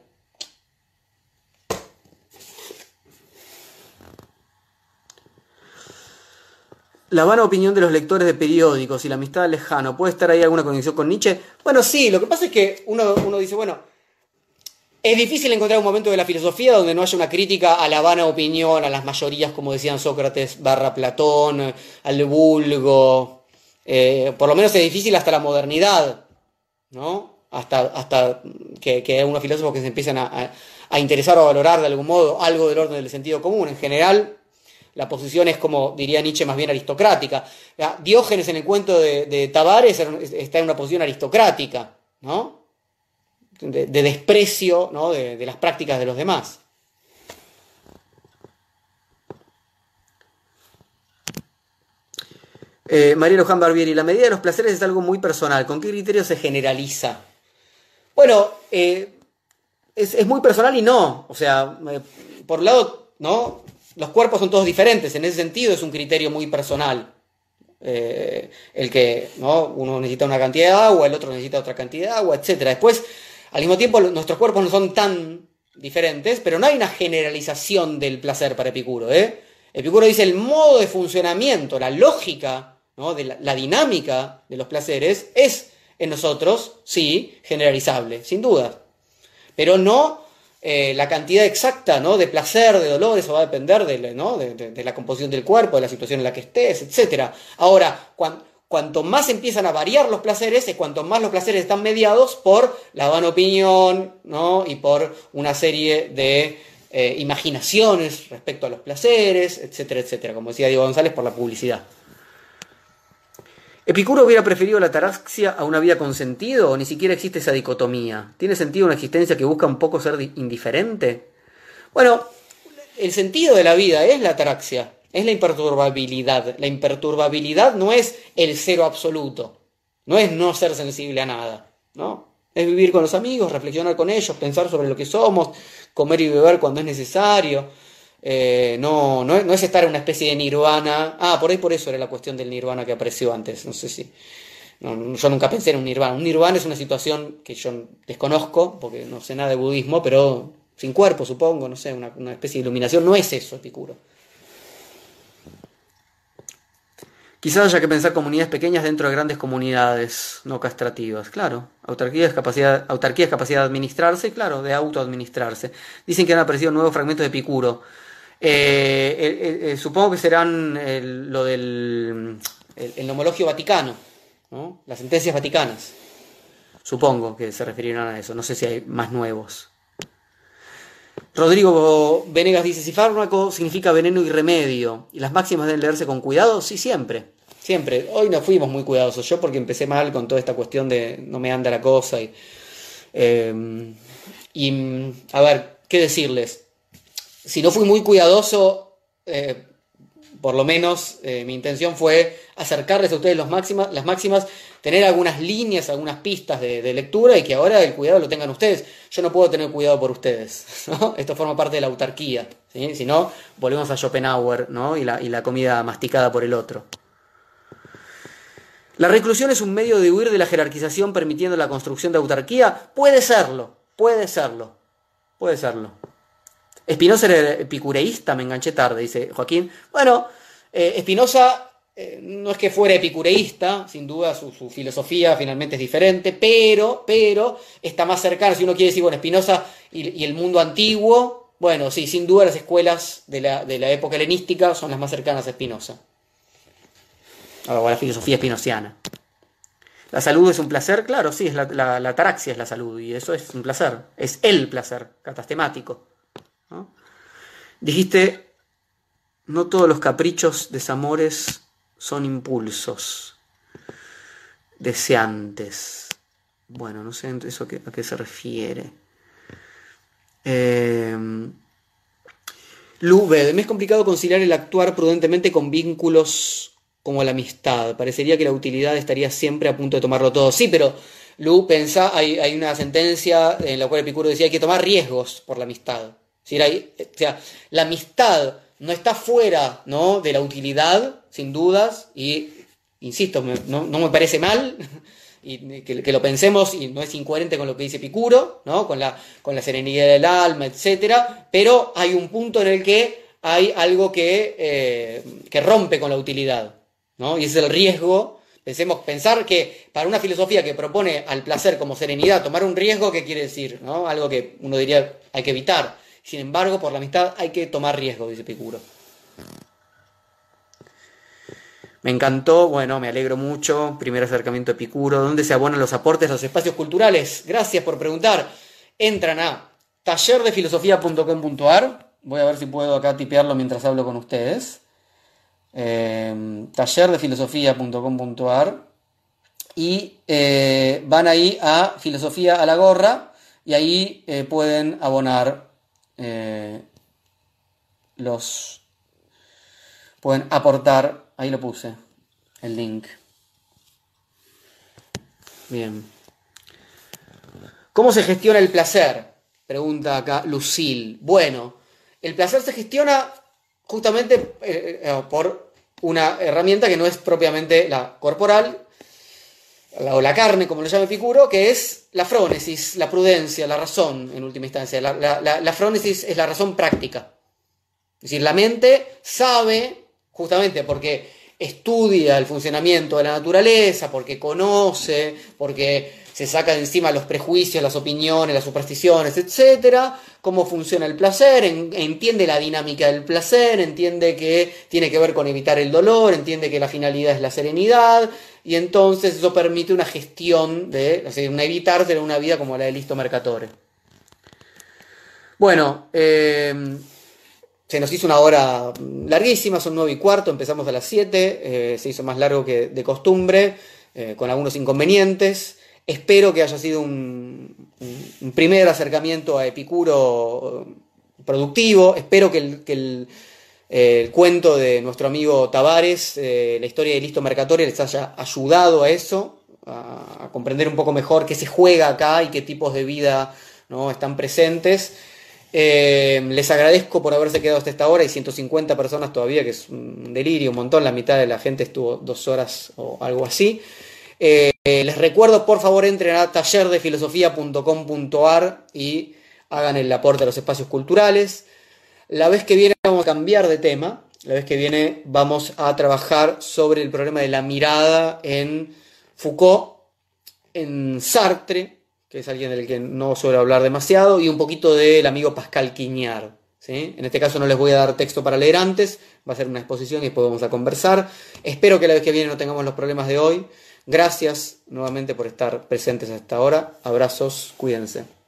La vana opinión de los lectores de periódicos y la amistad lejana, ¿puede estar ahí alguna conexión con Nietzsche? Bueno, sí, lo que pasa es que uno dice, bueno, es difícil encontrar un momento de la filosofía donde no haya una crítica a la vana opinión, a las mayorías, como decían Sócrates / Platón, al vulgo. Por lo menos es difícil hasta la modernidad, ¿no? Hasta que unos filósofos que se empiezan a interesar o a valorar de algún modo algo del orden del sentido común. En general, la posición es, como diría Nietzsche, más bien aristocrática. Diógenes en el cuento de Tabares está en una posición aristocrática, ¿no? De desprecio, ¿no? de las prácticas de los demás. María Luján Barbieri, la medida de los placeres es algo muy personal. ¿Con qué criterio se generaliza? Bueno, es muy personal y no. O sea, por un lado, ¿no? Los cuerpos son todos diferentes. En ese sentido es un criterio muy personal. El que, ¿no? Uno necesita una cantidad de agua, el otro necesita otra cantidad de agua, etc. Después, al mismo tiempo, nuestros cuerpos no son tan diferentes, pero no hay una generalización del placer para Epicuro. Epicuro dice el modo de funcionamiento, la lógica, ¿no? de la dinámica de los placeres es en nosotros, sí, generalizable, sin duda. Pero no la cantidad exacta, ¿no? de placer, de dolor, eso va a depender de la composición del cuerpo, de la situación en la que estés, etc. Ahora, cuanto más empiezan a variar los placeres, es cuanto más los placeres están mediados por la vana opinión, ¿no? y por una serie de imaginaciones respecto a los placeres, etcétera, etcétera, como decía Diego González, por la publicidad. ¿Epicuro hubiera preferido la ataraxia a una vida con sentido o ni siquiera existe esa dicotomía? ¿Tiene sentido una existencia que busca un poco ser indiferente? Bueno, el sentido de la vida es la ataraxia, es la imperturbabilidad. La imperturbabilidad no es el cero absoluto, no es no ser sensible a nada, ¿no? Es vivir con los amigos, reflexionar con ellos, pensar sobre lo que somos, comer y beber cuando es necesario. No es estar en una especie de nirvana. Por eso era la cuestión del nirvana que apareció antes. No sé si... yo nunca pensé en un nirvana. Un nirvana es una situación que yo desconozco, porque no sé nada de budismo, pero sin cuerpo, supongo, no sé, una especie de iluminación. No es eso, Epicuro. Quizás haya que pensar comunidades pequeñas dentro de grandes comunidades no castrativas. Claro, autarquía es capacidad de administrarse, claro, de autoadministrarse. Dicen que han aparecido nuevos fragmentos de Epicuro. Supongo que serán lo del el nomologio vaticano, ¿no? Las sentencias vaticanas. Supongo que se referirán a eso. No sé si hay más nuevos. Rodrigo Venegas dice, si fármaco significa veneno y remedio, ¿y las máximas deben leerse con cuidado? Sí, siempre. Siempre. Hoy no fuimos muy cuidadosos. Yo porque empecé mal con toda esta cuestión de no me anda la cosa. A ver, ¿qué decirles? Si no fui muy cuidadoso, por lo menos mi intención fue acercarles a ustedes las máximas, tener algunas líneas, algunas pistas de lectura y que ahora el cuidado lo tengan ustedes. Yo no puedo tener cuidado por ustedes, ¿no? Esto forma parte de la autarquía, ¿sí? Si no, volvemos a Schopenhauer, ¿no? y la comida masticada por el otro. ¿La reclusión es un medio de huir de la jerarquización permitiendo la construcción de autarquía? Puede serlo. Spinoza era epicureísta, me enganché tarde, dice Joaquín. Bueno, Spinoza no es que fuera epicureísta, sin duda su filosofía finalmente es diferente, pero está más cercano, si uno quiere decir, bueno, Spinoza y el mundo antiguo, bueno, sí, sin duda las escuelas de la época helenística son las más cercanas a Spinoza. O a la filosofía spinociana. ¿La salud es un placer? Claro, sí, la ataraxia es la salud, y eso es un placer, es el placer catastemático, ¿no? Dijiste, no todos los caprichos, desamores son impulsos deseantes. Bueno, no sé eso a qué se refiere. Lube, me es complicado conciliar el actuar prudentemente con vínculos como la amistad. Parecería que la utilidad estaría siempre a punto de tomarlo todo. Sí, pero Lu, pensá, hay una sentencia en la cual Epicuro decía hay que tomar riesgos por la amistad. O sea, la amistad no está fuera, ¿no?, de la utilidad, sin dudas, y insisto, no me parece mal y que lo pensemos, y no es incoherente con lo que dice Epicuro, ¿no?, con la serenidad del alma, etcétera, pero hay un punto en el que hay algo que rompe con la utilidad, ¿no? Y ese es el riesgo. Pensar que para una filosofía que propone al placer como serenidad, tomar un riesgo, ¿qué quiere decir? ¿No? Algo que uno diría hay que evitar. Sin embargo, por la amistad hay que tomar riesgo, dice Epicuro. Me encantó, bueno, me alegro mucho. Primer acercamiento a Epicuro. ¿Dónde se abonan los aportes a los espacios culturales? Gracias por preguntar. Entran a tallerdefilosofía.com.ar. Voy a ver si puedo acá tipearlo mientras hablo con ustedes. Tallerdefilosofía.com.ar y van ahí a Filosofía a la Gorra y ahí pueden abonar pueden aportar, ahí lo puse el link. Bien. ¿Cómo se gestiona el placer? Pregunta acá Lucille. Bueno, el placer se gestiona justamente por una herramienta que no es propiamente la corporal, o la carne, como lo llama Epicuro, que es la frónesis, la prudencia, la razón, en última instancia. La frónesis es la razón práctica. Es decir, la mente sabe, justamente porque estudia el funcionamiento de la naturaleza, porque conoce, porque se saca de encima los prejuicios, las opiniones, las supersticiones, etcétera, cómo funciona el placer, entiende la dinámica del placer, entiende que tiene que ver con evitar el dolor, entiende que la finalidad es la serenidad, y entonces eso permite una gestión un evitar de una vida como la de Listo Mercatore. Bueno, se nos hizo una hora larguísima, son 9:15, empezamos a las 7, se hizo más largo que de costumbre, con algunos inconvenientes. Espero que haya sido un primer acercamiento a Epicuro productivo. Espero que el cuento de nuestro amigo Tavares, la historia de Listo Mercatore, les haya ayudado a eso, a comprender un poco mejor qué se juega acá y qué tipos de vida, ¿no?, están presentes. Les agradezco por haberse quedado hasta esta hora. Hay 150 personas todavía, que es un delirio, un montón. La mitad de la gente estuvo 2 horas o algo así. Les recuerdo, por favor, entren a tallerdefilosofía.com.ar y hagan el aporte a los espacios culturales. La vez que viene vamos a cambiar de tema. La vez que viene vamos a trabajar sobre el problema de la mirada en Foucault, en Sartre, que es alguien del que no suelo hablar demasiado, y un poquito del amigo Pascal Quignard, ¿sí? En este caso no les voy a dar texto para leer antes, va a ser una exposición y después vamos a conversar. Espero que la vez que viene no tengamos los problemas de hoy. Gracias nuevamente por estar presentes hasta ahora. Abrazos, cuídense.